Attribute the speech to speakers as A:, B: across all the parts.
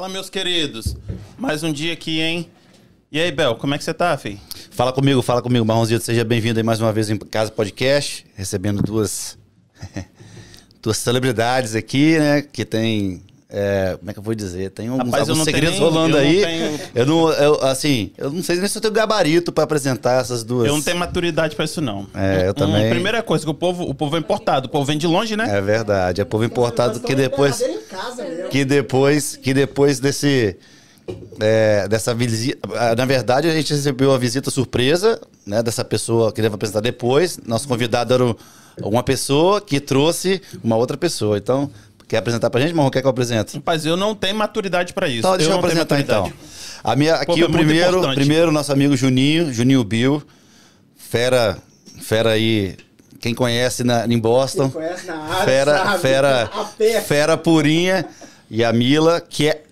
A: Fala, meus queridos. Mais um dia aqui, hein? E aí, Bel, como é que você tá, filho?
B: Fala comigo, Marronzito. Seja bem-vindo aí mais uma vez em Casa Podcast, recebendo duas celebridades aqui, né? Que tem... como é que eu vou dizer? Tem alguns segredos rolando aí. Eu não sei nem se eu tenho gabarito pra apresentar essas duas.
A: Eu não tenho maturidade pra isso, não.
B: Eu também.
A: Primeira coisa, que o povo é importado. O povo vem de longe, né?
B: É verdade. É povo importado que depois... Que depois dessa visita... Na verdade, a gente recebeu a visita surpresa, né? Dessa pessoa que deve apresentar depois. Nosso convidado era uma pessoa que trouxe uma outra pessoa. Então... Quer apresentar pra gente, Marrom? Quer que eu apresente?
A: Rapaz, eu não tenho maturidade pra isso.
B: Então, deixa eu apresentar então. Aqui o primeiro, nosso amigo Juninho Bill. Fera aí, quem conhece em Boston. Quem conhece na área, fera purinha. E a Mila, que é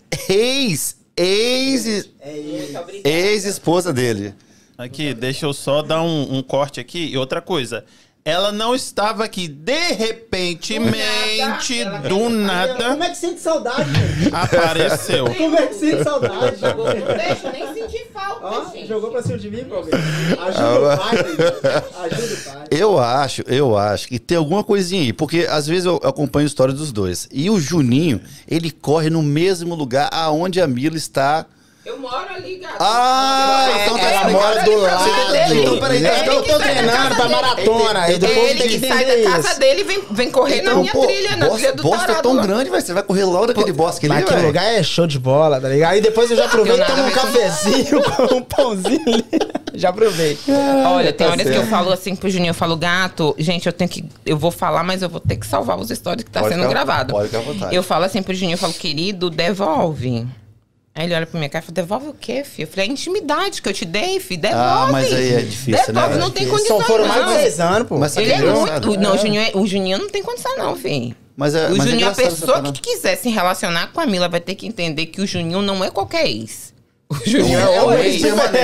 B: ex-esposa dele.
A: Aqui, deixa eu só dar um corte aqui. E outra coisa... Ela não estava aqui, de repentemente, do nada...
C: Como é que sente saudade, gente?
A: Apareceu.
C: Como é que sente saudade?
D: Deixa, nem sentir falta, gente.
C: Jogou pra cima de mim, Palmeiras. Ajuda o pai, ajuda o pai.
B: Eu acho que tem alguma coisinha aí, porque às vezes eu acompanho a história dos dois. E o Juninho, ele corre no mesmo lugar aonde a Mila está...
D: Eu moro ali, gato.
C: Então ela mora do lado.
B: Então, peraí.
C: Eu tô treinando pra maratona.
D: Ele que sai da casa dele e vem correr na minha trilha, na trilha do
B: Bosta é tão grande, velho. Você vai correr logo daquele bosque ali, velho.
C: Aquele lugar é show de bola, tá ligado? Aí depois eu já aproveito e tomo um cafezinho com um pãozinho ali. Já aproveito.
D: Olha, tem horas que eu falo assim pro Juninho, eu falo, gato, gente, eu vou falar, mas eu vou ter que salvar os stories que tá sendo gravado.
B: Pode ficar à vontade.
D: Eu falo assim pro Juninho, eu falo, querido, devolve. Aí ele olha pra minha cara e fala, devolve o quê, filho? Eu falei, a intimidade que eu te dei, filho, devolve.
B: Ah, mas aí é difícil,
D: devolve,
B: né?
D: não tem condição,
C: Só foram mais de 10 anos, pô.
B: Mas
D: ele é muito... Não, o Juninho não tem condição, não, filho. O Juninho, a pessoa que quiser se relacionar com a Mila vai ter que entender que o Juninho não é qualquer ex. O Juninho é o ex.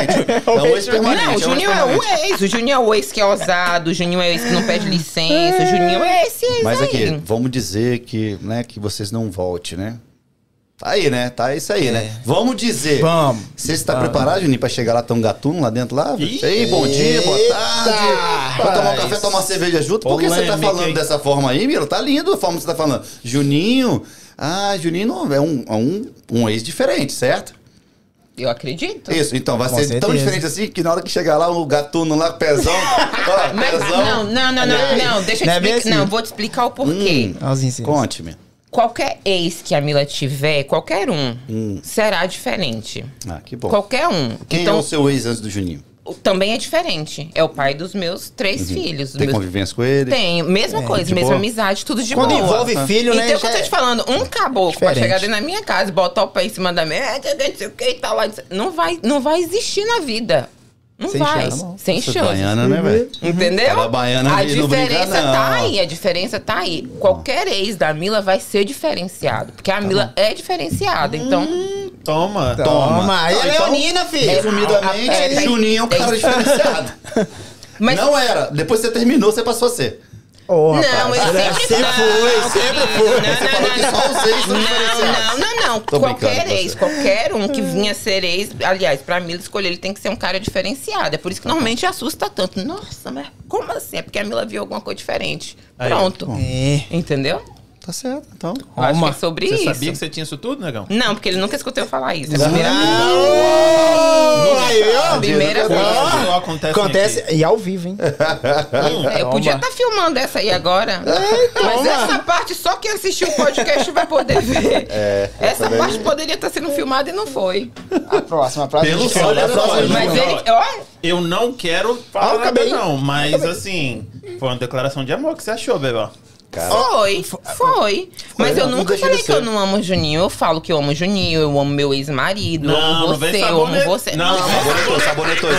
D: Não, o Juninho é o ex. O Juninho é o ex que é ousado, o Juninho é o ex que não pede licença, o Juninho é esse ex.
B: Mas aqui, vamos dizer que, né, que vocês não voltem, né? Tá aí, né? Tá isso aí, né? Vamos dizer.
C: Vamos.
B: Você está preparado, Juninho, pra chegar lá, ter um gatuno lá dentro lá? Ei, bom dia, boa tarde. Pra tomar um café, tomar uma cerveja junto? Por que você tá falando dessa forma aí, Miro? Tá lindo a forma que você tá falando. Juninho. Juninho não, é um ex diferente, certo?
D: Eu acredito.
B: Isso, então vai ser tão diferente assim que na hora que chegar lá o gatuno lá, pezão. Pezão.
D: Não, deixa eu te explicar. Não, vou te explicar o porquê.
B: Conte-me.
D: Qualquer ex que a Mila tiver, qualquer será diferente.
B: Ah, que bom.
D: Qualquer um.
B: Quem é o seu ex antes do Juninho?
D: Também é diferente. É o pai dos meus 3 filhos.
B: Tem convivência com ele?
D: Tenho. Mesma coisa, mesma amizade, tudo de boa.
C: Quando envolve filho, né?
D: Então, quando eu tô te falando, um caboclo pode chegar dentro da minha casa e botar o pé em cima da minha, não sei o que e tal lá. Não vai existir na vida. Não vai. Sem chance.
B: Baiana, né, velho?
D: Entendeu?
B: Baiana,
D: a diferença tá aí. A diferença tá aí. Qualquer ex da Mila vai ser diferenciado. Porque a Mila é diferenciada. Então.
A: Toma.
C: Aí é leonina, filho.
B: Resumidamente, Juninho é um cara diferenciado. Mas não era. Depois que você terminou, você passou a ser.
D: Não, ele sempre foi.
B: Você falou que só os ex são diferenciados.
D: Não. Qualquer ex, qualquer um que vinha ser ex, aliás, pra Mila escolher, ele tem que ser um cara diferenciado. É por isso que normalmente assusta tanto. Nossa, mas como assim? É porque a Mila viu alguma coisa diferente. Pronto. Entendeu?
B: Tá certo, então.
D: Acho que é sobre isso.
A: Você sabia que você tinha isso tudo, negão?
D: Não, porque ele nunca escutou eu falar isso. É a primeira vez.
C: Acontece e ao vivo, hein?
D: Eu podia estar filmando essa aí agora. Mas essa parte só quem assistiu o podcast vai poder ver. Essa parte poderia estar sendo filmada e não foi.
C: A próxima.
A: Pelo sol,
D: mas ele...
A: Eu não quero falar nada não, mas assim, foi uma declaração de amor que você achou, Bebê.
B: Cara.
D: Foi. Mas eu nunca falei que eu não amo o Juninho. Eu falo que eu amo o Juninho, eu amo meu ex-marido, eu amo você, eu amo você.
B: Não, sabonetou.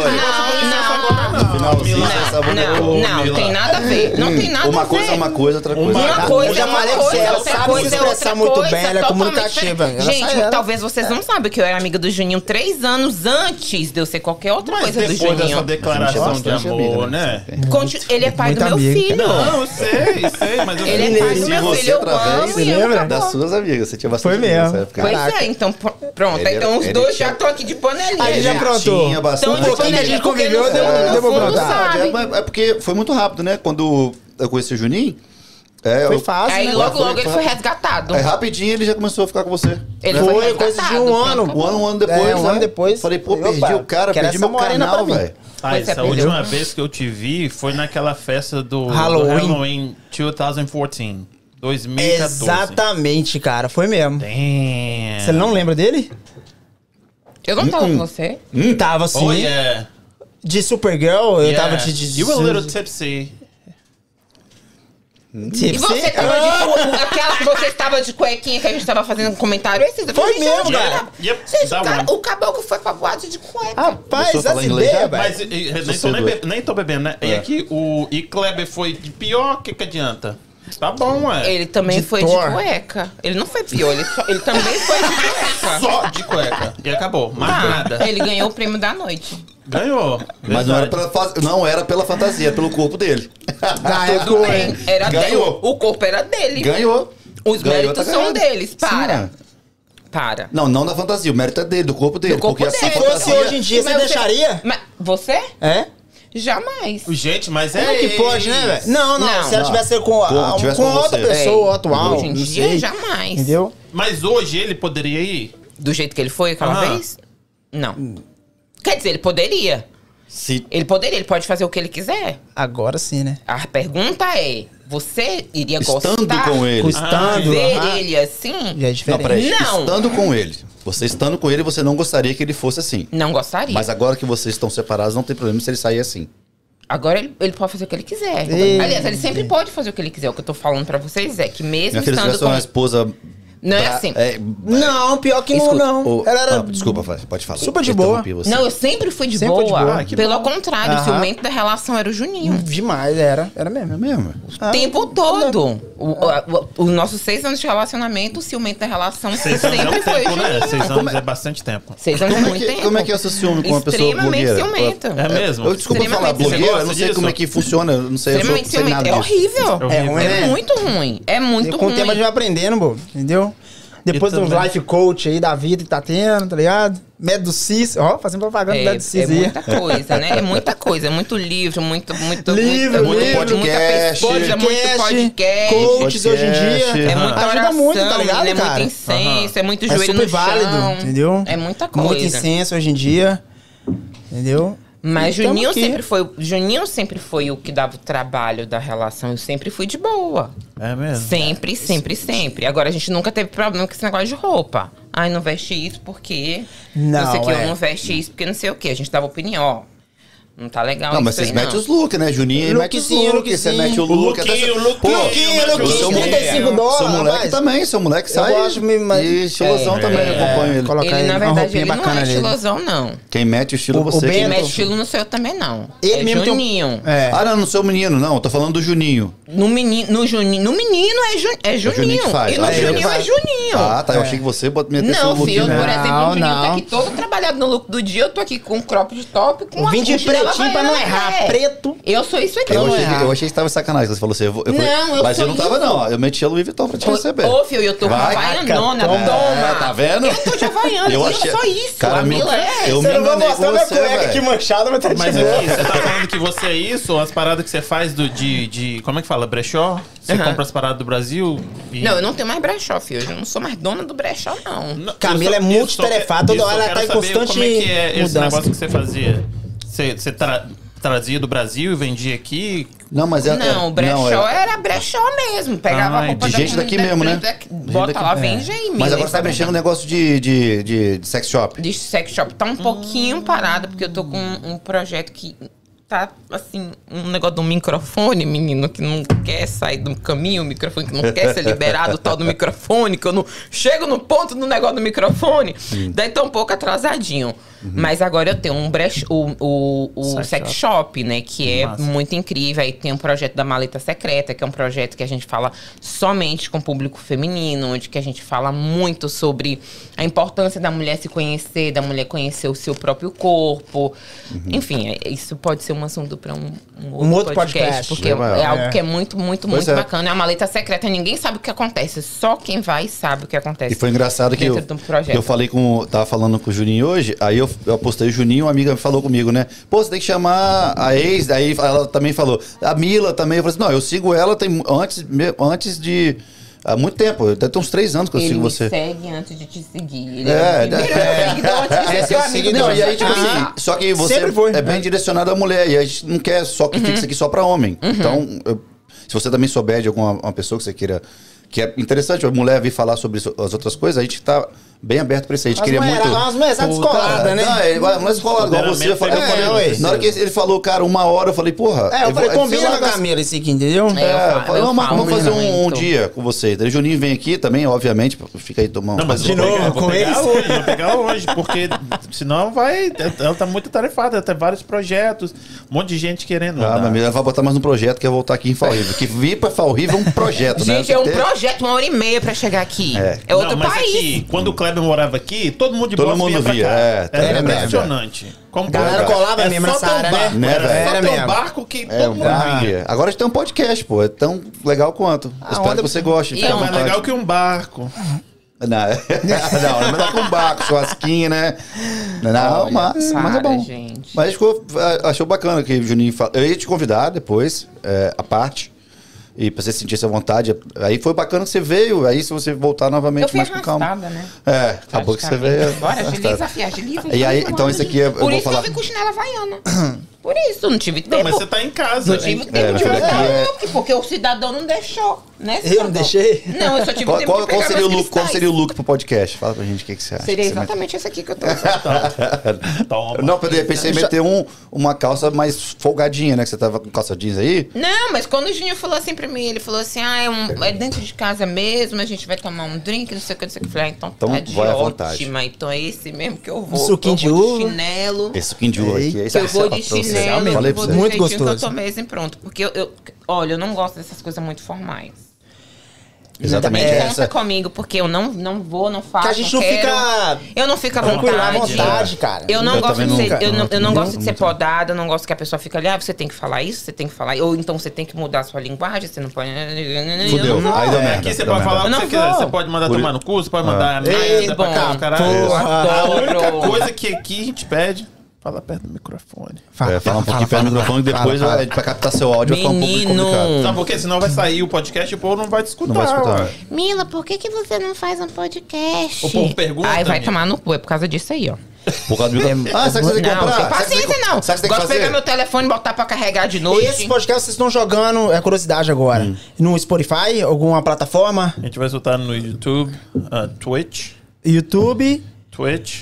D: Não, tem nada a ver. Não tem nada a ver.
B: Uma coisa é uma coisa, outra coisa.
D: Uma coisa é uma coisa,
C: ela
D: outra
C: sabe
D: coisa
C: se
D: é outra
C: expressar muito bem, ela é
D: totalmente
C: comunicativa.
D: diferente. Gente, talvez vocês não saibam que eu era amiga do Juninho 3 anos antes de eu ser qualquer outra coisa do
A: depois dessa
D: Juninho.
A: declaração de amor, né?
D: Ele é pai do meu filho.
A: Não, eu sei. sei, mas eu sei.
D: Ele é pai do meu filho, eu amo.
B: Você lembra? Das suas amigas, você tinha bastante.
C: Foi mesmo.
B: Nessa época.
D: Pois é, então pronto. Então os dois já estão aqui de panelinha.
C: Aí já aprontou.
B: Tinha bastante.
C: Então um pouquinho que a gente conviveu, deu pra aprontar.
B: É porque foi muito rápido, né? Quando eu conheci o Juninho...
C: Foi fácil,
D: aí
C: né?
D: logo ele foi resgatado.
B: Aí rapidinho ele já começou a ficar com você.
D: Ele
C: foi coisa de um ano.
B: Um ano depois.
C: Um ano depois.
B: Falei, pô, perdi o cara, perdi meu canal, velho.
A: Essa última vez que eu te vi foi naquela festa do Halloween 2014. 2014.
C: Exatamente, cara. Foi mesmo.
A: Damn.
C: Você não lembra dele?
D: Eu não tava com você.
C: Tava sim.
A: Oh, yeah.
C: De Supergirl, eu tava de...
A: You were a little tipsy.
D: E você tava aquela que você estava de cuequinha que a gente tava fazendo um comentário.
C: Foi mesmo, cara.
D: Gente, o caboclo foi pra boate de cueca.
C: Rapaz, essa ideia,
A: velho. Mas nem tô bebendo, né? E aqui o Kleber foi de pior, o que adianta? Tá bom, ué.
D: Ele também foi de cueca. Ele não foi pior, ele também foi de cueca.
A: Só de cueca. E acabou, mais nada.
D: Ele ganhou o prêmio da noite.
A: Ganhou.
B: Mas não era pela fantasia, pelo corpo dele.
D: Tudo bem.
B: Ganhou.
D: O corpo era dele.
B: Ganhou.
D: Os méritos são deles. Para.
B: Não da fantasia. O mérito é dele, do corpo dele.
D: Do corpo dele.
C: Se fosse hoje em dia, você deixaria?
D: Você?
C: É?
D: Jamais.
A: Gente, mas
C: Como é que pode, né, velho? Não. Se ela tivesse com outra pessoa atual.
D: Hoje em dia, jamais.
C: Entendeu?
A: Mas hoje ele poderia ir?
D: Do jeito que ele foi aquela vez? Não. Quer dizer, ele poderia. Ele pode fazer o que ele quiser.
C: Agora sim, né?
D: A pergunta é, você iria gostar...
B: Estando com ele.
C: Estando.
D: Ver ele assim?
C: Já é diferente.
B: Não, peraí.
D: Não.
B: Estando com ele. Você estando com ele, você não gostaria que ele fosse assim.
D: Não gostaria.
B: Mas agora que vocês estão separados, não tem problema se ele sair assim.
D: Agora ele pode fazer o que ele quiser. Aliás, ele sempre pode fazer o que ele quiser. O que eu tô falando pra vocês é que mesmo
B: Minha filha,
D: estando
B: se tivesse uma esposa...
D: Não é assim.
C: Não, pior que não.
B: Ela era... Desculpa, pode falar.
C: Super de boa.
D: Não, eu sempre fui de boa. Pelo contrário, o ciumento da relação era o Juninho.
C: Demais, era mesmo.
B: É mesmo?
D: O tempo todo. Os nossos 6 anos de relacionamento, o ciumento da relação sempre foi o Juninho.
A: 6 anos é bastante tempo.
D: 6 anos é muito tempo.
B: Como é que é o seu ciúme com uma pessoa blogueira?
D: Extremamente ciumento.
A: É mesmo?
B: Desculpa falar blogueira, eu não sei como é que funciona. Eu não sei,
D: extremamente ciumento. É horrível. É muito ruim. É muito ruim.
C: Com o tempo a gente vai aprendendo, pô. Entendeu? Depois dos life coach aí da vida que tá tendo, tá ligado? Método CIS, fazendo propaganda do Método CIS aí.
D: É muita coisa, né? É muita coisa, é muito livro, muito
B: podcast,
D: muita pesquisa, muito podcast.
C: Coaches hoje em dia.
D: É muita oração,
C: ajuda muito, tá ligado,
D: é
C: cara?
D: muito incenso, é muito joelho no chão.
C: Válido, entendeu?
D: É muita coisa.
C: Muito incenso hoje em dia, entendeu?
D: Mas Juninho sempre foi o que dava o trabalho da relação. Eu sempre fui de boa.
A: É mesmo?
D: Sempre. Agora, a gente nunca teve problema com esse negócio de roupa. Ai, não veste isso porque... Não sei o que, eu não veste isso porque não sei o que. A gente dava opinião, ó. Não tá legal
B: não, mas vocês metem os looks, né? Juninho mete os looks. Você mete o look.
C: Seu moleque
B: também. Seu moleque sai.
C: Eu gosto mesmo.
B: E estilosão também, acompanho ele.
D: Ele, na verdade, ele não é estilosão, não.
B: Quem mete o estilo é você.
D: Quem mete estilo no seu também, não.
C: Ele mesmo
D: Juninho.
B: Ah, não, no seu menino, não. Tô falando do Juninho.
D: No menino é Juninho. E no Juninho é Juninho.
B: Ah, tá. Eu achei que você meteu seu look.
D: Não, filho, por exemplo, o Juninho tá aqui todo trabalhado no look do dia. Eu tô aqui com um crop de top, com uma
C: pretinho pra não errar, preto.
D: Eu sou isso aqui.
B: Eu achei que tava sacanagem. Você falou assim, mas eu não tava, não. Eu meti a Louis Vuitton pra te receber.
D: Ô, filho, eu tô com a Havaianona, toma.
B: Tá vendo?
D: Eu tô de Havaiana, eu sou isso.
B: Cara,
C: eu me enganei com você, cueca aqui manchada, mas tá de boa.
A: Mas aqui, você tá falando que você é isso, as paradas que você faz de como é que fala? Brechó? Você compra as paradas do Brasil?
D: Não, eu não tenho mais brechó, filho. Eu não sou mais dona do brechó, não.
C: Camila é multitarefada, toda hora ela tá em constante
A: como é que é esse
C: mudança.
A: negócio que você fazia? Você trazia do Brasil e vendia aqui?
B: Não, mas
D: o brechó era brechó mesmo. Pegava a roupa
B: de gente daqui mesmo, né?
D: Bota lá, vende aí mesmo.
B: Mas agora você tá mexendo no negócio de sex shop.
D: De sex shop. Tá um pouquinho parado, porque eu tô com um projeto que tá, assim, um negócio do microfone, menino, que não quer sair do caminho, o microfone que não quer ser liberado, o tal do microfone, que eu não chego no ponto do negócio do microfone. Daí tá um pouco atrasadinho. Mas agora eu tenho o sex shop, né? Que é muito incrível. Aí tem um projeto da Maleta Secreta, que é um projeto que a gente fala somente com o público feminino, onde que a gente fala muito sobre a importância da mulher se conhecer, da mulher conhecer o seu próprio corpo. Enfim, isso pode ser um assunto para um outro podcast. Porque é algo que é muito, muito, muito bacana. É a Maleta Secreta, ninguém sabe o que acontece. Só quem vai sabe o que acontece.
B: E foi engraçado que eu falei tava falando com o Juninho hoje, aí eu postei o Juninho, uma amiga falou comigo, né? Pô, você tem que chamar a ex, aí ela também falou, a Mila também, eu falei assim, não, eu sigo ela antes de... Há muito tempo, deve ter uns 3 anos que eu sigo você.
D: Ele segue antes de te seguir. Ele é o seguidor antes de ser seu amigo.
B: Não, e aí, tipo assim, só que você é bem direcionado à mulher, e a gente não quer só que fique isso aqui só pra homem. Então, se você também souber de alguma pessoa que você queira... Que é interessante a mulher vir falar sobre as outras coisas, a gente tá bem aberto pra isso. A gente queria muito...
C: As mulheres descoladas, né?
B: Não é descolado, igual você. Na hora que ele falou, cara, 1 hora, eu falei, porra...
C: eu falei, combina com a Camila esse aqui, entendeu?
B: Vamos fazer um dia com você. O Juninho vem aqui também, obviamente, fica aí tomando...
A: Não, mas de novo, com eles? Vou pegar hoje, porque senão ela tá muito tarefada, tem vários projetos, um monte de gente querendo...
B: Ela vai botar mais um projeto que é voltar aqui em Fall River. Que vir pra Fall River é um projeto, né?
D: Gente, é um projeto, 1h30 pra chegar aqui. É outro país.
A: Aqui, quando o Kleber morava aqui, todo mundo de Boston via. Era impressionante.
C: Como a galera colava mesmo nessa área, né?
A: Era mesmo. Barco que todo mundo via.
B: Agora a gente tem um podcast, pô. É tão legal quanto. Espero que você goste.
A: É mais legal que um barco.
B: Não, é melhor que um barco, churrasquinho, né? Não, mas é bom. Gente. Mas achou bacana que o Juninho falou. Eu ia te convidar depois, a parte. E pra você sentir essa vontade. Aí foi bacana que você veio. Aí se você voltar novamente mais com calma.
D: Né?
B: Acabou que você veio.
D: Bora, agiliza.
B: E aí, então esse aqui
D: Por isso que eu vim com chinela havaiana. Por isso, não tive tempo.
A: Não, mas você tá em casa.
D: Não tive tempo de pegar porque o cidadão não deixou, né?
C: Eu não deixei?
D: Não, eu só tive tempo de pegar
B: qual seria o look pro podcast? Fala pra gente o que você acha.
D: Seria exatamente esse aqui que eu tô
B: usando. Não, de repente você meter uma calça mais folgadinha, né? Que você tava com calça jeans aí.
D: Não, mas quando o Juninho falou assim pra mim, ele falou assim, é dentro de casa mesmo, a gente vai tomar um drink, não sei o que, não sei o que. Eu falei, então tá de ótima. Então é esse mesmo que eu vou.
C: Suquinho de uva.
D: Chinelo.
B: Esse suquinho de uva aqui.
D: Eu vou de chinelo.
C: Falei pra você. Muito gostoso.
D: Que eu tomei assim, pronto. Porque olha, eu não gosto dessas coisas muito formais.
B: Exatamente.
D: Conta comigo, porque eu não vou, não faço.
C: Que a gente não fica.
D: Eu não fico à vontade.
C: Cara.
D: Eu não gosto de ser. Eu não gosto de ser podada, eu não gosto que a pessoa fique ali, você tem que falar isso, você tem que falar. Ou então você tem que mudar a sua linguagem, você não pode.
B: Fudeu. Aí deu merda.
A: Aqui você pode falar o que você quiser. Você pode mandar tomar no cu, você pode mandar merda pra cá, caralho. A única coisa que aqui a gente pede. Fala perto do microfone.
B: Fala um pouquinho perto do microfone e depois pra captar seu áudio vai ficar um pouco complicado.
A: Sabe por quê? Senão vai sair o podcast e o povo não vai te escutar. Não vai escutar.
D: Mila, por que você não faz um podcast?
A: O povo pergunta.
D: Aí vai tomar no cu, é por causa disso aí, ó.
B: Por causa do...
C: sabe que você tem que comprar?
D: Não, tem paciência não.
B: Sabe que
D: gosto de pegar meu telefone e botar pra carregar de noite.
C: Esse podcast vocês estão jogando, é curiosidade agora, no Spotify, alguma plataforma?
A: A gente vai soltar no YouTube, Twitch.
C: YouTube.
A: Twitch.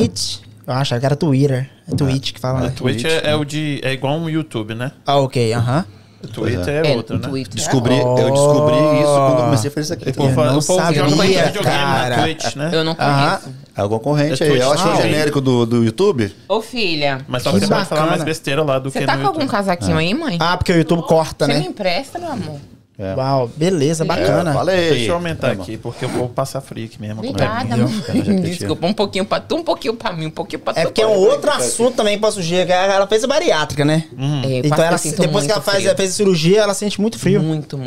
C: Eu acho que era Twitter. É Twitch que fala, né?
A: Twitch é igual um YouTube, né?
C: Ok,
A: Twitter é outro, né?
B: Eu descobri isso quando eu comecei a fazer isso aqui.
A: O povo joga mais videogame na Twitch, né?
D: Eu não conheço.
B: É algum concorrente aí. Eu acho o genérico do YouTube.
D: Ô, filha.
A: Mas só que você vai falar mais besteira lá do que no YouTube.
D: Você tá com algum casaquinho aí, mãe?
C: Porque o YouTube corta, né?
D: Você me empresta, meu amor?
C: Uau, beleza, bacana.
B: Falei.
A: Deixa eu aumentar aqui, porque eu vou passar frio aqui mesmo.
D: Obrigada, desculpa, um pouquinho pra tu, um pouquinho pra mim, um pouquinho pra tu.
C: É porque é um outro assunto também pra sujeira, que ela fez a bariátrica, né? Então ela, depois que ela fez a cirurgia, ela sente muito frio.
D: Muito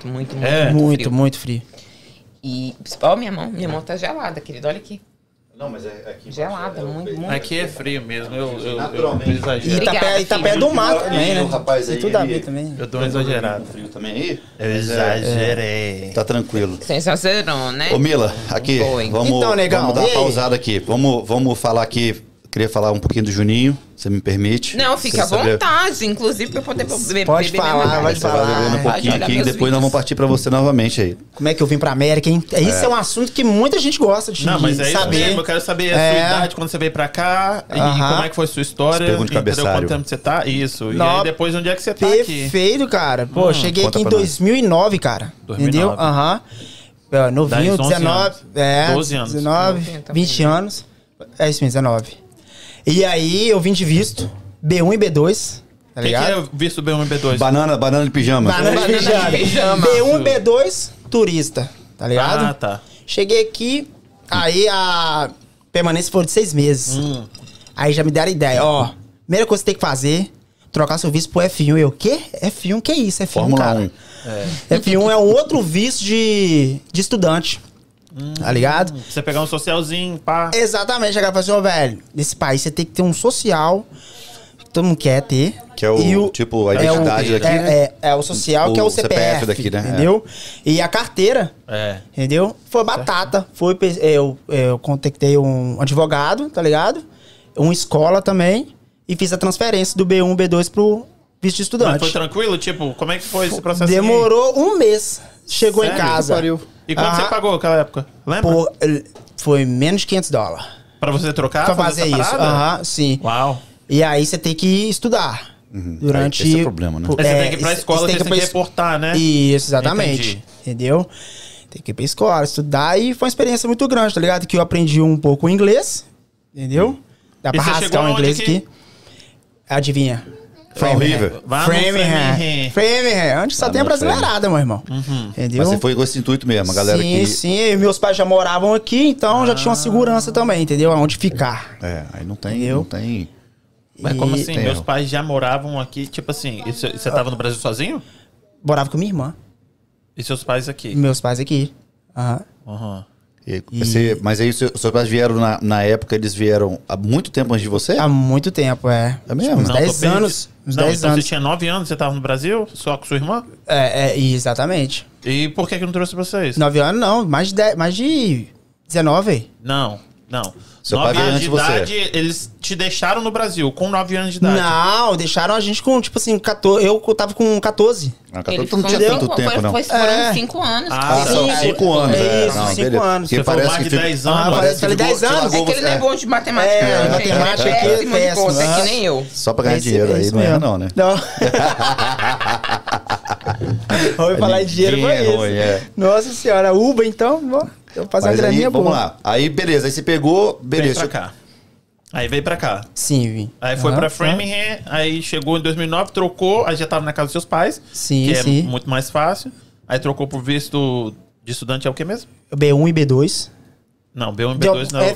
D: frio.
C: Muito frio.
D: E, minha mão tá gelada, querido, olha aqui.
B: Não, mas é aqui.
D: Gelada, muito.
A: Aqui é frio mesmo, eu
C: exagero. E tá perto do mar também, né?
B: Rapaz,
C: aí, tudo a ver também.
A: Eu dou uma exagerada.
B: Frio também aí?
A: Eu exagerei.
B: Tá tranquilo.
D: Você exagerou, né?
B: Ô, Mila, aqui, vamos dar uma pausada aqui. Vamos falar aqui. Queria falar um pouquinho do Juninho, você me permite?
D: Não, fica à vontade, inclusive pra eu poder beber.
C: Pode falar.
B: Beber um pouquinho aqui e depois nós vamos partir pra você novamente aí.
C: Como é que eu vim pra América, hein? Isso é um assunto que muita gente gosta de saber.
A: Não, mas é isso mesmo, eu quero saber a sua idade, quando você veio pra cá, e como é que foi a sua história, entendeu? Quanto tempo você tá, isso. E aí depois onde é que você tá aqui.
C: Perfeito, cara. Pô, cheguei aqui em 2009, cara. 2009. Entendeu? Novinho, 19.
A: 12 anos.
C: 19, 20 anos. É isso mesmo, 19. E aí eu vim de visto B1 e B2. Tá ligado?
A: que é o visto B1 e B2?
B: Banana de pijama.
C: Banana de pijama. B1 e B2, turista. Tá ligado?
A: Ah, tá.
C: Cheguei aqui, aí a permanência foi de 6 meses. Aí já me deram a ideia, ó. Primeira coisa que você tem que fazer, trocar seu visto pro F1. Eu, o quê? F1, que é isso? F1,
B: Fórmula
C: cara.
B: 1.
C: F1 é um outro visto de estudante. Tá ligado?
A: Você pegar um socialzinho, pá.
C: Exatamente. Chegar e falar assim, ó, velho, nesse país você tem que ter um social, que todo mundo quer ter.
B: Que é tipo, a identidade daqui, né?
C: É o social, que é o CPF
B: daqui, né?
C: Entendeu? E a carteira, entendeu? Foi batata. Eu contactei um advogado, tá ligado? Uma escola também. E fiz a transferência do B1, B2 pro visto de estudante.
A: Mas foi tranquilo? Tipo, como é que foi esse processo?
C: Demorou um mês. Chegou em casa.
A: E quanto você pagou naquela época? Lembra?
C: Foi menos de $500.
A: Pra você trocar?
C: Pra fazer isso. Sim.
A: Uau.
C: E aí você tem que estudar. Durante...
B: Esse é o problema, né?
A: Você tem que ir pra escola, você tem que reportar, né?
C: Isso, exatamente.
A: Entendi.
C: Entendeu? Tem que ir pra escola, estudar. E foi uma experiência muito grande, tá ligado? Que eu aprendi um pouco o inglês. Entendeu? Dá pra rascar o inglês aqui. Adivinha?
B: Framingham.
C: Framingham. Onde só tem a brasileirada, meu irmão. Entendeu?
B: Mas você foi com esse intuito mesmo, a galera que...
C: Sim. Meus pais já moravam aqui, então já tinha uma segurança também, entendeu? Onde ficar.
B: Aí não tem...
A: Mas como assim? Meus pais já moravam aqui, tipo assim, e você tava no Brasil sozinho?
C: Morava com minha irmã.
A: E seus pais aqui?
C: Meus pais aqui.
B: Mas aí seus pais vieram na época, eles vieram há muito tempo antes de você?
C: Há muito tempo, É
B: mesmo?
C: Uns 10 anos.
A: Então você tinha 9 anos, você tava no Brasil, só com sua irmã?
C: Exatamente.
A: E por que não trouxe vocês?
C: 9 anos não, mais de 19.
A: Não.
B: Seu pai veio antes de você.
A: Eles te deixaram no Brasil com 9 anos de idade.
C: Não, deixaram a gente com, tipo assim, 14. Eu tava com 14.
B: Tu não tinha tanto tempo, não.
D: Foram 5 anos.
B: São 5 anos.
C: Isso, 5 anos.
A: Você falou mais de 10 anos.
C: Falei 10 anos.
D: É que ele não é bom de matemática, não.
C: Matemática aqui é péssimo.
D: É que nem eu.
B: Só pra ganhar dinheiro aí, não erra não, né?
C: Não. Vamos falar em dinheiro, foi isso. Nossa senhora, Uber então, eu vou fazer uma graninha boa.
B: Vamos lá. Aí, beleza. Aí você pegou, beleza.
A: Veio pra cá. Aí veio pra cá.
C: Sim, vim.
A: Aí foi pra Framingham, aí chegou em 2009, trocou, aí já tava na casa dos seus pais.
C: Sim,
A: que é muito mais fácil. Aí trocou pro visto de estudante, é o que mesmo?
C: B1 e B2.
A: Não, B1 e B2 não.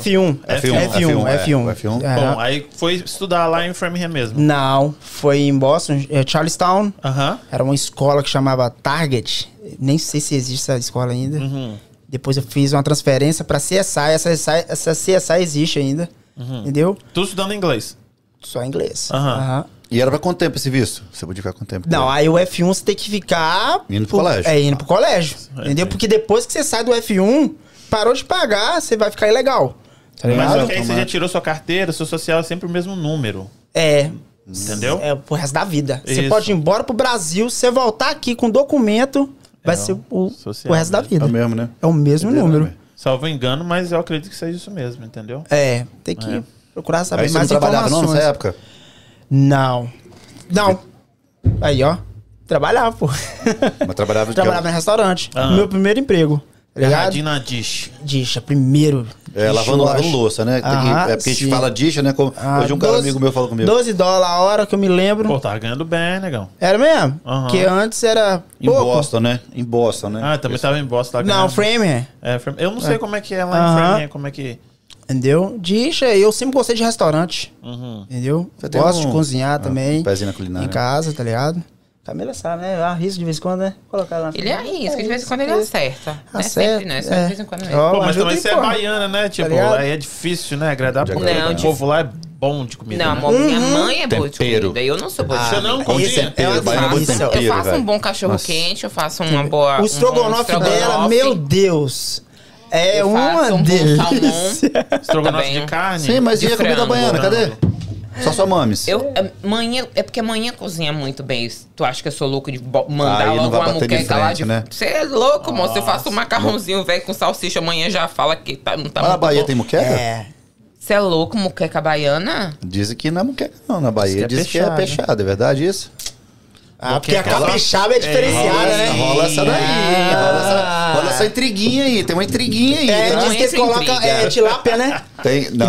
C: F1.
A: Bom, aí foi estudar lá em Framingham mesmo.
C: Não, foi em Boston, Charlestown. Era uma escola que chamava Target. Nem sei se existe essa escola ainda. Depois eu fiz uma transferência pra CSI. Essa CSI existe ainda. Entendeu?
A: Tudo estudando inglês?
C: Só inglês.
B: E era pra quanto tempo esse visto? Você podia ficar quanto tempo?
C: Não, aí o F1 você tem que ficar...
B: Indo pro colégio.
C: Indo pro colégio. Entendeu? Porque depois que você sai do F1, parou de pagar, você vai ficar ilegal. Tá ligado?
A: Mas só que aí você já tirou sua carteira, seu social é sempre o mesmo número. Entendeu?
C: É pro resto da vida. Você pode ir embora pro Brasil, você voltar aqui com documento, vai ser o resto da vida.
B: É o mesmo, né?
C: É o mesmo número.
A: Salvo engano, mas eu acredito que seja isso mesmo, entendeu?
C: Tem que procurar saber
B: aí
C: mais
B: você não
C: informações.
B: Trabalhava não nessa época?
C: Não. Aí, ó. Trabalhava, pô.
B: Mas trabalhava
C: em restaurante. Meu primeiro emprego.
A: Erradinho na dish.
C: Dish, primeiro.
B: Lavando louça, né? É porque a gente fala dish, né? Hoje um cara amigo meu falou comigo.
C: $12 a hora que eu me lembro.
A: Pô, tava ganhando bem, negão.
C: Era mesmo? Porque antes era
B: em Boston, né? Em Boston, né?
A: Ah, também tava em Boston.
C: Não, Framingham.
A: Eu não sei como é que é lá em Framingham, como é que...
C: Entendeu? Dish, eu sempre gostei de restaurante. Entendeu? Gosto de cozinhar também.
B: Pezinho na culinária.
C: Em casa, tá ligado? Camila sabe, né? Eu arrisco de vez em quando, né? Colocar lá na
D: Ele arrisca, de vez em quando ele acerta. Não é sempre, né? Só de vez em quando mesmo.
A: Pô, mas também você é baiana, né? Tipo, aí é difícil, né? Agradar porque o povo lá é bom de comida.
D: Não, minha mãe é boa de comida. Eu não sou boa de comida.
A: Você não cozinha.
D: Eu faço um bom cachorro quente, eu faço uma boa...
C: O estrogonofe dela, meu Deus... É uma delícia.
A: Estrogonofe de carne?
B: Sim, mas e a comida baiana? Cadê? Só sua mames.
D: É porque amanhã cozinha muito bem. Tu acha que eu sou louco de mandar logo uma muqueca lá de... Você é louco, moço. Eu faço um macarrãozinho velho com salsicha, amanhã já fala que não tá
B: muito na Bahia bom. Tem muqueca?
D: Você é louco, muqueca baiana?
B: Dizem que não é muqueca não, na Bahia. Diz que é peixado, é verdade isso?
C: Porque a capixaba é diferenciada, né?
B: Rola essa daí. Rola essa intriguinha aí. Tem uma intriguinha aí.
C: Diz que eles colocam tilápia, né?
B: Tem, não,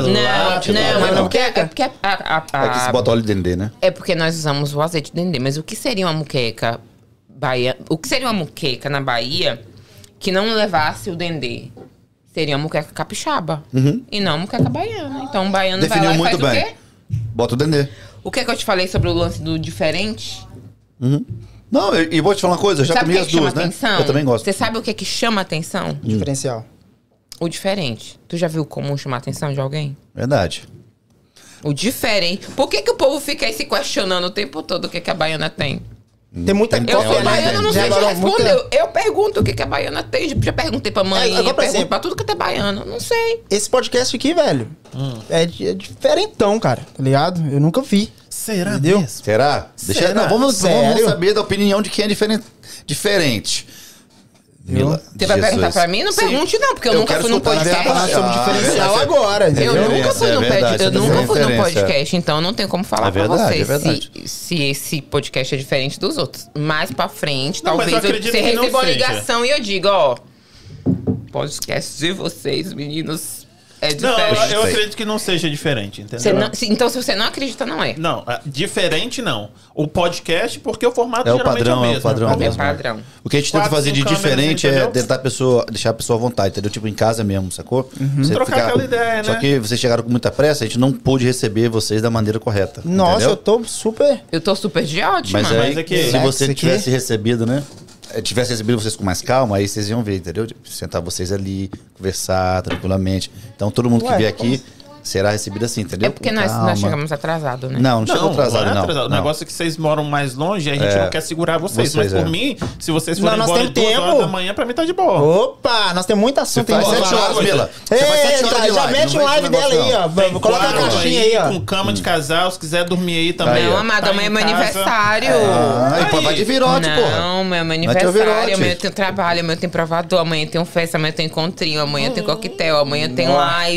D: mas é porque
B: é que você bota óleo de dendê, né?
D: É porque nós usamos o azeite de dendê. Mas o que seria uma muqueca baiana? O que seria uma muqueca na Bahia que não levasse o dendê? Seria uma muqueca capixaba. E não muqueca baiana. Então o baiano
B: definiu
D: vai lá
B: muito
D: e faz
B: bem.
D: o quê?
B: Bota o dendê.
D: O que é que eu te falei sobre o lance do diferente?
B: Não, e vou te falar uma coisa, eu já comi as duas, né?
D: Atenção?
B: Eu também gosto.
D: Você sabe o que é que chama atenção?
C: Diferencial.
D: O diferente. Tu já viu como chamar a atenção de alguém?
B: Verdade.
D: O diferente. Por que o povo fica aí se questionando o tempo todo o que a baiana tem?
C: Tem muita
D: Eu sou baiana, não sei te responder. Eu pergunto o que a baiana tem. Já perguntei pra mãe, pergunto pra tudo que é baiano. Não sei.
C: Esse podcast aqui, velho, é diferentão, cara. Tá ligado? Eu nunca vi.
A: Será
C: Entendeu?
A: mesmo?
B: Será? Deixa, não, vamos saber da opinião de quem é diferente.
D: Você vai perguntar pra mim? Não pergunte não, porque eu nunca fui num podcast.
C: Nós somos diferencial agora.
D: Eu nunca fui num podcast, então não tem como falar pra você se esse podcast é diferente dos outros. Mais pra frente, talvez você receba uma ligação e eu diga, ó, podcast de vocês, meninos, é diferente.
A: Não, eu acredito que não seja diferente, entendeu?
D: Então, se você não acredita, não é.
A: Não, diferente não. O podcast, porque o formato
B: é
A: geralmente
B: padrão,
A: é o mesmo.
B: É o padrão.
D: É padrão.
B: O que a gente tenta fazer de diferente é tentar deixar a pessoa à vontade, entendeu? Tipo, em casa mesmo, sacou?
A: Você trocar aquela ideia, né?
B: Só que vocês chegaram com muita pressa, a gente não pôde receber vocês da maneira correta.
C: Nossa,
B: entendeu?
D: Eu tô super de ótima.
B: Mas é que se você tivesse recebido, né? Tivesse recebido vocês com mais calma, aí vocês iam ver, entendeu? Sentar vocês ali, conversar tranquilamente. Então todo mundo que vier aqui será recebido assim, entendeu?
D: É porque nós chegamos atrasados, né?
B: Não chegou atrasado, não.
A: O negócio é que vocês moram mais longe e a gente não quer segurar vocês. Mas por mim, se vocês forem embora 2 horas da manhã, pra mim tá de boa.
C: Opa, nós temos muito assunto.
B: Você faz 7 horas, Mila. Você faz 7 horas de live.
C: Já mete um live dela aí, ó. Coloca a caixinha aí, ó.
A: Com cama de casal, se quiser dormir aí também.
D: Não, amada, amanhã é meu aniversário.
B: Vai de virote, porra.
D: Não, meu aniversário. Amanhã eu tenho trabalho, amanhã eu tenho provador, amanhã eu tenho festa, amanhã eu tenho encontrinho, amanhã eu tenho coquetel, amanhã eu tenho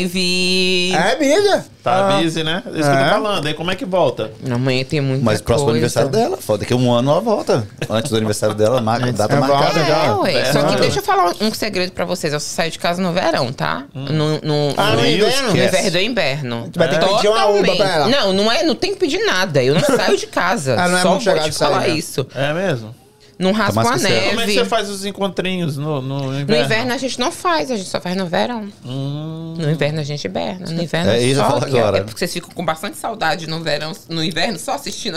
D: live.
C: É, mídia.
A: Tá busy, né? É isso que eu tô falando. Aí como é que volta?
D: Amanhã tem muita coisa.
B: Mas próximo aniversário dela. Daqui a 1 ano ela volta. Antes do aniversário dela, data marcada já.
D: Só que deixa eu falar um segredo pra vocês. Eu saio de casa no verão, tá? No
C: inverno?
D: No inverno do inverno.
C: Tu vai ter que pedir uma uva pra ela.
D: Não tem que pedir nada. Eu não saio de casa. Só vou te falar isso.
A: É mesmo?
D: Não raspa a neve.
A: Como é que você faz os encontrinhos no inverno?
D: No inverno a gente não faz, a gente só faz no verão. No inverno a gente hiberna. No inverno
B: é isso
D: só
B: agora.
D: É porque vocês ficam com bastante saudade no verão, no inverno, só assistindo.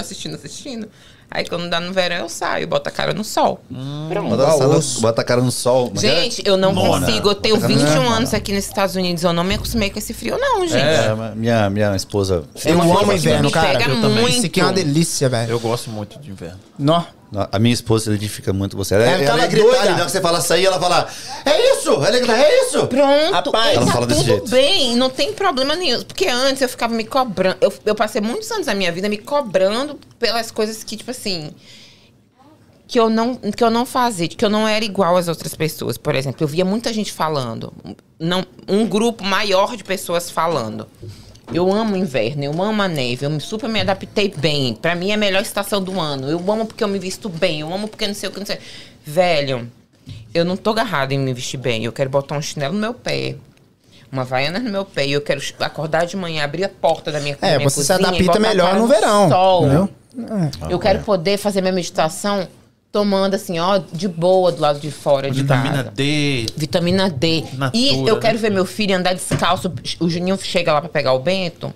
D: Aí quando dá no verão eu saio, boto a cara no sol. Pronto.
B: Bota a cara no sol.
D: Gente, eu não consigo. Eu tenho 21 anos aqui nos Estados Unidos. Eu não me acostumei com esse frio, não, gente.
B: Minha esposa...
C: Eu amo inverno, cara.
D: Eu também.
C: Isso aqui é uma delícia, velho.
A: Eu gosto muito de inverno.
B: A minha esposa edifica muito você.
C: Ela
B: grita ali, que você fala sair, ela fala, é isso! Ela grita, é isso!
D: Pronto,
C: rapaz,
B: ela fala desse jeito.
D: Tudo bem, não tem problema nenhum. Porque antes eu ficava me cobrando. Eu passei muitos anos da minha vida me cobrando pelas coisas que, tipo assim... Que eu não fazia, que eu não era igual às outras pessoas. Por exemplo, eu via muita gente falando. Um grupo maior de pessoas falando. Eu amo o inverno, eu amo a neve, eu super me adaptei bem. Pra mim é a melhor estação do ano. Eu amo porque eu me visto bem, eu amo porque não sei o que, não sei. Velho, eu não tô agarrada em me vestir bem. Eu quero botar um chinelo no meu pé, uma havaiana no meu pé. E eu quero acordar de manhã, abrir a porta da minha cozinha.
C: Você se adapta melhor no verão.
D: Sol. Eu quero poder fazer minha meditação tomando assim, ó, de boa do lado de fora de casa.
A: Vitamina D.
D: Vitamina D.
A: Natura,
D: e eu quero ver meu filho andar descalço. O Juninho chega lá pra pegar o Bento.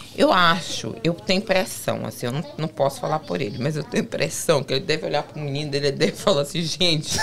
D: Eu tenho impressão, assim, eu não posso falar por ele, mas eu tenho impressão que ele deve olhar pro menino dele e deve falar assim, gente...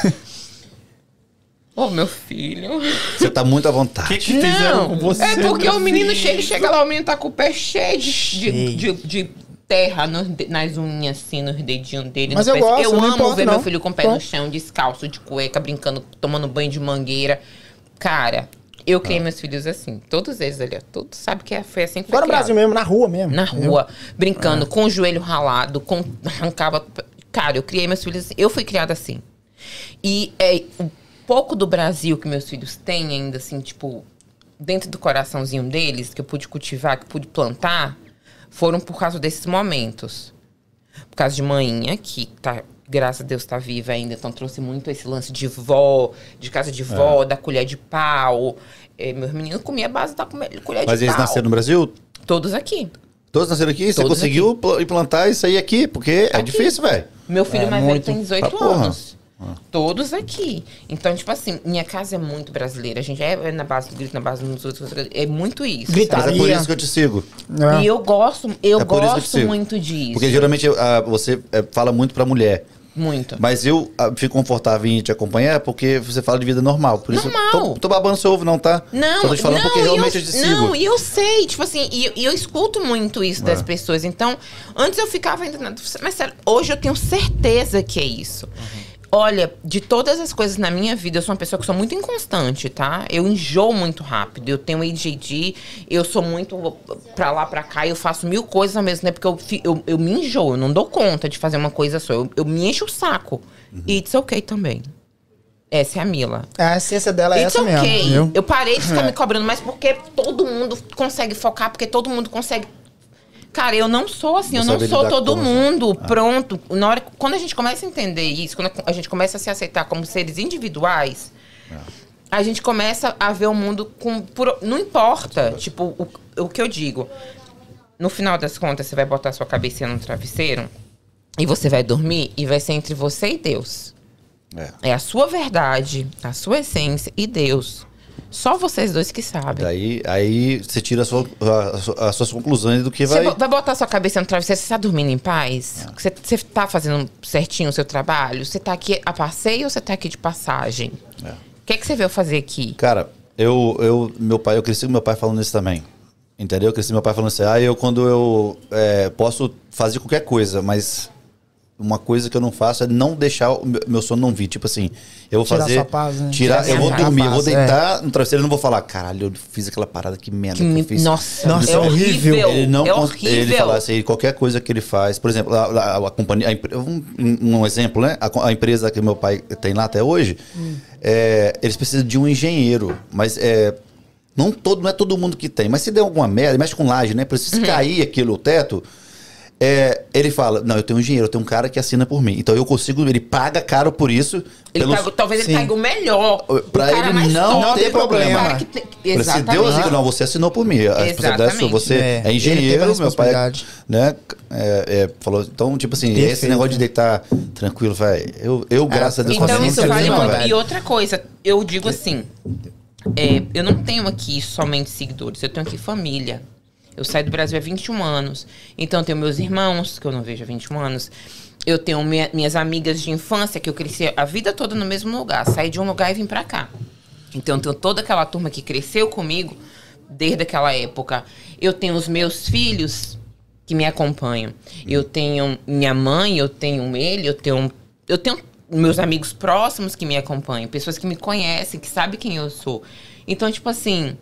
D: Ô, meu filho...
B: Você tá muito à vontade.
A: O que fizeram com você?
D: É porque o menino chega lá, o menino tá com o pé cheio de terra nas unhas, assim, nos dedinhos dele.
C: Mas
D: eu
C: gosto,
D: eu amo
C: importa,
D: ver
C: não.
D: meu filho com o pé no chão, descalço, de cueca, brincando, tomando banho de mangueira. Cara, eu criei meus filhos assim. Todos eles ali, ó. Todos sabem que foi assim que foi
C: Agora no Brasil mesmo, na rua mesmo.
D: Na rua, brincando, com o joelho ralado, arrancava... Cara, eu criei meus filhos assim. Eu fui criada assim. E o pouco do Brasil que meus filhos têm ainda, assim, tipo... Dentro do coraçãozinho deles, que eu pude cultivar, que eu pude plantar... Foram por causa desses momentos. Por causa de manhinha, que tá, graças a Deus tá viva ainda. Então trouxe muito esse lance de vó, de casa de vó, da colher de pau. Meus meninos comiam a base da colher de pau.
B: Mas eles nasceram no Brasil?
D: Todos aqui.
B: Todos nasceram aqui? Você conseguiu implantar isso aí aqui? Porque é difícil, velho.
D: Meu filho mais velho tem 18 anos. Todos aqui. Então, tipo assim, minha casa é muito brasileira. A gente é na base do grito, na base dos outros. É muito isso.
B: Mas é por isso que eu te sigo.
D: E eu gosto muito disso.
B: Porque geralmente você fala muito pra mulher.
D: Muito.
B: Mas eu fico confortável em te acompanhar porque você fala de vida normal. Por isso, tô babando seu ovo, não, tá?
D: Não,
B: só tô te falando porque realmente eu te sigo.
D: Não, e eu sei, tipo assim, e eu escuto muito isso das pessoas. Então, antes eu ficava ainda... Mas sério, hoje eu tenho certeza que é isso. Olha, de todas as coisas na minha vida, eu sou uma pessoa que sou muito inconstante, tá? Eu enjoo muito rápido. Eu tenho ADD, eu sou muito pra lá, pra cá, eu faço 1000 coisas ao mesmo tempo, porque eu me enjoo, eu não dou conta de fazer uma coisa só. Eu me encho o saco. E it's okay também. Essa é a Mila.
C: A essência dela é essa mesmo.
D: It's okay. Eu parei de ficar me cobrando, mas porque todo mundo consegue focar, porque todo mundo consegue... Cara, eu não sou assim, eu não sou todo mundo, pronto. Quando a gente começa a entender isso, quando a gente começa a se aceitar como seres individuais, a gente começa a ver o mundo não importa, tipo, o que eu digo. No final das contas, você vai botar sua cabecinha no travesseiro e você vai dormir e vai ser entre você e Deus. É a sua verdade, a sua essência e Deus. Só vocês dois que sabem.
B: Aí você tira as suas conclusões do que vai...
D: Você vai botar sua cabeça no travesseiro, você tá dormindo em paz? Você tá fazendo certinho o seu trabalho? Você tá aqui a passeio ou você tá aqui de passagem? O que você veio fazer aqui?
B: Cara, eu cresci com meu pai falando isso também. Entendeu? Eu cresci com meu pai falando assim, quando eu posso fazer qualquer coisa, mas... Uma coisa que eu não faço é não deixar o meu sono não vir. Tipo assim, eu vou fazer... Paz, né? Eu vou dormir, eu vou deitar no travesseiro e não vou falar, caralho, eu fiz aquela parada, que merda que eu fiz.
D: Nossa, é horrível.
B: Ele fala assim, qualquer coisa que ele faz... Por exemplo, a companhia... Um exemplo, né? A empresa que meu pai tem lá até hoje, eles precisam de um engenheiro, mas... não é todo mundo que tem, mas se der alguma merda, mexe com laje, né? Precisa cair aquilo, o teto... ele fala, não, eu tenho um engenheiro, eu tenho um cara que assina por mim. Então eu consigo, ele paga caro por isso.
D: Talvez ele pague o melhor.
B: Pra ele não ter problema. Se Deus diga, não, você assinou por mim. A responsabilidade é sua. Você é engenheiro, meu pai. Né, falou, então, tipo assim, perfeito. Esse negócio de deitar tranquilo, velho. Eu graças a Deus,
D: então isso vale muito. E outra coisa, eu digo assim, eu não tenho aqui somente seguidores, eu tenho aqui família. Eu saí do Brasil há 21 anos. Então, eu tenho meus irmãos, que eu não vejo há 21 anos. Eu tenho minhas amigas de infância, que eu cresci a vida toda no mesmo lugar. Saí de um lugar e vim pra cá. Então, eu tenho toda aquela turma que cresceu comigo desde aquela época. Eu tenho os meus filhos que me acompanham. Eu tenho minha mãe, eu tenho ele, eu tenho meus amigos próximos que me acompanham. Pessoas que me conhecem, que sabem quem eu sou. Então, tipo assim...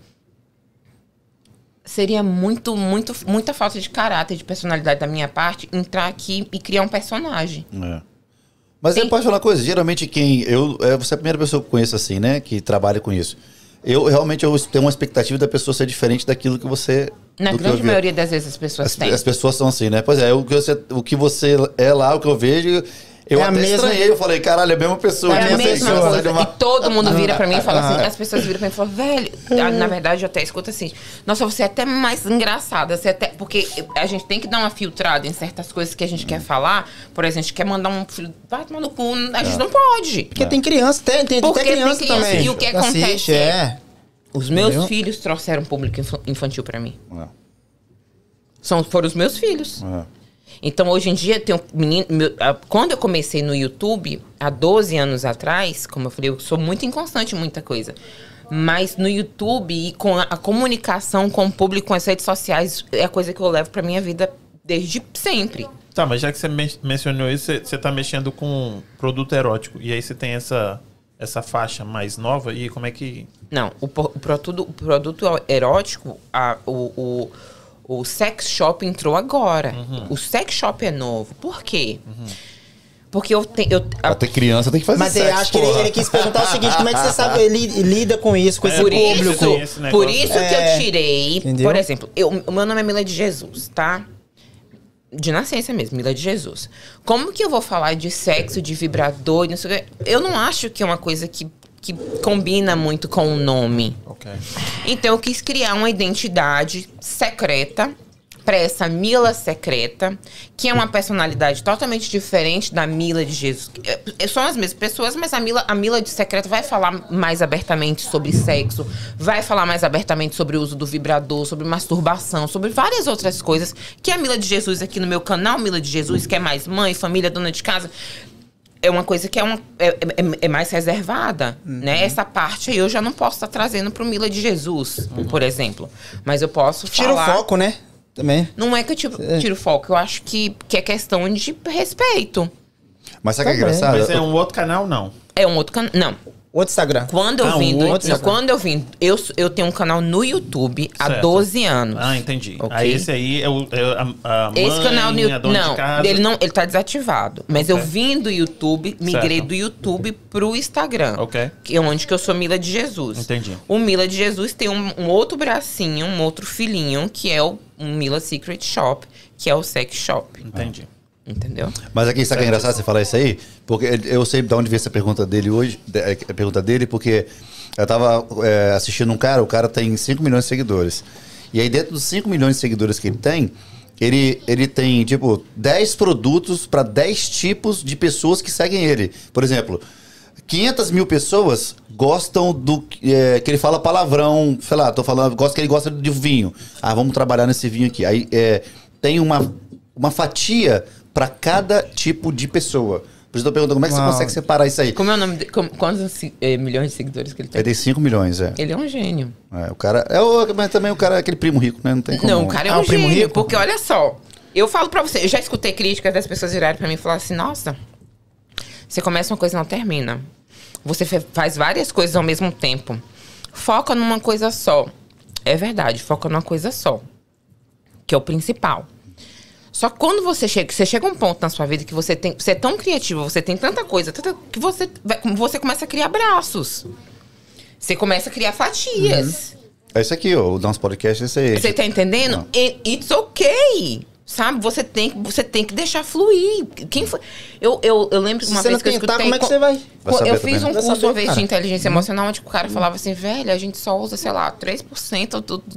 D: Seria muita falta de caráter, de personalidade da minha parte, entrar aqui e criar um personagem.
B: Mas eu posso falar uma coisa, geralmente você é a primeira pessoa que eu conheço assim, né? Que trabalha com isso. Eu tenho uma expectativa da pessoa ser diferente daquilo que você...
D: Na grande maioria das vezes as pessoas têm.
B: As pessoas são assim, né? Pois é, o que você é lá, o que eu vejo... Eu até estranhei, eu falei, caralho, é a mesma pessoa.
D: É a mesma coisa. E todo mundo vira pra mim e fala assim, as pessoas viram pra mim e falam, velho, na verdade eu até escuto assim, nossa, você é até mais engraçada, porque a gente tem que dar uma filtrada em certas coisas que a gente quer falar. Por exemplo, a gente quer mandar um filho, vai tomar no cu, a gente não pode.
C: Porque tem criança, tem criança também.
D: E o que acontece os meus filhos trouxeram público infantil pra mim. Foram os meus filhos. Então, hoje em dia, tem um menino... Quando eu comecei no YouTube, há 12 anos atrás, como eu falei, eu sou muito inconstante em muita coisa. Mas no YouTube e com a comunicação com o público, com as redes sociais, é a coisa que eu levo pra minha vida desde sempre.
A: Tá, mas já que você mencionou isso, você tá mexendo com produto erótico. E aí você tem essa faixa mais nova, e como é que...
D: Não, o produto erótico, o sex shop entrou agora. O sex shop é novo. Por quê? Porque
B: pra ter criança tem que fazer
C: sexo. Mas eu acho que ele quis perguntar o seguinte, como é que você sabe, ele lida com isso, com esse público?
D: Por isso que eu tirei... Entendeu? Por exemplo, o meu nome é Mila de Jesus, tá? De nascença mesmo, Mila de Jesus. Como que eu vou falar de sexo, de vibrador, não sei o que? Eu não acho que é uma coisa que combina muito com o nome.
A: Okay.
D: Então eu quis criar uma identidade secreta para essa Mila secreta, que é uma personalidade totalmente diferente da Mila de Jesus. São as mesmas pessoas, mas a Mila de secreta vai falar mais abertamente sobre sexo, vai falar mais abertamente sobre o uso do vibrador, sobre masturbação, sobre várias outras coisas, que a Mila de Jesus aqui no meu canal, Mila de Jesus, que é mais mãe, família, dona de casa, é uma coisa que é mais reservada, né? Essa parte aí eu já não posso estar trazendo pro Mila de Jesus, por exemplo. Mas eu posso falar...
C: Tira o foco, né? Também.
D: Não é que eu tiro o foco, eu acho que é questão de respeito.
B: Mas sabe o que é engraçado?
A: Mas é um outro canal, não?
D: É um outro canal, não.
C: Outro Instagram.
D: Quando eu vim, eu tenho um canal no YouTube há 12 anos.
A: Ah, entendi. Okay? Aí esse aí é a mãe,
D: esse canal no YouTube,
A: dona de casa.
D: Ele tá desativado. Mas eu vim do YouTube, migrei do YouTube pro Instagram.
A: Ok.
D: Que é onde que eu sou Mila de Jesus.
A: Entendi.
D: O Mila de Jesus tem um outro bracinho, um outro filhinho, que é um Mila Secret Shop, que é o Sex Shop.
A: Entendi.
D: Entendeu?
B: Mas aqui, sabe que é engraçado você falar isso aí? Porque eu sei de onde veio essa pergunta dele hoje, a pergunta dele, porque eu tava assistindo um cara, o cara tem 5 milhões de seguidores. E aí dentro dos 5 milhões de seguidores que ele tem, tipo, 10 produtos para 10 tipos de pessoas que seguem ele. Por exemplo, 500 mil pessoas gostam do que ele fala palavrão, sei lá, que ele gosta de vinho. Ah, vamos trabalhar nesse vinho aqui. Aí tem uma fatia para cada tipo de pessoa. Por isso eu tô perguntando, como é que você consegue separar isso aí?
D: Como é o nome dele? Quantos milhões de seguidores que ele tem?
B: Ele tem 5 milhões,
D: Ele é um gênio.
B: O cara... mas também o cara é aquele primo rico, né? Não tem como...
D: Não, o cara é um gênio, rico? Porque olha só, eu falo pra você, eu já escutei críticas das pessoas virarem pra mim e falar assim, nossa, você começa uma coisa e não termina. Você faz várias coisas ao mesmo tempo. Foca numa coisa só. É verdade, foca numa coisa só. Que é o principal. Só que quando você chega a um ponto na sua vida que você é tão criativo, você tem tanta coisa, que você começa a criar braços. Você começa a criar fatias.
B: É isso aqui, o nosso podcast é esse aí.
D: Você tá entendendo? Não. It's okay. Sabe? Você tem que deixar fluir. Quem foi? Eu lembro uma vez que eu escutei...
C: Como é que você vai?
D: Eu fiz um curso uma vez de inteligência emocional, onde o cara falava assim, velho, a gente só usa, sei lá, 3%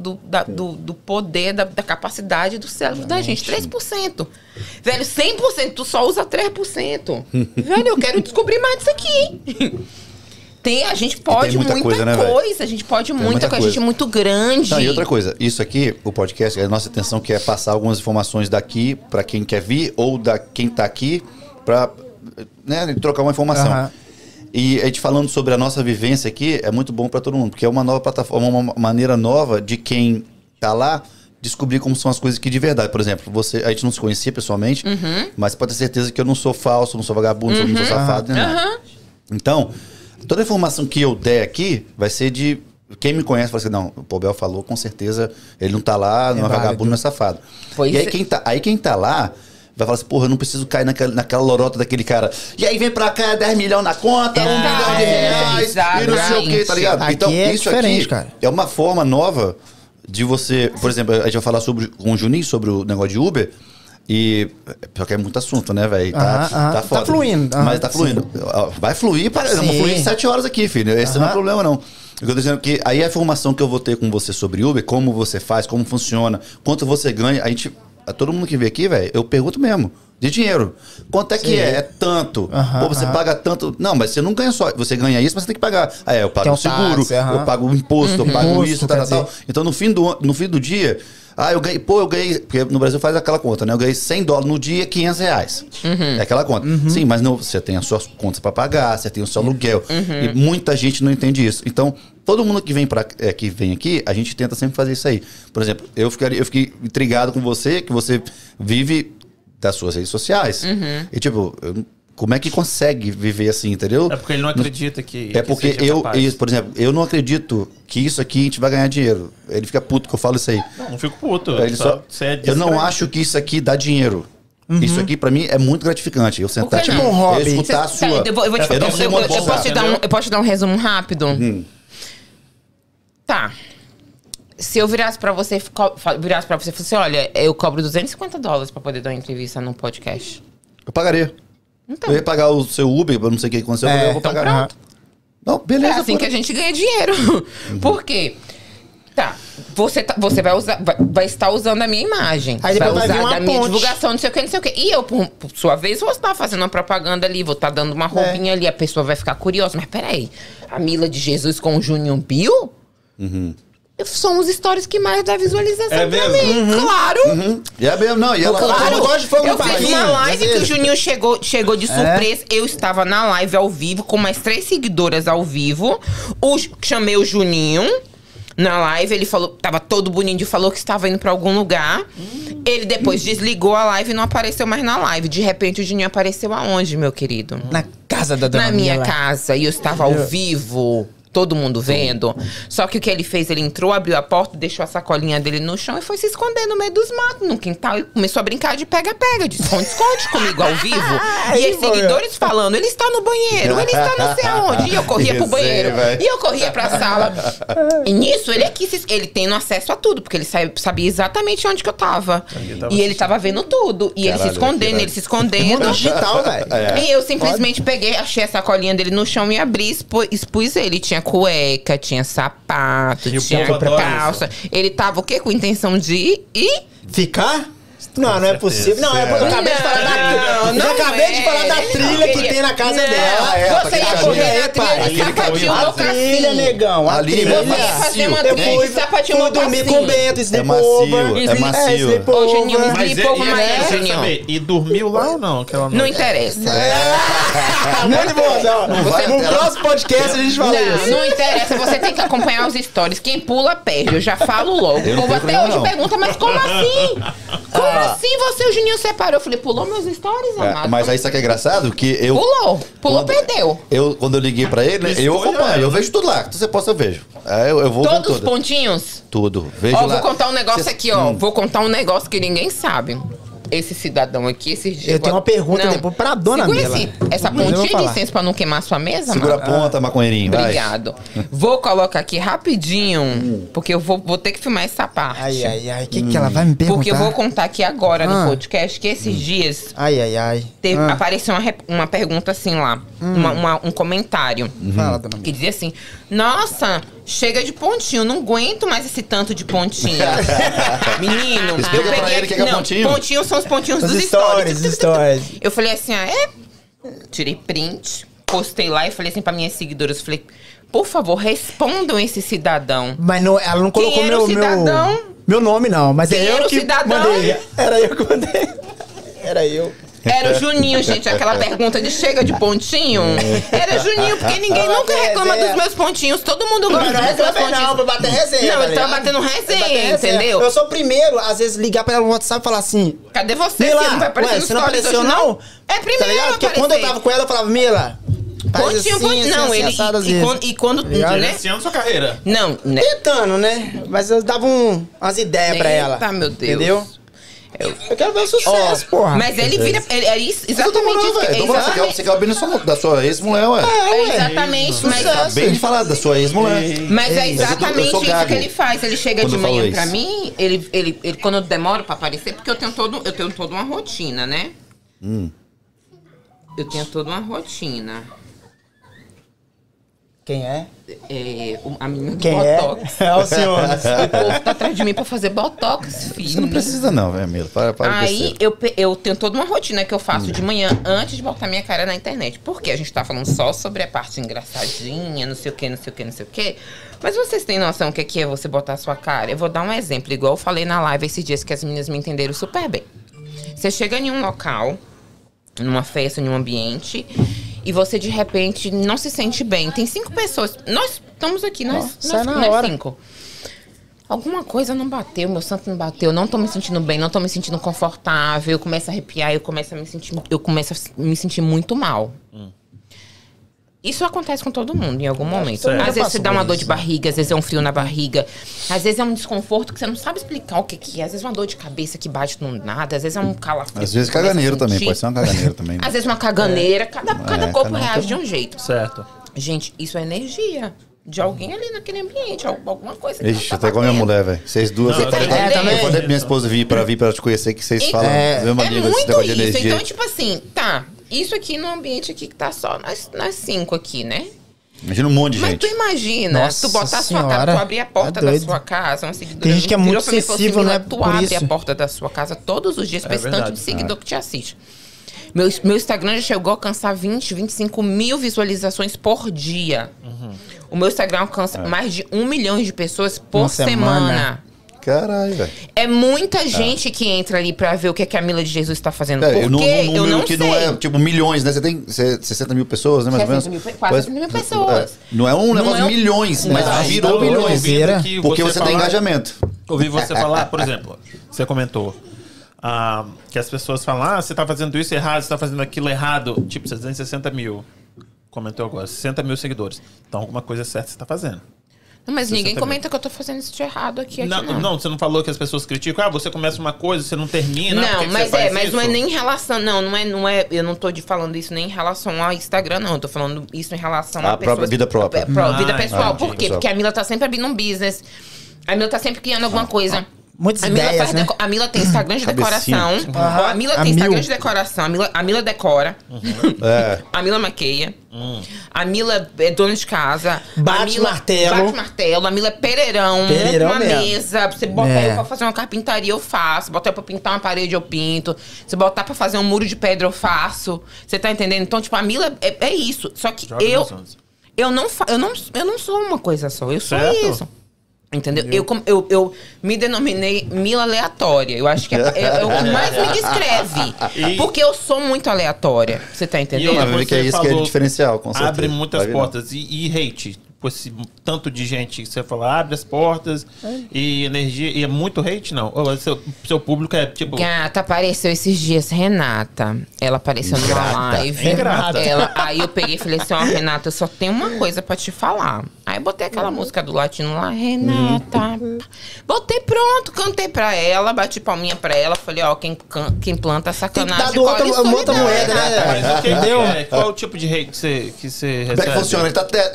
D: do poder, da capacidade do cérebro da gente. 3%. Velho, 100%, tu só usa 3%. Velho, eu quero descobrir mais disso aqui. A gente pode muita coisa, né, a gente pode muita coisa, a gente é muito grande.
B: Não, e outra coisa, isso aqui, o podcast, a nossa intenção que é passar algumas informações daqui para quem quer vir ou quem tá aqui para trocar uma informação. E a gente falando sobre a nossa vivência aqui é muito bom para todo mundo, porque é uma nova plataforma, uma maneira nova de quem tá lá descobrir como são as coisas aqui de verdade. Por exemplo, a gente não se conhecia pessoalmente, mas pode ter certeza que eu não sou falso, não sou vagabundo, não sou safado, nem nada. Então, toda a informação que eu der aqui vai ser de... Quem me conhece fala assim, não, o Pobel falou, com certeza ele não tá lá, não é vagabundo, não é safado. E aí quem tá lá vai falar assim, porra, eu não preciso cair naquela lorota daquele cara. E aí vem pra cá 10 milhões na conta, 1 milhão de reais, e não sei o que, tá ligado?
C: Aqui então, isso aqui cara.
B: É uma forma nova de você... Por exemplo, a gente vai falar com o Juninho sobre o negócio de Uber. E pior que é muito assunto, né, velho? Tá foda.
C: Tá fluindo.
B: Mas tá fluindo. Vai fluir, vamos fluir em 7 horas aqui, filho. Esse não é problema, não. Eu tô dizendo que aí a informação que eu vou ter com você sobre Uber, como você faz, como funciona, quanto você ganha, todo mundo que vem aqui, velho, eu pergunto mesmo. De dinheiro. Quanto é que é? É tanto. Pô, você paga tanto. Não, mas você não ganha só. Você ganha isso, mas você tem que pagar. Eu pago o seguro, eu pago o imposto, eu pago isso, tal. Então, no fim do dia... eu ganhei, porque no Brasil faz aquela conta, né? Eu ganhei $100 no dia, R$500. É aquela conta. Sim, mas você tem as suas contas para pagar, você tem o seu aluguel. E muita gente não entende isso. Então, todo mundo que vem aqui, a gente tenta sempre fazer isso aí. Por exemplo, eu fiquei intrigado com você, que você vive das suas redes sociais. E tipo, como é que consegue viver assim, entendeu?
A: É porque ele não acredita que...
B: É porque por exemplo, eu não acredito que isso aqui a gente vai ganhar dinheiro. Ele fica puto que eu falo isso aí.
A: Não fico puto.
B: Eu não acho que isso aqui dá dinheiro. Isso aqui, pra mim, é muito gratificante. Eu sentar aqui,
C: um hobby.
B: Eu escutar a sua...
D: Eu posso te dar um resumo rápido? Tá. Se eu virasse pra você e falasse assim, olha, eu cobro $250 pra poder dar uma entrevista num podcast.
B: Eu pagaria. Então. Eu ia pagar o seu Uber, não sei o que aconteceu, eu vou pagar.
D: Pronto.
B: Não, beleza.
D: É assim que a gente ganha dinheiro. Por quê? Tá, você vai estar usando a minha imagem.
C: Aí
D: vai
C: usar
D: da minha divulgação, não sei o que, não sei o que. E eu, por sua vez, vou estar fazendo uma propaganda ali, vou estar dando uma roupinha ali, a pessoa vai ficar curiosa. Mas peraí, a Mila de Jesus com o Juninho Bill? São os stories que mais dá visualização pra mim. Claro.
B: É mesmo, não. E ela
C: eu gosto de fogo no
D: parquinho. Eu fiz uma live que o Juninho chegou de surpresa. Eu estava na live ao vivo com mais 3 seguidoras ao vivo. Chamei o Juninho na live. Ele falou, tava todo bonitinho, falou que estava indo pra algum lugar. Ele depois desligou a live e não apareceu mais na live. De repente o Juninho apareceu aonde, meu querido?
C: Na casa da dona
D: Na minha casa. E eu estava ao vivo. Todo mundo vendo. Só que o que ele fez, ele entrou, abriu a porta, deixou a sacolinha dele no chão e foi se esconder no meio dos matos, no quintal. E começou a brincar de pega-pega, de esconde-esconde comigo ao vivo. E os seguidores falando, ele está no banheiro, ele está não sei aonde. E eu corria pro banheiro. E eu corria pra sala. E nisso, ele tendo acesso a tudo, porque ele sabia exatamente onde que eu tava. E ele tava vendo tudo. E ele se escondendo.
C: Mundo digital, velho.
D: E eu simplesmente peguei, achei a sacolinha dele no chão e abri, expus ele. Tinha cueca, tinha sapato, tinha calça. Ele tava o quê? Com intenção de ir?
C: Ficar? Não é possível. Não, eu acabei de falar da trilha. Eu acabei de falar da trilha que tem na casa dela.
D: Você ia correr na trilha, sapatinho
C: a trilha, negão. A trilha.
D: Você ia fazer uma trilha, sapatinho
C: fui dormir com o Bento, sleep
B: over. É macio.
D: Ô, Juninho, sleep over, mas
A: Juninho. E dormiu lá ou não?
D: Não interessa.
C: Muito bom, no próximo podcast a gente fala isso.
D: Não interessa, você tem que acompanhar os stories. Quem pula, perde. Eu já falo logo. O povo até hoje pergunta, mas como assim? Como assim você e o Juninho separou? Eu falei, pulou meus stories, amado?
B: Mas aí sabe que é engraçado? Que eu...
D: Pulou, perdeu.
B: Quando eu liguei pra ele, eu acompanho, eu vejo tudo lá. Tudo você posta, eu vejo. Eu vou
D: todos os pontinhos?
B: Tudo. Vejo lá.
D: Vou contar um negócio aqui, ó. Vou contar um negócio que ninguém sabe. Esse cidadão aqui, esses dias...
C: Eu tenho uma pergunta depois pra dona Mila.
D: Essa pontinha de licença pra não queimar sua mesa,
B: segura a ponta, maconheirinho.
D: Obrigado. Vou colocar aqui rapidinho, porque eu vou ter que filmar essa parte.
C: Ai. O que ela vai me perguntar?
D: Porque eu vou contar aqui agora no podcast que esses dias... Apareceu uma pergunta assim lá. Um comentário.
C: Fala, dona Mila.
D: Que dizia assim... Nossa, chega de pontinho, não aguento mais esse tanto de pontinho. Menino,
B: explica pra ele que é pontinho.
D: Pontinhos são os pontinhos dos stories. Eu falei assim, tirei print, postei lá e falei assim pra minhas seguidoras, falei, por favor, respondam esse cidadão.
C: Mas não, ela não colocou meu nome, não. Mas
D: quem era o cidadão?
C: Mandei. Era eu que mandei. Era eu.
D: Era o Juninho, gente, aquela pergunta de chega de pontinho. Era Juninho, porque ninguém nunca reclama dos meus pontinhos. Todo mundo gosta dos meus pontinhos.
C: Não, pra bater resenha.
D: Não, ele tava batendo resenha, entendeu?
C: Eu sou o primeiro, às vezes, ligar pra ela no WhatsApp e falar assim...
D: Cadê você? Mila, você não vai aparecer
C: você não apareceu, não?
D: É primeiro, tá
C: porque quando eu tava com ela, eu falava, Mila...
D: Pontinho. Não, ele... E quando...
A: Gerenciando sua carreira.
D: Não, né?
C: Tentando, né? Mas eu dava umas ideias pra ela.
D: Tá, meu Deus.
C: Entendeu? Eu quero ver o sucesso, porra.
D: Mas ele vira... É isso, exatamente isso.
B: Você quer ouvir da sua ex-mulher, ué.
D: Exatamente. Mas
B: acabei de falar da sua ex-mulher.
D: Mas é exatamente isso que ele faz. Ele chega de manhã pra mim, ele quando eu demoro pra aparecer, porque eu tenho toda uma rotina, né? Eu tenho toda uma rotina.
C: Quem é?
D: A menina do
C: Quem
D: Botox.
C: É o senhor.
D: O povo tá atrás de mim pra fazer Botox, filho.
B: Você não precisa não, velho, Mila. Para
D: aí eu tenho toda uma rotina que eu faço de manhã antes de botar minha cara na internet. Porque a gente tá falando só sobre a parte engraçadinha, não sei o que. Mas vocês têm noção o que é você botar a sua cara? Eu vou dar um exemplo, igual eu falei na live esses dias que as meninas me entenderam super bem. Você chega em um local, numa festa, em um ambiente... E você, de repente, não se sente bem. Tem 5 pessoas. Nós estamos aqui, nós 5. Alguma coisa não bateu, meu santo não bateu. Não tô me sentindo bem, não tô me sentindo confortável. Eu começo a arrepiar, eu começo a me sentir muito mal. Isso acontece com todo mundo em algum momento. Às vezes você dá uma dor de barriga, às vezes é um frio na barriga. Às vezes é um desconforto que você não sabe explicar o que é. Às vezes é uma dor de cabeça que bate no nada. Às vezes é um calafrio.
B: Às vezes caganeiro também, pode ser uma caganeira também.
D: Às vezes uma caganeira. Cada corpo reage de um jeito.
A: Certo.
D: Gente, isso é energia. de alguém ali naquele ambiente, alguma coisa.
B: Ixi, até com a minha mulher, velho. Vocês duas, eu falei pra minha esposa vir pra te conhecer, que vocês falam a mesma língua, esse negócio de energia.
D: Então, tipo assim, tá, isso aqui no ambiente aqui que tá só nós 5 aqui, né?
B: Imagina um monte de gente.
D: Mas tu imagina, tu botar a sua casa, tu abrir a porta da sua casa, uma seguidora.
C: Tem gente que é muito sensível, né?
D: Tu abre a porta da sua casa todos os dias pra esse tanto de seguidor que te assiste. Meu Instagram já chegou a alcançar 20, 25 mil visualizações por dia. O meu Instagram alcança mais de 1 milhão de pessoas por semana.
B: Caralho, velho.
D: É muita gente que entra ali pra ver o que a Camila de Jesus tá fazendo. Porque
B: eu não sei. Não é, tipo, milhões, né? Você tem 60 mil pessoas, né? Mais ou menos.
D: Quase 60 mil pessoas.
B: Não é um negócio de milhões, mas virou milhões. Porque você tem engajamento.
A: Ouvi você falar, por exemplo, você comentou que as pessoas falam, você tá fazendo isso errado, você tá fazendo aquilo errado. Tipo, você tem 60 mil. Comentou agora, 60 mil seguidores. Então, alguma coisa certa você tá fazendo.
D: Não, mas ninguém comenta que eu tô fazendo isso de errado aqui.
A: Não, você não falou que as pessoas criticam. Você começa uma coisa, você não termina.
D: Não, mas não é nem em relação. Não é. Eu não tô falando isso nem em relação ao Instagram, não. Eu tô falando isso em relação à
B: própria vida própria.
D: Vida pessoal. Por quê? Porque a Mila tá sempre abrindo um business. A Mila tá sempre criando alguma coisa.
C: Muitas ideias, né?
D: A Mila tem Instagram de decoração. A Mila tem Instagram de decoração. A Mila decora. A Mila maqueia. A Mila é dona de casa.
C: Bate martelo.
D: A Mila é pereirão. Uma mesa. Você botar eu pra fazer uma carpintaria, eu faço. Botar eu pra pintar uma parede, eu pinto. Se botar pra fazer um muro de pedra, eu faço. Você tá entendendo? Então, tipo, a Mila é isso. Só que eu não sou uma coisa só. Eu sou isso. Entendeu? Eu me denominei Mila aleatória. Eu acho que é o que mais me descreve. Porque eu sou muito aleatória. Você tá entendendo?
B: Que é isso que é diferencial, com certeza.
A: Abre muitas portas. E hate? Esse tanto de gente que você fala, abre as portas e energia. E é muito hate, não? Ou seu público é tipo.
D: Gata, apareceu esses dias, Renata. Ela apareceu numa live. Aí eu peguei e falei assim: Renata, eu só tenho uma coisa pra te falar. Aí botei aquela música do latino lá, Renata. Botei pronto, cantei pra ela, bati palminha pra ela. Falei: quem planta sacanagem.
C: Tem outra moeda, né?
A: Entendeu? Qual é o tipo de hate que você recebe?
B: Como é que funciona?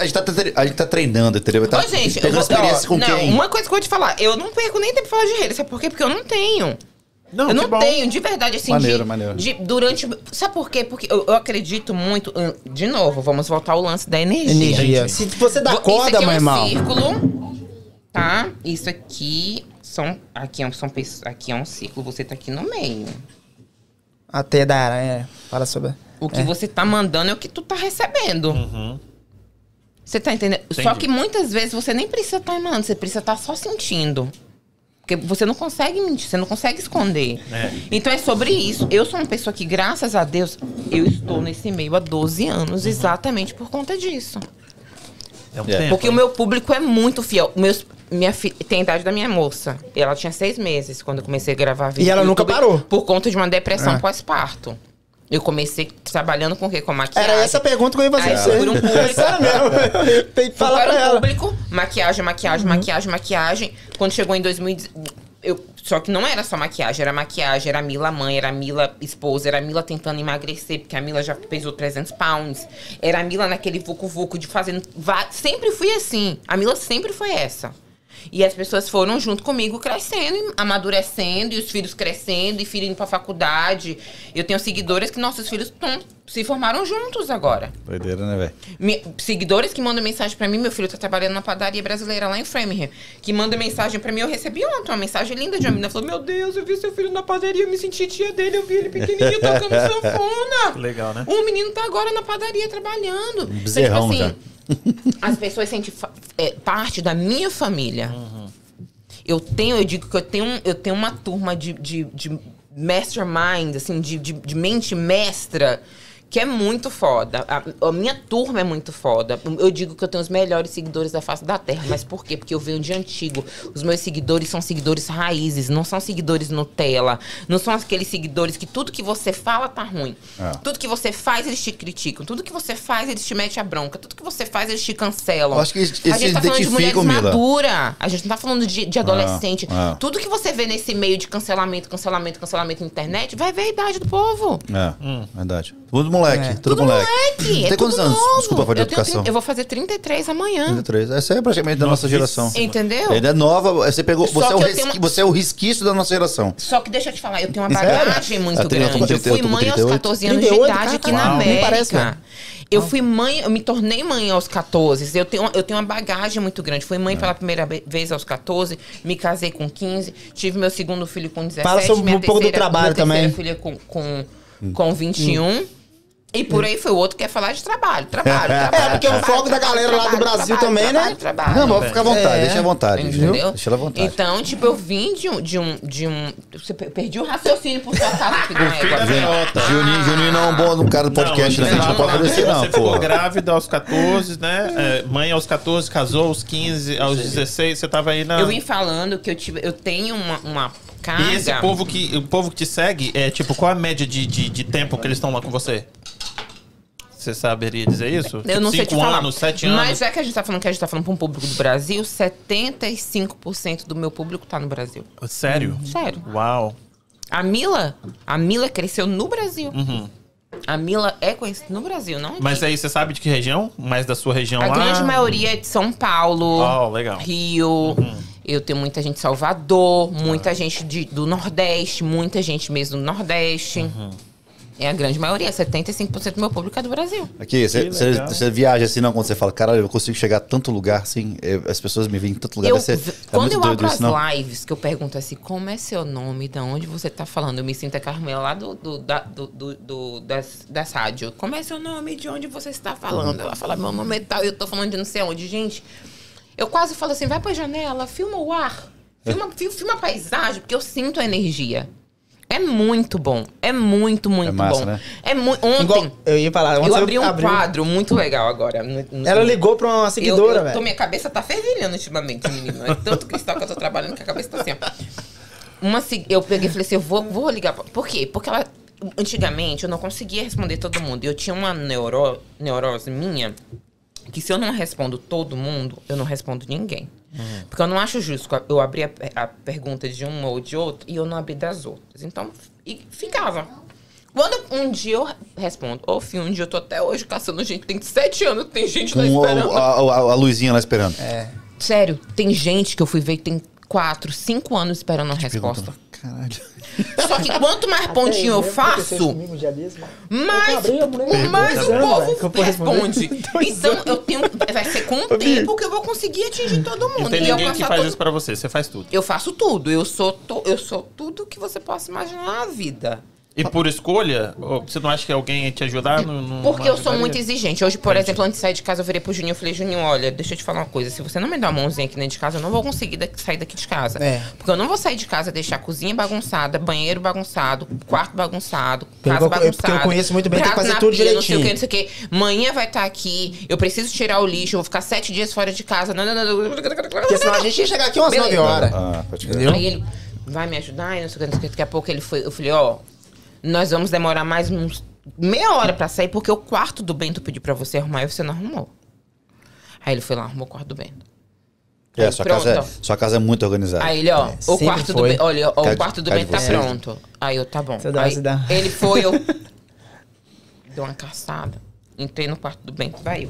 B: A gente tá treinando, entendeu?
D: Ô, gente, experiência com quem? Uma coisa que eu vou te falar, eu não perco nem tempo pra falar de hate. Sabe por quê? Porque eu não tenho. Eu não tenho, de verdade, assim,
B: maneiro.
D: Sabe por quê? Porque eu acredito muito. De novo, vamos voltar ao lance da energia.
C: Se você dá corda, meu irmão.
D: Isso aqui é um círculo, tá? Isso aqui aqui é um círculo, você tá aqui no meio.
C: A teia da aranha, fala sobre.
D: O que você tá mandando é o que tu tá recebendo. Você tá entendendo? Entendi. Só que muitas vezes você nem precisa estar emanando, você precisa estar só sentindo. Porque você não consegue mentir, você não consegue esconder. Então é sobre isso. Eu sou uma pessoa que, graças a Deus, eu estou nesse meio há 12 anos exatamente por conta disso. Porque o meu público é muito fiel. Minha filha tem a idade da minha moça. Ela tinha 6 meses quando eu comecei a gravar vídeo.
C: E ela nunca parou?
D: Por conta de uma depressão pós-parto. Eu comecei trabalhando com o quê? Com maquiagem.
C: Era essa a pergunta que eu ia fazer. Aí, por um público. Sério mesmo. Tem que falar pra ela.
D: Público, maquiagem. Quando chegou em 2018... Só que não era só maquiagem, era a Mila mãe, era a Mila esposa, era a Mila tentando emagrecer, porque a Mila já pesou 300 pounds. Era a Mila naquele vucu-vucu de fazendo... Sempre fui assim. A Mila sempre foi essa. E as pessoas foram junto comigo crescendo, amadurecendo, e os filhos crescendo, e filho indo pra faculdade. Eu tenho seguidores que nossos filhos se formaram juntos agora.
B: Doideira, né, velho?
D: Seguidores que mandam mensagem pra mim, meu filho tá trabalhando na padaria brasileira lá em Framingham, que manda mensagem pra mim, eu recebi ontem uma mensagem linda de uma menina, falou, meu Deus, eu vi seu filho na padaria, eu me senti tia dele, eu vi ele pequenininho tocando sanfona.
A: Legal, né?
D: Um menino tá agora na padaria trabalhando.
B: Um bezerrão
D: então, tipo assim, as pessoas sentem parte da minha família. Eu digo que eu tenho uma turma de mastermind, assim, de mente mestra, que é muito foda. A minha turma é muito foda. Eu digo que eu tenho os melhores seguidores da face da Terra. Mas por quê? Porque eu venho de antigo. Os meus seguidores são seguidores raízes, não são seguidores Nutella. Não são aqueles seguidores que tudo que você fala tá ruim. Tudo que você faz, eles te criticam. Tudo que você faz, eles te metem a bronca. Tudo que você faz, eles te cancelam.
B: Eu acho que eles
D: a gente tá falando de mulheres maduras. A gente não tá falando de adolescente. Tudo que você vê nesse meio de cancelamento na internet, vai ver a idade do povo.
B: Verdade. Tudo moleque, tudo moleque. Tem quantos anos?
D: Novo.
B: Desculpa, fazer educação.
D: Eu vou fazer 33 amanhã.
B: 33. Essa é praticamente da nossa geração.
D: Entendeu?
B: Ainda é nova, você pegou. Você é o resquício da nossa geração.
D: Só que deixa eu te falar, eu tenho uma bagagem muito grande. Eu fui mãe aos 14 anos de idade aqui na América. Eu fui mãe, eu me tornei mãe aos 14. Eu tenho uma bagagem muito grande. Fui mãe pela primeira vez aos 14, me casei com 15, tive meu segundo filho com 17.
C: Fala sobre um pouco do trabalho também.
D: Minha terceira filha com 21. E por aí foi o outro que quer falar de trabalho.
C: Porque é o foco da galera lá do Brasil também, né?
B: Não, vou ficar à vontade, deixa à vontade.
D: Entendeu?
B: Deixa ela à vontade.
D: Então, tipo, eu vim de um... Você perdi o raciocínio por sua casa.
B: Juninho não é um bom cara do podcast, né? A gente não pode fazer assim, não.
A: Você ficou grávida aos 14, né? Mãe aos 14, casou aos 15, aos 16, você tava aí na...
D: Eu vim falando que eu tenho uma carga...
A: E esse povo que te segue, tipo, qual a média de tempo que eles estão lá com você? Você saberia dizer isso?
D: Eu não sei te falar.
A: 5 anos, 7 anos.
D: Mas é que a gente tá falando para um público do Brasil, 75% do meu público tá no Brasil.
A: Sério?
D: Sério.
A: Uau.
D: A Mila cresceu no Brasil. A Mila é conhecida no Brasil, não?
A: Mas aí você sabe de que região? Mais da sua região lá?
D: A grande maioria é de São Paulo,
A: legal.
D: Rio. Eu tenho muita gente de Salvador, muita gente do Nordeste, muita gente mesmo do Nordeste. É a grande maioria, 75% do meu público é do Brasil.
B: Aqui, você viaja assim, não? Quando você fala, caralho, eu consigo chegar a tanto lugar, assim, as pessoas me veem em tanto lugar.
D: Quando eu abro as lives, que eu pergunto assim, como é seu nome, de onde você tá falando? Eu me sinto a Carmela lá das rádios. Como é seu nome, de onde você está falando? Ela fala, meu nome é tal, eu tô falando de não sei onde. Gente, eu quase falo assim, vai pra janela, filma o ar, filma a paisagem, porque eu sinto a energia. É muito bom. É muito
B: massa,
D: bom.
B: Né?
D: Ontem,
C: igual, eu ia falar,
D: eu abri um quadro muito legal agora.
C: Ela ligou pra uma seguidora, velho.
D: Minha cabeça tá fervilhando ultimamente, menino. É tanto cristal que eu tô trabalhando que a cabeça tá assim, ó. Eu peguei e falei assim, eu vou ligar. Por quê? Porque antigamente eu não conseguia responder todo mundo. Eu tinha uma neurose minha, que se eu não respondo todo mundo, eu não respondo ninguém. Porque eu não acho justo eu abrir a pergunta de uma ou de outra e eu não abrir das outras. Então, ficava. Quando um dia eu respondo, um dia eu tô até hoje caçando gente, tem 7 anos, tem gente lá esperando.
B: A luzinha lá esperando.
D: Sério, tem gente que eu fui ver que tem 4, 5 anos esperando a resposta.
B: Caralho.
D: Só que quanto mais pontinho eu faço, mais o povo responde. Então, vai ser com o tempo que eu vou conseguir atingir todo mundo.
A: Não tem ninguém que faz isso pra você, você faz tudo.
D: Eu faço tudo. Eu sou tudo que você possa imaginar na vida.
A: E por escolha? Você não acha que alguém ia te ajudar?
D: Porque eu sou muito exigente. Hoje, por exemplo, antes de sair de casa, eu virei pro Juninho e falei, Juninho, olha, deixa eu te falar uma coisa. Se você não me der uma mãozinha aqui dentro de casa, eu não vou conseguir sair daqui de casa. Porque eu não vou sair de casa e deixar a cozinha bagunçada, banheiro bagunçado, quarto bagunçado, casa bagunçada.
C: Porque eu conheço muito bem, tem que fazer tudo direitinho.
D: Não sei o que. Manhã vai estar aqui, eu preciso tirar o lixo, eu vou ficar 7 dias fora de casa.
C: Porque senão a gente ia chegar aqui umas 9 horas.
D: Entendeu? Aí ele vai me ajudar e não sei o que. Daqui a pouco eu falei, nós vamos demorar mais uns meia hora pra sair, porque o quarto do Bento pediu pra você arrumar e você não arrumou. Aí ele foi lá, arrumou o quarto do Bento.
B: Sua casa é muito organizada.
D: Aí ele, o quarto do Bento, olha, o quarto do Bento tá pronto. Aí eu, tá bom. Aí ele foi, eu dei uma caçada, entrei no quarto do Bento, vai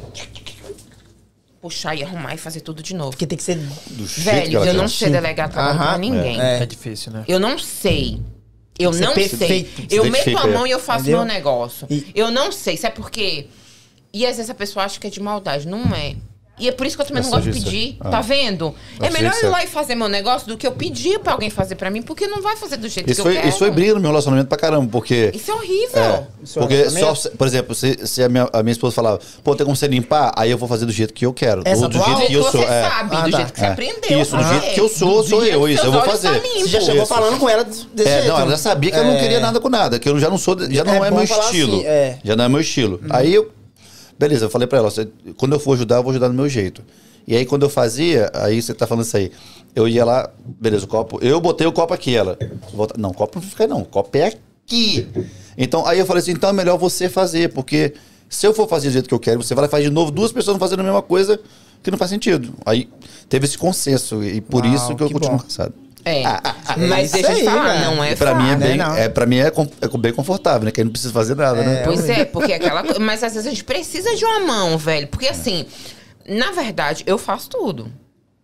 D: puxar e arrumar e fazer tudo de novo.
C: Porque tem que ser...
D: Velho, eu não sei delegar trabalho pra ninguém.
A: É difícil, né?
D: Eu não sei. Eu não sei. Eu meto a mão e eu faço meu negócio. Eu não sei. Isso é porque... E às vezes a pessoa acha que é de maldade. Não é. E é por isso que eu também não gosto de pedir. Tá vendo? É melhor eu ir lá e fazer meu negócio do que eu pedir pra alguém fazer pra mim, porque não vai fazer do jeito que eu quero.
B: Isso foi briga no meu relacionamento pra caramba, porque...
D: Isso é horrível.
B: Porque por exemplo, se a minha esposa falava, tem como você limpar? Aí eu vou fazer do jeito que eu quero. Ou do jeito que eu sou.
D: Você sabe, do jeito que você aprendeu.
B: Isso, do jeito que eu sou eu. Isso, eu vou fazer.
C: Você já chegou falando com ela desse jeito.
B: Não, ela já sabia que eu não queria nada com nada, que eu já não sou, já não é meu estilo. Já não é meu estilo. Aí beleza, eu falei pra ela, quando eu for ajudar, eu vou ajudar do meu jeito. E aí, quando eu fazia, aí você tá falando isso aí, eu ia lá, beleza, o copo, eu botei o copo aqui, ela, não, o copo não fica não, o copo é aqui. Então, aí eu falei assim, então é melhor você fazer, porque se eu for fazer do jeito que eu quero, você vai lá e faz de novo, 2 pessoas fazendo a mesma coisa, que não faz sentido. Aí, teve esse consenso, e por isso que eu continuo casado.
D: Mas deixa eu te falar, não é
B: pra mim pra mim é bem confortável, né? Que aí não precisa fazer nada, né?
D: Pois porque aquela coisa... Mas às vezes a gente precisa de uma mão, velho. Porque assim, na verdade, eu faço tudo.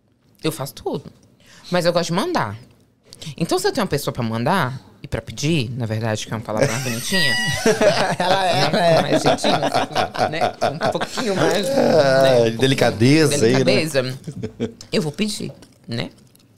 D: Mas eu gosto de mandar. Então, se eu tenho uma pessoa pra mandar e pra pedir, na verdade, que é uma palavra mais bonitinha...
C: ela é.
D: Mais jeitinho, né? Um pouquinho mais...
B: Delicadeza aí, né?
D: Eu vou pedir, né?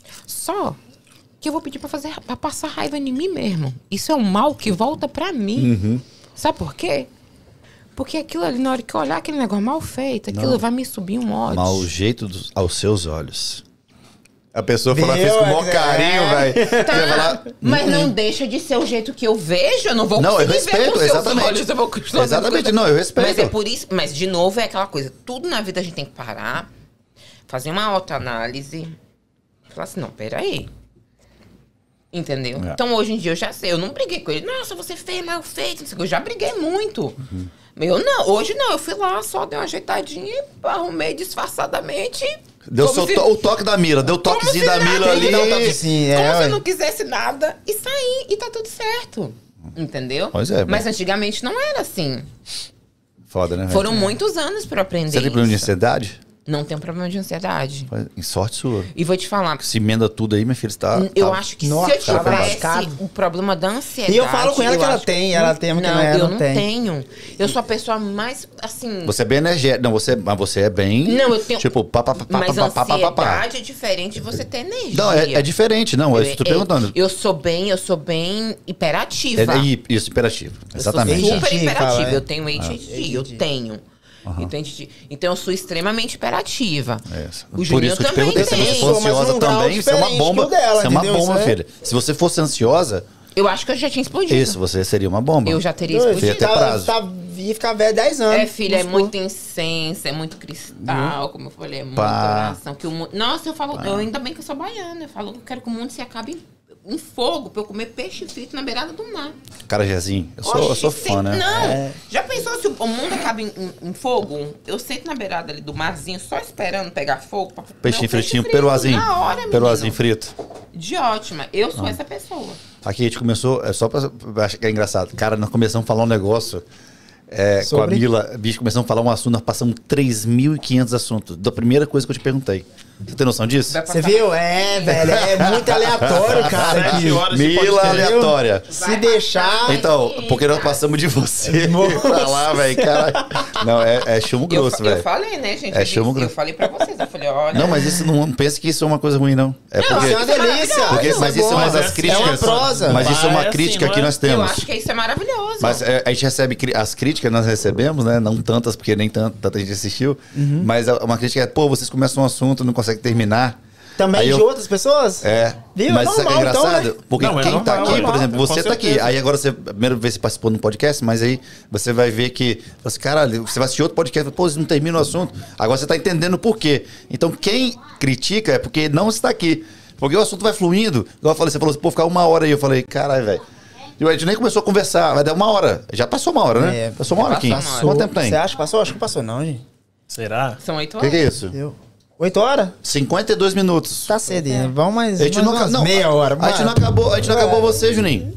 D: Só que eu vou pedir pra passar raiva em mim mesmo. Isso é um mal que volta pra mim. Sabe por quê? Porque aquilo ali, na hora que eu olhar aquele negócio mal feito, aquilo vai me subir um ódio.
B: Mau jeito aos seus olhos. A pessoa fala, fez com o maior carinho, velho.
D: Tá, mas não deixa de ser o jeito que eu vejo. Eu não vou conseguir ver com seus olhos. Eu vou
B: exatamente, não, eu respeito.
D: Mas é por isso... Mas, de novo, é aquela coisa. Tudo na vida a gente tem que parar, fazer uma autoanálise. Falar assim, não, peraí. Entendeu? Então, hoje em dia, eu já sei. Eu não briguei com ele. Nossa, você fez mal feito. Eu já briguei muito. Hoje não. Eu fui lá, só dei uma ajeitadinha, arrumei disfarçadamente...
B: Deu o toque da Mila, deu o toquezinho da Mila ali.
D: Como se eu não quisesse nada e saí, e tá tudo certo. Entendeu?
B: Pois é.
D: Mas antigamente não era assim.
B: Foda, né?
D: Foram muitos anos pra eu aprender.
B: Você tem problema de ansiedade?
D: Não tenho problema de ansiedade.
B: Em sorte sua.
D: E vou te falar.
B: Se emenda tudo aí, minha filha, está...
D: Eu acho que se eu tivesse o problema da ansiedade...
C: E eu falo com ela que ela tem,
D: Não, eu não tenho. Eu sou a pessoa mais, assim...
B: Você é bem energética. Não, mas você é bem...
D: Não, eu tenho...
B: Tipo,
D: Mas ansiedade é diferente de você ter energia.
B: Não, é diferente. Não, eu estou perguntando.
D: Eu sou bem hiperativa.
B: Isso, hiperativa. Exatamente.
D: Eu sou super hiperativa. Eu tenho ADHD, eu tenho. Então eu sou extremamente hiperativa. O Juninho também tem.
B: Se você for ansiosa também, você é uma bomba. Você é uma bomba, filha. Se você fosse ansiosa...
D: Eu acho que eu já tinha explodido.
B: Isso, você seria uma bomba.
D: Eu já teria explodido.
B: Ia ter prazo.
C: Ia ficar velho 10 anos.
D: Filha, é muito incenso, é muito cristal, como eu falei, é muita oração. Nossa, eu ainda bem que eu sou baiana. Eu falo que eu quero que o mundo se acabe em fogo pra eu comer peixe frito na beirada do mar.
B: Carajazinho. Eu sou fã, né?
D: Não. Já pensou se o mundo acaba em fogo? Eu sento na beirada ali do marzinho só esperando pegar fogo. Pra
B: peixe fritinho, peruazinho. Na hora, peruazinho frito.
D: De ótima. Eu sou essa pessoa.
B: Aqui a gente começou, só pra achar que é engraçado. Cara, nós começamos a falar um negócio com a Mila. Bicho, começamos a falar um assunto, nós passamos 3.500 assuntos. Da primeira coisa que eu te perguntei. Você tem noção disso?
C: Você viu? Velho, é muito aleatório, cara.
B: Mila aleatória.
C: Se deixar...
B: Então, porque nós passamos de você pra lá, velho, caralho. Não, é chumbo grosso, velho.
D: Eu falei, né, gente?
B: É chumbo grosso.
D: Eu falei pra vocês, eu falei, olha...
B: Não, mas isso não pense que isso é uma coisa ruim, não.
C: Isso é uma delícia.
B: Mas isso é uma das críticas.
C: É uma prosa.
B: Mas isso é uma crítica que nós temos.
D: Eu acho que isso é maravilhoso.
B: Mas a gente recebe as críticas, nós recebemos, né? Não tantas, porque nem tanta gente assistiu. Mas uma crítica é, pô, vocês começam um assunto, não conseguem terminar.
C: Também de outras pessoas?
B: Viu? Mas isso é engraçado, então, né? Porque quem tá aqui, por exemplo, você tá aqui. Aí agora você, primeira vez você participou no podcast, mas aí você vai ver que, caralho, você vai assistir outro podcast, pô, não termina o assunto. Agora você tá entendendo por quê. Então quem critica é porque não está aqui. Porque o assunto vai fluindo. Igual eu falei, você falou assim, pô, ficar 1 hora aí. Eu falei, caralho, velho. E a gente nem começou a conversar, vai dar 1 hora. Já passou 1 hora, né? Passou 1 hora aqui. Quanto tempo tem?
C: Você acha que passou? Acho que passou não, gente.
A: Será?
D: São 8 horas.
B: O que é isso?
C: 8 horas?
B: 52 minutos.
C: Tá cedo, Vamos mais
B: não,
C: meia hora.
B: A gente não acabou você, Juninho.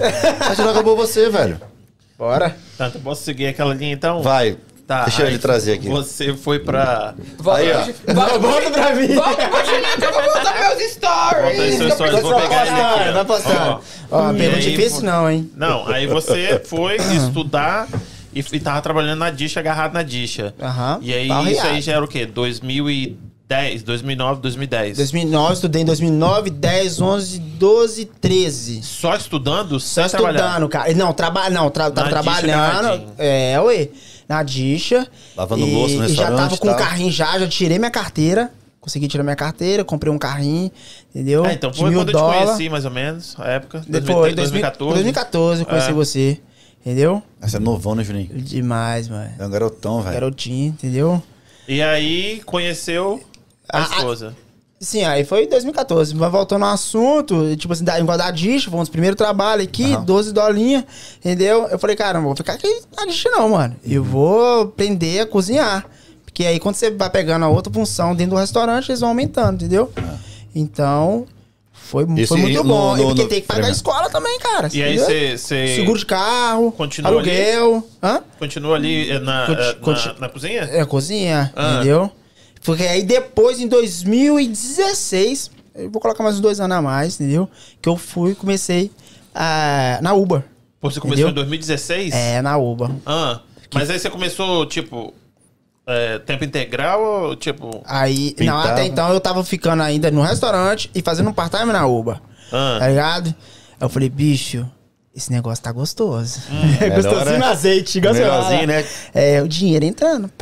B: A gente não acabou você, velho.
C: Bora.
A: Tá, eu posso seguir aquela linha então?
B: Vai.
A: Tá,
B: deixa ele trazer aqui.
A: Você foi pra...
D: Volta pra mim. Volta pra Juninho que eu vou botar meus stories.
A: Volta aí seus stories, vou pegar ele aqui.
C: Vai postar. Ó, pergunta difícil não, hein?
A: Não, aí você foi estudar... E tava trabalhando na Dicha, agarrado na Dicha. E aí, isso aí já era o quê? 2010, 2009, 2010.
C: 2009, estudei em 2009, 10, 11, 12, 13.
A: Só estudando?
C: Só estudando, cara. Não, tava trabalhando. Na Dicha.
B: Lavando louça no restaurante.
C: E já tava com um carrinho já tirei minha carteira. Consegui tirar minha carteira, comprei um carrinho, entendeu?
A: Então foi quando eu te conheci, mais ou menos, a época.
C: Depois, 2014. 2014 eu conheci você. Entendeu?
B: Você é novão, né, Juninho?
C: Demais, mano.
B: É um garotão, velho.
C: Garotinho, entendeu?
A: E aí, conheceu a esposa.
C: Sim, aí foi em 2014. Mas voltando ao assunto, tipo assim, igual da Dicha, fomos primeiro trabalho aqui, 12 dolinhas, entendeu? Eu falei, cara, não vou ficar aqui na Dicha não, mano. Eu vou aprender a cozinhar. Porque aí quando você vai pegando a outra função dentro do restaurante, eles vão aumentando, entendeu? Então... Foi muito bom. Porque tem que pagar a escola também, cara.
A: E aí você...
C: Seguro de carro,
A: continua
C: aluguel.
A: Hã? Continua ali na cozinha?
C: É, cozinha, entendeu? Porque aí depois, em 2016, eu vou colocar mais uns 2 anos a mais, entendeu? Que eu comecei na Uber.
A: Pô, você começou em 2016?
C: É, na Uber.
A: Mas aí você começou, tipo... tempo integral ou tipo...
C: Aí, não, até então eu tava ficando ainda no restaurante e fazendo um part-time na Uber. Tá ligado? Aí eu falei, bicho, esse negócio tá gostoso. Gostosinho no azeite,
B: melhorzinho, né?
C: É, o dinheiro entrando.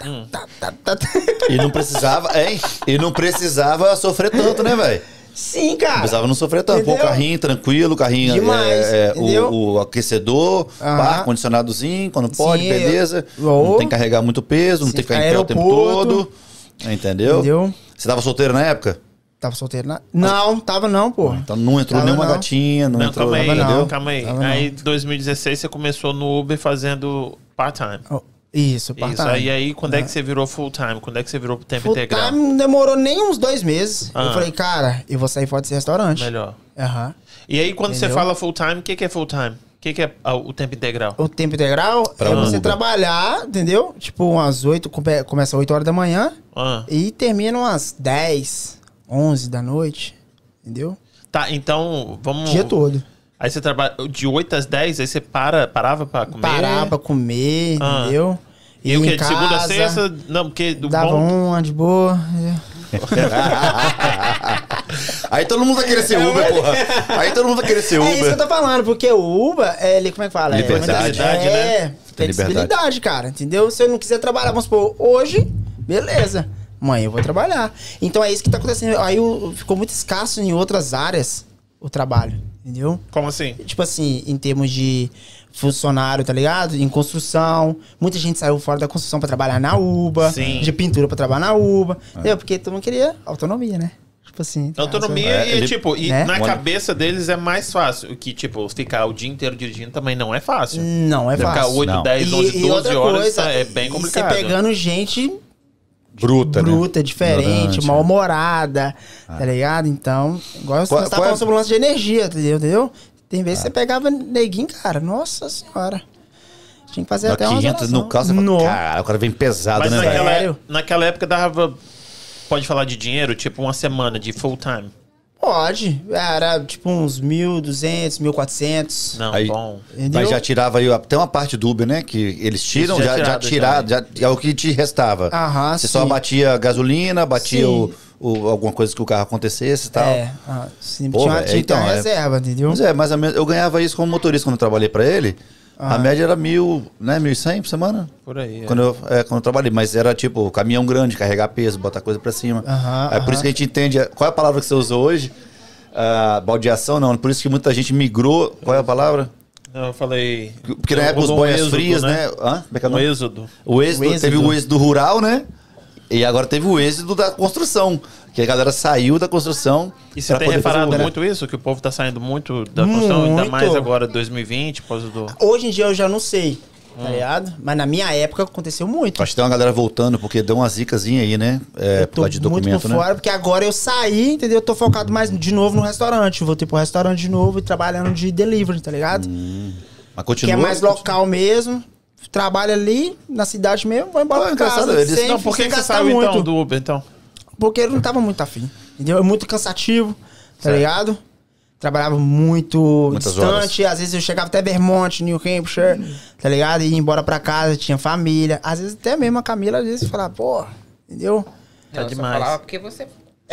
B: E não precisava, E não precisava sofrer tanto, né, velho?
C: Sim, cara.
B: Não precisava não sofrer tanto. Pô, o carrinho tranquilo, o carrinho...
C: Demais,
B: o aquecedor, ar-condicionadozinho, quando pode, beleza. Não tem que carregar muito peso, não tem que ficar em pé o tempo todo. Entendeu? Você tava solteiro na época?
C: Tava solteiro Não, tava não, pô.
B: Então não entrou nenhuma gatinha, não entrou...
A: Calma aí. Aí em 2016 você começou no Uber fazendo part-time.
C: Isso, part-time.
A: E aí, quando é que você virou full-time? Quando é que você virou tempo integral?
C: Full-time não demorou nem uns 2 meses. Eu falei, cara, eu vou sair fora desse restaurante.
A: Melhor. E aí, quando você fala full-time, o que é full-time? O que é o tempo integral?
C: O tempo integral é você trabalhar, entendeu? Tipo, umas 8, começa às 8 horas da manhã e termina umas 10, 11 da noite, entendeu?
A: Tá, então, vamos...
C: O dia todo.
A: Aí você trabalha de 8 às 10, aí você parava pra comer?
C: Parava pra comer, entendeu?
A: E o que? De segunda a sexta? Não, porque do
C: dava uma de boa.
B: Aí todo mundo vai querer ser Uber, porra. Aí todo mundo vai querer ser Uber.
C: É isso que eu tô falando, porque o Uber, como é que fala?
B: Liberdade,
C: né? Flexibilidade, cara, entendeu? Se eu não quiser trabalhar, vamos supor, hoje, beleza. Amanhã eu vou trabalhar. Então é isso que tá acontecendo. Aí ficou muito escasso em outras áreas o trabalho, entendeu?
A: Como assim?
C: Tipo assim, em termos de funcionário, tá ligado? Em construção. Muita gente saiu fora da construção pra trabalhar na UBA.
A: Sim.
C: De pintura pra trabalhar na UBA. Entendeu? Porque todo mundo queria autonomia, né? Tipo assim.
A: Autonomia né? Na cabeça deles é mais fácil. Que, tipo, ficar o dia inteiro dirigindo também não é fácil.
C: Não é fácil.
A: Ficar 8, 10, 11, 12 horas é bem complicado.
C: Você pegando gente...
B: Bruta,
C: né? Diferente, mal-humorada, tá ligado? Então, igual você tá falando sobre o lance de energia, entendeu? Tem vezes que você pegava neguinho, cara, nossa senhora. Tinha que fazer até uma
B: entra no carro, você fala, cara, o cara vem pesado,
A: mas
B: né, velho?
A: Naquela época dava, pode falar de dinheiro, tipo uma semana de full time?
C: Pode, era tipo uns 1.200, 1.400.
A: Não,
B: aí,
A: bom.
B: Entendeu? Mas já tirava aí, até uma parte do Uber, né? Que eles tiram, já é o que te restava.
C: Aham,
B: você só batia gasolina, batia alguma coisa que o carro acontecesse e tal.
C: Sim, tinha uma reserva, entendeu?
B: Mas mais ou menos, eu ganhava isso como motorista quando eu trabalhei pra ele. A média era 1.000, né? 1.100 por semana.
A: Por aí.
B: Quando eu trabalhei. Mas era tipo caminhão grande, carregar peso, botar coisa pra cima. Por isso que a gente entende. Qual é a palavra que você usou hoje? Baldeação, não. Por isso que muita gente migrou. Qual é a palavra?
A: Eu falei.
B: Porque na época os boias frias, né?
A: O êxodo.
B: O êxodo. Teve o êxodo rural, né? E agora teve o êxodo da construção. Que a galera saiu da construção.
A: E você tem reparado muito isso? Que o povo tá saindo muito da construção? Ainda mais agora, 2020, por causa do...
C: Hoje em dia eu já não sei, tá ligado? Mas na minha época aconteceu muito.
B: Acho que tem uma galera voltando, porque deu uma zicazinha aí, né?
C: Por causa de documento, muito por fora, porque agora eu saí, entendeu? Eu tô focado mais de novo no restaurante. Voltei pro restaurante de novo e trabalhando de delivery, tá ligado?
B: Mas continua...
C: Que é mais local mesmo. Trabalha ali, na cidade mesmo, vai embora pra casa.
A: Não, por que você saiu então do Uber, então?
C: Porque eu não tava muito afim, entendeu? É muito cansativo, tá ligado? Trabalhava muito distante, às vezes eu chegava até Vermont, New Hampshire, tá ligado? E ia embora pra casa, tinha família. Às vezes até mesmo a Camila, às vezes, falava, pô, entendeu?
D: Tá demais. Só falava porque você...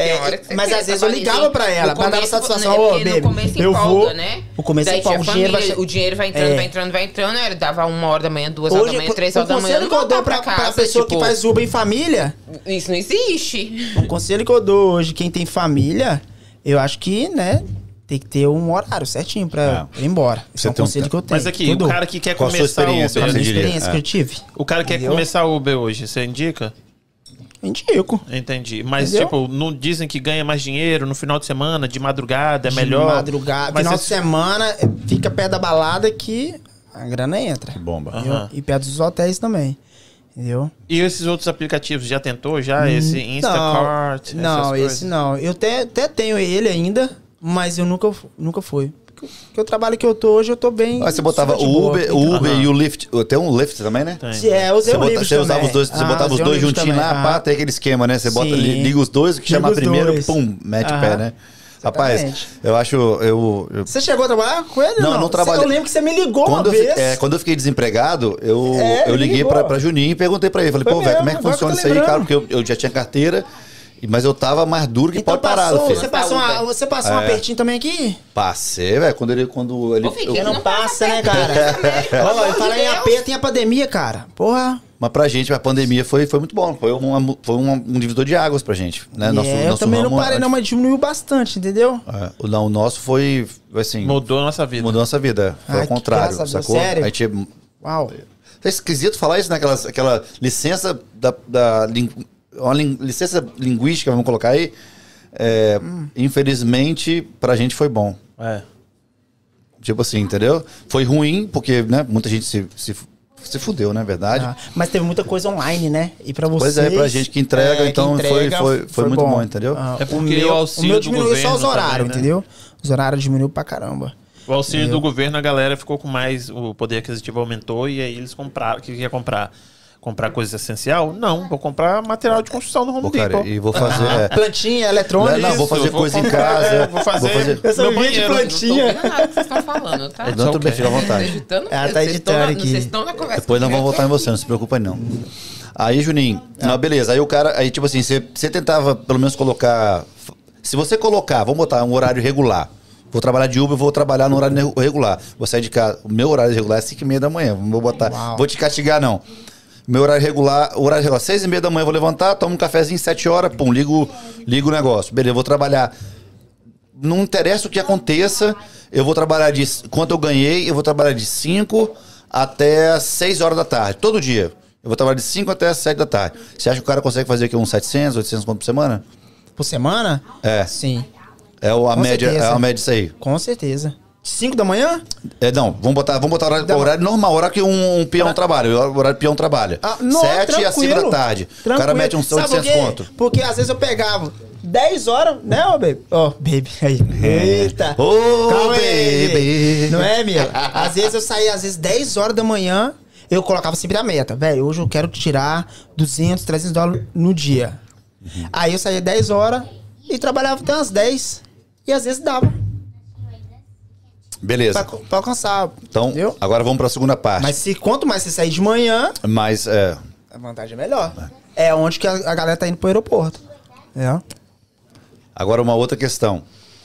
C: mas às vezes eu ligava pra ela, pra dar satisfação, baby,
D: eu vou,
C: né? O começo empolga,
D: o dinheiro vai entrando, ele dava 1h da manhã, 2h da manhã, 3h da manhã,
C: não que eu dou pra pessoa que faz Uber em família...
D: Isso não existe.
C: Um conselho que eu dou hoje, quem tem família, eu acho que, né, tem que ter um horário certinho pra ir embora. Esse é um conselho que eu tenho.
A: Mas aqui, o cara que quer começar
C: o Uber... Qual a experiência que eu tive?
A: O cara que quer começar o Uber hoje, você indica?
C: Indico.
A: Entendi. Mas, tipo, não dizem que ganha mais dinheiro no final de semana, de madrugada, é melhor?
C: De madrugada. Final de semana, fica perto da balada que a grana entra.
B: Que bomba.
C: E perto dos hotéis também. Entendeu?
A: E esses outros aplicativos, já tentou? Já? Esse Instacart?
C: Não, esse não. Eu até tenho ele ainda, Mas eu nunca fui. Porque o trabalho que eu tô hoje, eu tô bem...
B: Mas você botava o Uber e o Lyft. Tem um Lyft também, né?
C: Tem. Eu usei o Lyft
B: Você usava os dois, você botava os dois juntinhos lá, pá, tem aquele esquema, né? Você bota, liga os dois, o que chama primeiro, pum, mete o pé, né? Rapaz, eu acho...
C: Você chegou a trabalhar com ele?
B: Não trabalhei.
C: Eu lembro que você me ligou uma vez.
B: Quando eu fiquei desempregado, eu liguei pra Juninho e perguntei pra ele. Falei, pô, velho, como é que funciona isso aí, cara? Porque eu já tinha carteira, mas eu tava mais duro que pau parado, filho.
C: Você passou um apertinho também aqui?
B: Passei, velho. Quando ele...
C: Porque não passa, né, cara? Olha, fala em aperto, tem a pandemia, cara. Porra...
B: Mas pra gente, a pandemia foi muito bom. Foi um divisor de águas pra gente. Né?
C: Eu também não parei, não, mas diminuiu bastante, entendeu?
B: O nosso foi, assim...
A: Mudou a nossa vida.
B: Mudou a nossa vida. Foi ao contrário, sacou?
C: Sério?
B: A gente...
C: Uau.
B: É esquisito falar isso, né? Aquela licença uma licença linguística, vamos colocar aí. Infelizmente, pra gente foi bom. Tipo assim, entendeu? Foi ruim, porque, né? Muita gente se fudeu, né? Verdade.
C: Mas teve muita coisa online, né? E pra vocês...
B: Pois pra gente que entrega, então foi muito bom, entendeu?
A: É porque o auxílio do governo...
C: diminuiu só os horários, também, né? Entendeu? Os horários diminuiu pra caramba.
A: O auxílio do governo, a galera ficou com mais... O poder aquisitivo aumentou e aí eles compraram... O que ia comprar? Comprar coisa essencial? Não, vou comprar material de construção no Home Depot.
B: Cara, e vou fazer...
C: Plantinha, eletrônica.
B: Não, vou fazer coisa em casa.
A: Vou fazer
C: eu sou de plantinha.
D: Não tô nada que vocês estão falando, tá?
B: Não, tudo bem, fica à vontade.
C: Ela tá editando aqui.
D: Vocês estão na conversa.
B: Depois não vão votar em você, não se preocupa não. Aí, Juninho, não, beleza. Aí o cara, aí tipo assim, você tentava pelo menos colocar... Se você colocar, vamos botar um horário regular. Vou trabalhar de Uber, vou trabalhar no horário regular. Vou sair de casa. O meu horário regular é 5h30 da manhã. Vou botar. Vou te castigar, não. Meu horário regular, 6h30 da manhã eu vou levantar, tomo um cafezinho, 7 horas, pum, ligo o negócio. Beleza, vou trabalhar. Não interessa o que aconteça, eu vou trabalhar quanto eu ganhei, eu vou trabalhar de 5 até 6 horas da tarde, todo dia. Eu vou trabalhar de 5 até 7 da tarde. Você acha que o cara consegue fazer aqui uns 700, 800 conto por semana?
C: Por semana?
B: Sim. É a média disso aí.
C: Com certeza. 5 da manhã?
B: Não, vamos botar horário normal, horário que um peão trabalha. O horário que peão trabalha. 7 às 5 da tarde. Tranquilo. O cara mete uns 800 conto.
C: Porque às vezes eu pegava 10 horas, né, ó, baby? Ó, baby, aí. Eita.
B: Calma baby.
C: Não é, meu? Às vezes eu saía, 10 horas da manhã, eu colocava sempre a meta. Velho, hoje eu quero tirar 200, 300 dólares no dia. Aí eu saía 10 horas e trabalhava até umas 10. E às vezes dava.
B: Beleza.
C: Pra alcançar.
B: Então, entendeu? Agora vamos pra segunda parte.
C: Mas quanto mais você sair de manhã...
B: Mais,
C: a vantagem é melhor. É onde que a galera tá indo pro aeroporto.
B: Agora uma outra questão.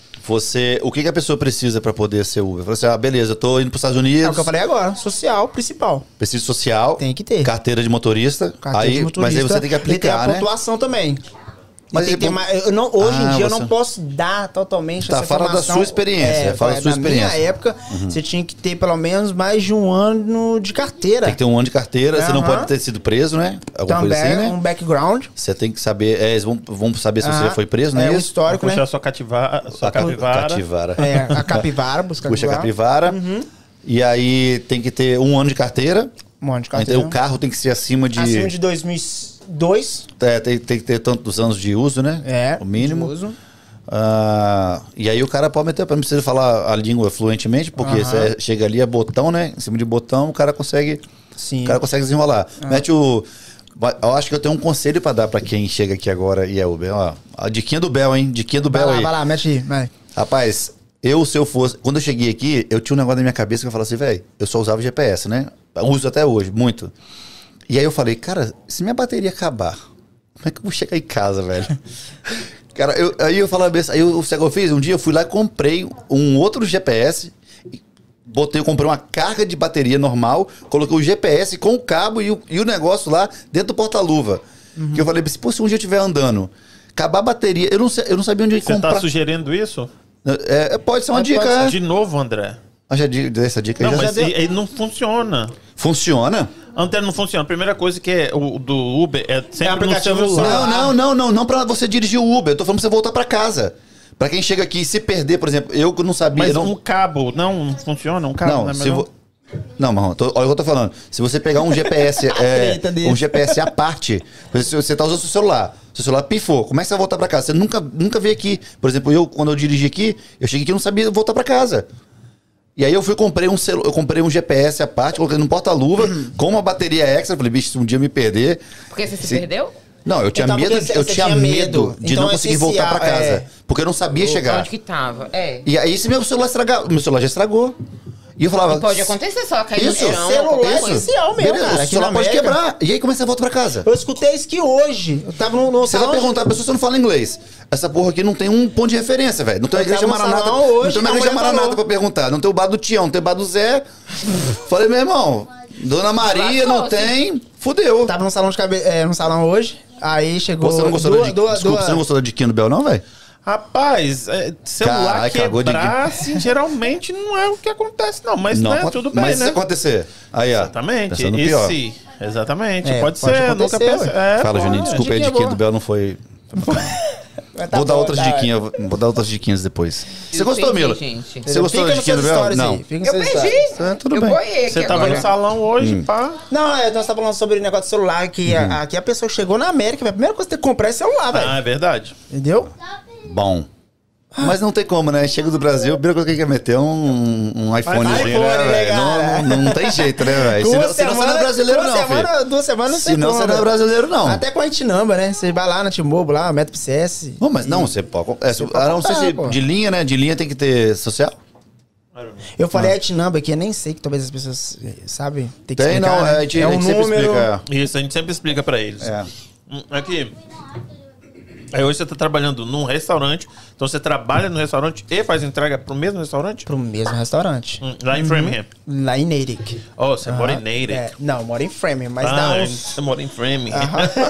B: O que a pessoa precisa pra poder ser Uber? Você fala assim, beleza, eu tô indo pros Estados Unidos... É
C: o que eu falei agora. Social, principal.
B: Preciso social.
C: Tem que ter.
B: Carteira de motorista. Mas aí você tem que aplicar,
C: né? E tem a pontuação também. Mas hoje em dia eu não posso dar totalmente essa informação.
B: Fala da sua experiência. Fala da sua experiência.
C: Na minha época, você tinha que ter pelo menos mais de um ano de carteira.
B: Tem que ter um ano de carteira. Você não pode ter sido preso, né?
C: Alguma coisa assim, né? Um background.
B: Você tem que saber... eles vão saber se você já foi preso, não é isso?
C: É o histórico, né?
A: Puxar sua capivara.
C: A capivara, buscar
B: puxa a capivara. E aí tem que ter um ano de carteira.
C: Um ano de carteira.
B: Então o carro tem que ser acima de
C: 2002.
B: Tem que ter tantos anos de uso, né? O mínimo. De uso. E aí o cara pode meter, não precisa falar a língua fluentemente, porque você chega ali, é botão, né? Em cima de botão, o cara consegue. Sim. O cara consegue desenrolar. Mete o. Eu acho que eu tenho um conselho pra dar pra quem chega aqui agora e é Uber. Ó, a diquinha do Bel, hein? Diquinha do Bel aí.
C: Vai lá, mete aí, vai.
B: Rapaz, se eu fosse. Quando eu cheguei aqui, eu tinha um negócio na minha cabeça que eu falava assim, velho, eu só usava GPS, né? Eu uso até hoje, muito. E aí eu falei, cara, se minha bateria acabar, como é que eu vou chegar em casa, velho? Cara, aí eu falava, aí o que eu fiz? Um dia eu fui lá e comprei um outro GPS, comprei uma carga de bateria normal, coloquei o GPS com o cabo e o negócio lá dentro do porta-luva. Que eu falei, pô, se um dia eu estiver andando, acabar a bateria, eu não sabia onde comprar.
A: Você tá sugerindo isso?
B: Pode ser uma dica.
A: De novo, André.
B: Já dei essa dica aí.
A: Não, mas ele não funciona.
B: Funciona?
A: André, não funciona. A primeira coisa que é o do Uber é sempre no celular.
B: Não pra você dirigir o Uber. Eu tô falando pra você voltar pra casa. Pra quem chega aqui e se perder, por exemplo, eu não sabia...
A: Mas um cabo não funciona? Um cabo não é melhor?
B: Não, Marrom, olha o que eu tô falando. Se você pegar um GPS, um GPS à parte, você tá usando o seu celular pifou, como é que você vai voltar pra casa? Você nunca veio aqui. Por exemplo, quando eu dirigi aqui, eu cheguei aqui e não sabia voltar pra casa. E aí eu comprei um GPS à parte, coloquei no porta-luva, com uma bateria extra. Falei, bicho, se um dia me perder...
D: Porque você se perdeu?
B: Não, eu tinha medo de não conseguir voltar pra casa. Porque eu não sabia chegar.
D: Onde que tava?
B: E aí, se meu celular estragar, meu celular já estragou. E eu falava...
D: Pode acontecer, só cair no chão.
C: Celular essencial mesmo, cara.
B: O celular pode quebrar. E aí, como é que você volta pra casa?
C: Eu escutei isso que hoje. Eu tava no
B: Você vai perguntar, a pessoa, você não fala inglês. Essa porra aqui não tem um ponto de referência, velho. Não tem uma igreja maranata. Não tem uma igreja maranata pra perguntar. Não tem o bar do Tião, não tem o bar do Zé. Falei, meu irmão, Dona Maria não tem... Fudeu.
C: Tava no salão no salão hoje. Aí chegou...
B: Você não gostou Desculpa, você não gostou da diquinha do Bel, não, velho?
A: Rapaz, celular quebrar, assim, geralmente não é o que acontece, não. Mas, né, tudo bem,
B: mas
A: né?
B: se acontecer, aí, ó.
A: Exatamente. Exatamente. Pode ser, nunca pensei.
B: Fala, Juninho, desculpa aí, a diquinha do Bel não foi... Vou dar outras diquinhas depois. Você gostou, Mila? Você gostou da diquinha do Bel? Não.
D: Eu perdi.
B: Tudo bem.
A: Você tava no salão hoje, pá.
C: Não, nós tava falando sobre o negócio do celular, que aqui a pessoa chegou na América, a primeira coisa que tem que comprar é celular, velho.
A: Ah, é verdade.
C: Entendeu?
B: Bom. Mas não tem como, né? Chega do Brasil, a primeira coisa que quer meter um iPhonezinho, né, velho? Não tem jeito, né, velho? Senão você não é brasileiro, não, filho.
C: 2 semanas não sei
B: como. Senão você não é brasileiro, não.
C: Até com a Itinamba, né? Você vai lá na T-Mobile, lá, mete pro CS.
B: Bom, mas não, você pode... não sei se de linha, né? De linha tem que ter social.
C: Eu falei a Itinamba que eu nem sei, que talvez as pessoas, sabe? Tem que explicar,
B: não,
C: né?
B: a gente sempre explica.
A: Isso, a gente sempre explica pra eles. Aqui... Aí hoje você tá trabalhando num restaurante, então você trabalha no restaurante e faz entrega pro mesmo restaurante?
C: Pro mesmo restaurante.
A: Lá em Framingham?
C: Lá em Natick.
A: Oh, você mora em Natick.
C: Não, eu moro em Framingham, mas dá uns...
A: Você mora em Framingham.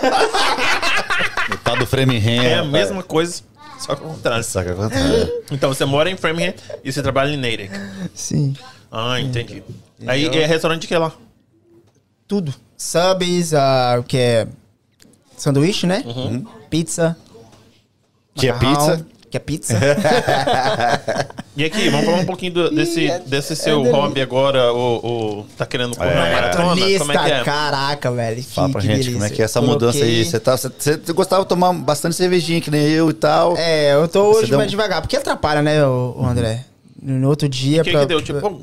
B: O tal do Framingham.
A: É a mesma coisa, só que ao contrário. Então você mora em Framingham e você trabalha em Natick.
C: Sim.
A: Ah, entendi. Aí é restaurante que é lá?
C: Tudo. Subs, que é sanduíche, né? Pizza.
B: Que é pizza?
C: Que é pizza.
A: E aqui, vamos falar um pouquinho desse seu hobby agora, tá querendo correr uma maratona? Como é que é?
C: Caraca, velho.
B: Fala pra gente, delícia. Como é que é essa mudança aí? Você gostava de tomar bastante cervejinha, que nem eu e tal.
C: Eu tô hoje mais devagar, porque atrapalha, né, o André? No outro dia...
A: O que deu? Tipo,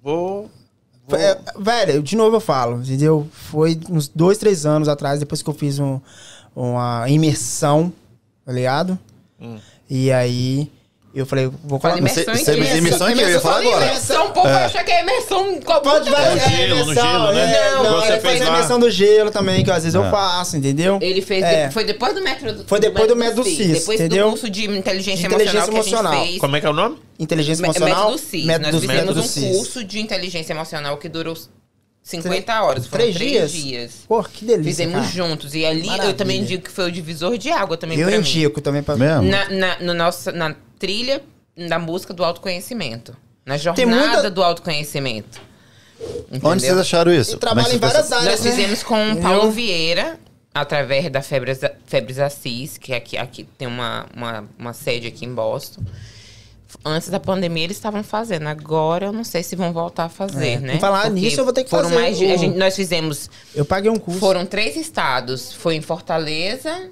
C: velho, de novo eu falo, entendeu? Foi uns 2, 3 anos atrás, depois que eu fiz uma imersão, tá ligado? E aí eu falei, vou falar...
B: Imersão que eu ia falar agora.
D: Imersão, o povo vai achar que é imersão...
C: Pode vai
A: no gelo, né?
C: Não, ele fez a imersão do gelo também, que às vezes eu faço, entendeu?
D: Ele fez... Foi depois do método...
C: Foi depois do método CIS,
D: depois
C: entendeu?
D: do curso de inteligência emocional que a gente fez.
A: Como é que é o nome?
C: Inteligência emocional.
D: Método CIS. Nós fizemos um curso de inteligência emocional que durou 50 horas. Foram 3 dias.
C: Pô, que delícia,
D: fizemos juntos. E ali eu também digo que foi o divisor de água também pra mim.
C: Eu indico também pra mim.
D: Na trilha da busca do autoconhecimento. Na jornada do autoconhecimento. Entendeu?
B: Onde vocês acharam isso?
C: E trabalha em várias áreas,
D: Nós fizemos com o Paulo Vieira, através da Febres Assis, que aqui tem uma sede aqui em Boston. Antes da pandemia eles estavam fazendo. Agora eu não sei se vão voltar a fazer, né?
C: Em falar nisso eu vou ter que fazer.
D: Nós fizemos...
C: Eu paguei um curso.
D: Foram 3 estados. Foi em Fortaleza,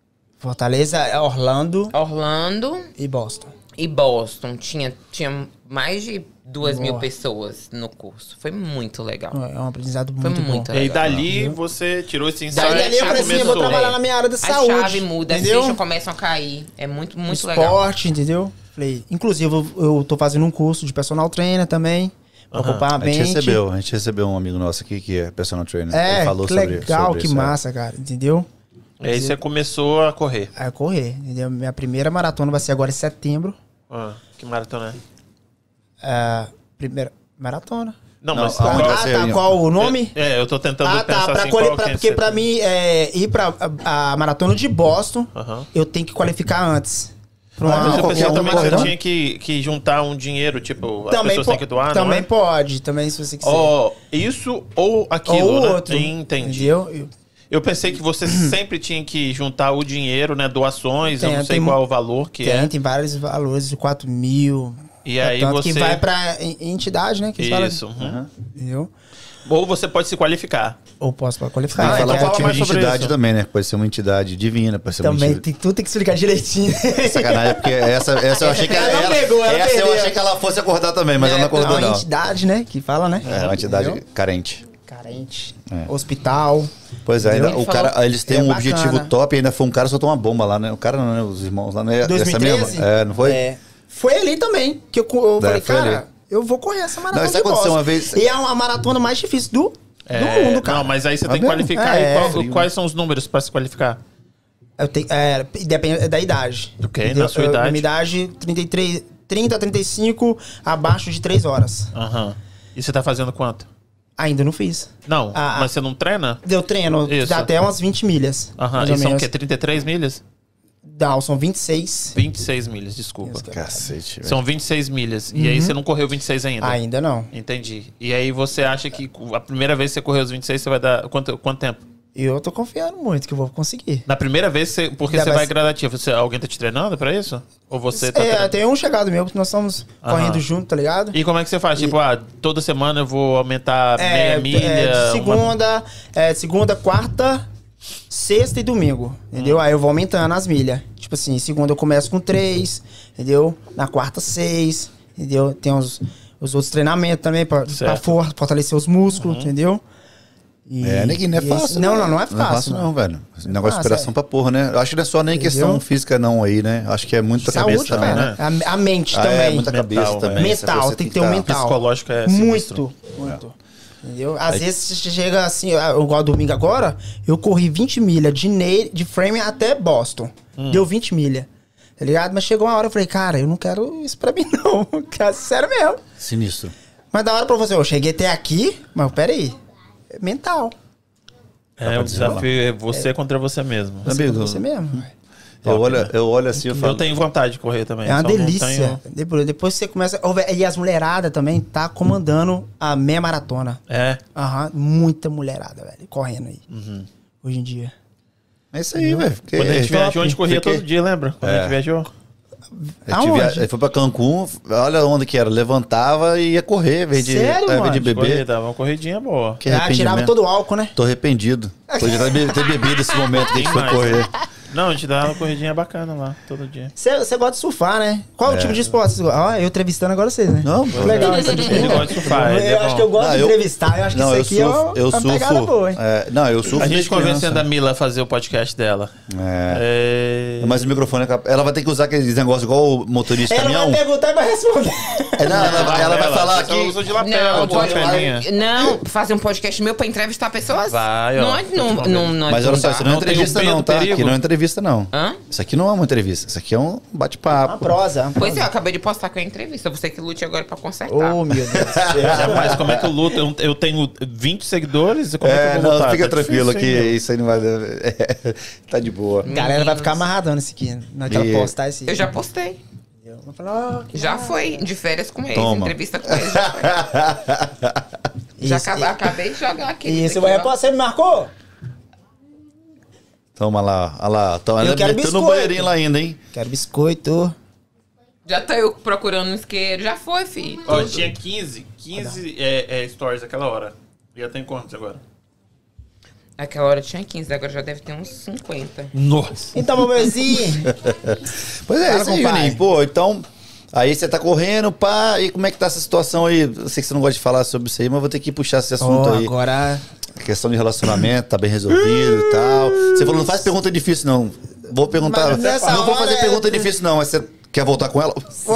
C: Orlando
D: e
C: Boston.
D: Tinha mais de 2.000 pessoas no curso. Foi muito legal.
C: É um aprendizado muito bom.
A: E aí dali você tirou esse insight.
C: Dali eu falei assim, eu vou trabalhar na minha área da saúde.
D: A chave muda,
C: entendeu?
D: As fichas começam a cair. É muito legal.
C: Esporte, entendeu? Falei, inclusive, eu tô fazendo um curso de personal trainer também. Pra ocupar a mente.
B: A gente recebeu um amigo nosso aqui que é personal trainer. Ele falou
C: que
B: sobre
C: legal,
B: sobre
C: que
B: isso,
C: massa, cara. Entendeu?
A: E aí você começou a correr.
C: A correr, entendeu? Minha primeira maratona vai ser agora em setembro.
A: Que maratona é?
C: Primeira maratona.
A: Não, mas
C: qual o nome?
A: Eu tô tentando pensar assim,
C: porque pra mim, ir pra a maratona de Boston, eu tenho que qualificar antes.
A: Mas eu pensei também que você tinha que juntar um dinheiro, tipo, as pessoas têm que doar,
C: também
A: não é?
C: Pode, também se você quiser.
A: Isso ou aquilo,
C: ou
A: né?
C: Outro,
A: entendi.
C: Entendeu?
A: Eu pensei que você sempre tinha que juntar o dinheiro, né? Doações, eu não sei qual é o valor que é.
C: Tem vários valores de 4 mil,
A: E aí tanto
C: que vai pra entidade, né? Que
A: isso.
C: Entendeu?
A: Ou você pode se qualificar.
C: Ou posso qualificar.
B: Tem que falar tipo de entidade também, né? Pode ser uma entidade divina, pode ser
C: também tudo tem que explicar direitinho.
B: Sacanagem, porque essa eu achei que ela pegou, eu achei que ela fosse acordar também, mas ela não acordou, não.
C: É uma entidade, né? Que fala, né?
B: É uma entidade carente.
C: Hospital.
B: Pois é, ainda, o cara, eles têm um objetivo top e ainda foi um cara soltou uma bomba lá, né? O cara não, né? Os irmãos lá, né?
C: 2013?
B: Não foi?
C: Foi ali também, que eu falei, cara, eu vou correr essa maratona.
B: Não, isso aconteceu uma vez.
C: E é uma maratona mais difícil do mundo, cara.
A: Não, mas aí você tem que qualificar. Quais são os números para se qualificar?
C: Depende da idade.
A: Ok, na sua idade?
C: Minha idade, 30 a 35, abaixo de 3 horas.
A: E você tá fazendo quanto?
C: Ainda não fiz.
A: Não, mas você não treina?
C: Eu treino, dá até umas 20 milhas.
A: E são o quê? 33 milhas?
C: Não, são 26.
A: 26 milhas, desculpa.
B: Cacete, velho.
A: São 26 milhas. E aí você não correu 26 ainda?
C: Ainda não.
A: Entendi. E aí você acha que a primeira vez que você correu os 26, você vai dar quanto tempo?
C: Eu tô confiando muito que eu vou conseguir.
A: Na primeira vez, porque você vai gradativo. Alguém tá te treinando pra isso? Ou você tá
C: tem um chegado meu, que nós estamos correndo junto, tá ligado?
A: E como é que você faz? Tipo, toda semana eu vou aumentar meia milha?
C: Segunda, quarta, sexta e domingo, entendeu? Aí eu vou aumentando as milhas. Tipo assim, segunda eu começo com 3, entendeu? Na quarta, 6, entendeu? Tem os outros treinamentos também pra fortalecer os músculos, entendeu?
B: Neguinho, não é fácil.
C: Não é fácil.
B: Não, velho. Esse negócio de operação pra porra, né? Eu acho que não é só nem questão física, não, aí, né? Acho que é muita cabeça também, né?
C: A mente também.
B: Muita cabeça também.
C: Mental, tem que ter um mental.
A: Psicológico é
C: muito. Entendeu? Às vezes você chega assim, igual domingo agora, eu corri 20 milhas de Frame até Boston. Deu 20 milhas. Tá ligado? Mas chegou uma hora, eu falei, cara, eu não quero isso pra mim, não. Sério mesmo.
B: Sinistro.
C: Mas da hora pra você, eu cheguei até aqui, mas peraí. Mental.
A: O desafio é você contra você mesmo.
C: Contra você mesmo.
B: Eu olho assim, eu falo...
A: Eu tenho vontade de correr também.
C: É uma delícia. Depois você começa... E as mulheradas também tá comandando a meia maratona. Muita mulherada, velho, correndo aí. Hoje em dia.
B: É isso aí, velho.
A: Quando a gente viajou, a gente corria todo dia, lembra? Quando a gente viajou.
B: Foi pra Cancún, olha onde que era. Levantava e ia correr, em vez de beber.
A: Dava uma corridinha boa.
C: Tirava todo o álcool, né?
B: Tô arrependido. Podia ter bebido esse momento que a gente foi correr.
A: Não, a gente dá uma corridinha bacana lá, todo dia.
C: Você gosta de surfar, né? Qual o tipo de esporte? Eu entrevistando agora vocês, né?
B: Não,
C: legal isso aqui.
A: Ele gosta de surfar.
C: Eu acho que eu gosto de entrevistar. Eu acho que isso aqui
B: eu surfo.
C: Boa,
B: eu surfo.
A: A gente convencendo a Mila a fazer o podcast dela.
B: Mas o microfone, ela vai ter que usar aqueles negócios igual o motorista de caminhão.
C: Ela vai perguntar e vai responder.
B: Ela vai falar aqui.
D: Não, fazer um podcast meu pra entrevistar pessoas?
A: Vai, ó.
B: Mas olha só, isso não é entrevista não, tá? Aqui não é entrevista não.
D: Hã?
B: Isso aqui não é uma entrevista, isso aqui é um bate-papo.
C: Uma prosa.
D: Pois é, eu acabei de postar com a entrevista. Você que lute agora pra consertar.
C: Oh, meu Deus.
A: Mas como é que eu luto? Eu tenho 20 seguidores. Como é que eu vou lutar?
B: Fica tranquilo que isso aí não vai... Tá de boa.
C: A galera vai ficar amarradando isso aqui. Naquela postar esse...
D: Eu já postei. Já foi, de férias com eles, entrevista com eles. Já acabei de jogar aqui.
C: Isso, você me marcou?
B: Toma lá, olha lá.
C: Eu quero biscoito.
B: No banheirinho lá ainda, hein?
C: Quero biscoito.
D: Já tá eu procurando um isqueiro. Já foi, filho.
A: Ó, tinha 15 stories aquela hora. Já tem quantos agora?
D: Aquela hora tinha 15, agora já deve ter uns 50.
A: Nossa.
C: Então, meu bebezinho.
B: Pois é, isso aí, Juninho. Pô, então... Aí você tá correndo, pá, e como é que tá essa situação aí? Eu sei que você não gosta de falar sobre isso aí, mas vou ter que puxar esse assunto aí.
C: Agora...
B: A questão de relacionamento, tá bem resolvido e tal. Você falou, não faz pergunta difícil, não. Vou perguntar... Não vou fazer pergunta difícil, não, mas você quer voltar com ela?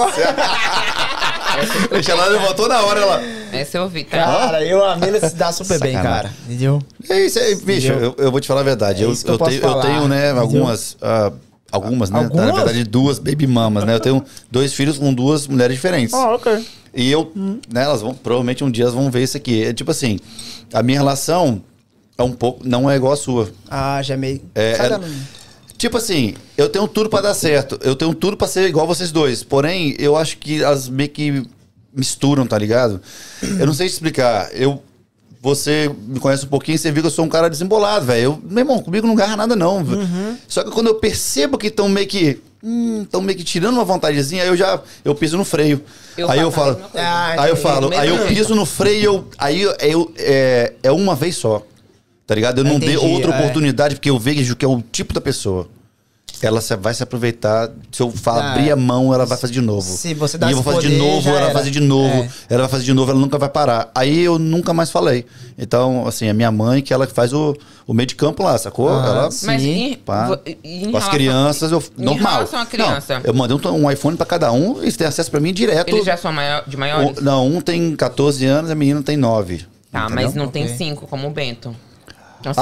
B: Deixa ela levantou na hora, ela...
D: Essa eu ouvi, tá?
C: Cara, eu a Mila se dá super bem, cara. Entendeu?
B: É isso aí, bicho, eu vou te falar a verdade. Eu tenho, né, algumas, né? Na verdade, 2 baby mamas, né? Eu tenho 2 filhos com 2 mulheres diferentes.
C: Ok.
B: E né, elas vão, provavelmente um dia elas vão ver isso aqui. É tipo assim, a minha relação é um pouco, não é igual a sua.
C: Já é meio...
B: Tipo assim, eu tenho tudo pra dar certo. Eu tenho tudo pra ser igual vocês dois. Porém, eu acho que elas meio que misturam, tá ligado? Eu não sei te explicar. Você me conhece um pouquinho, você viu que eu sou um cara desembolado, velho. Meu irmão, comigo não garra nada, não. Só que quando eu percebo que estão meio que Estão meio que tirando uma vontadezinha, aí eu piso no freio. Aí eu piso no freio, é uma vez só. Tá ligado? Eu não dei outra oportunidade, porque eu vejo que é o tipo da pessoa. Ela vai se aproveitar. Se eu abrir a mão, ela vai fazer de novo.
C: Se você dá
B: e eu vou fazer de novo, ela vai fazer de novo. Ela vai fazer de novo, ela nunca vai parar. Aí eu nunca mais falei. Então, assim, a minha mãe, que ela faz o meio de campo lá, sacou? Ela,
D: mas
B: com as crianças, normal.
D: Em relação à criança.
B: Não, eu mandei um iPhone pra cada um e tem acesso pra mim direto.
D: Eles já são de maiores?
B: Não, um tem 14 anos e a menina tem 9.
D: Tá, entendeu? Mas não tem 5, como o Bento.
B: Então,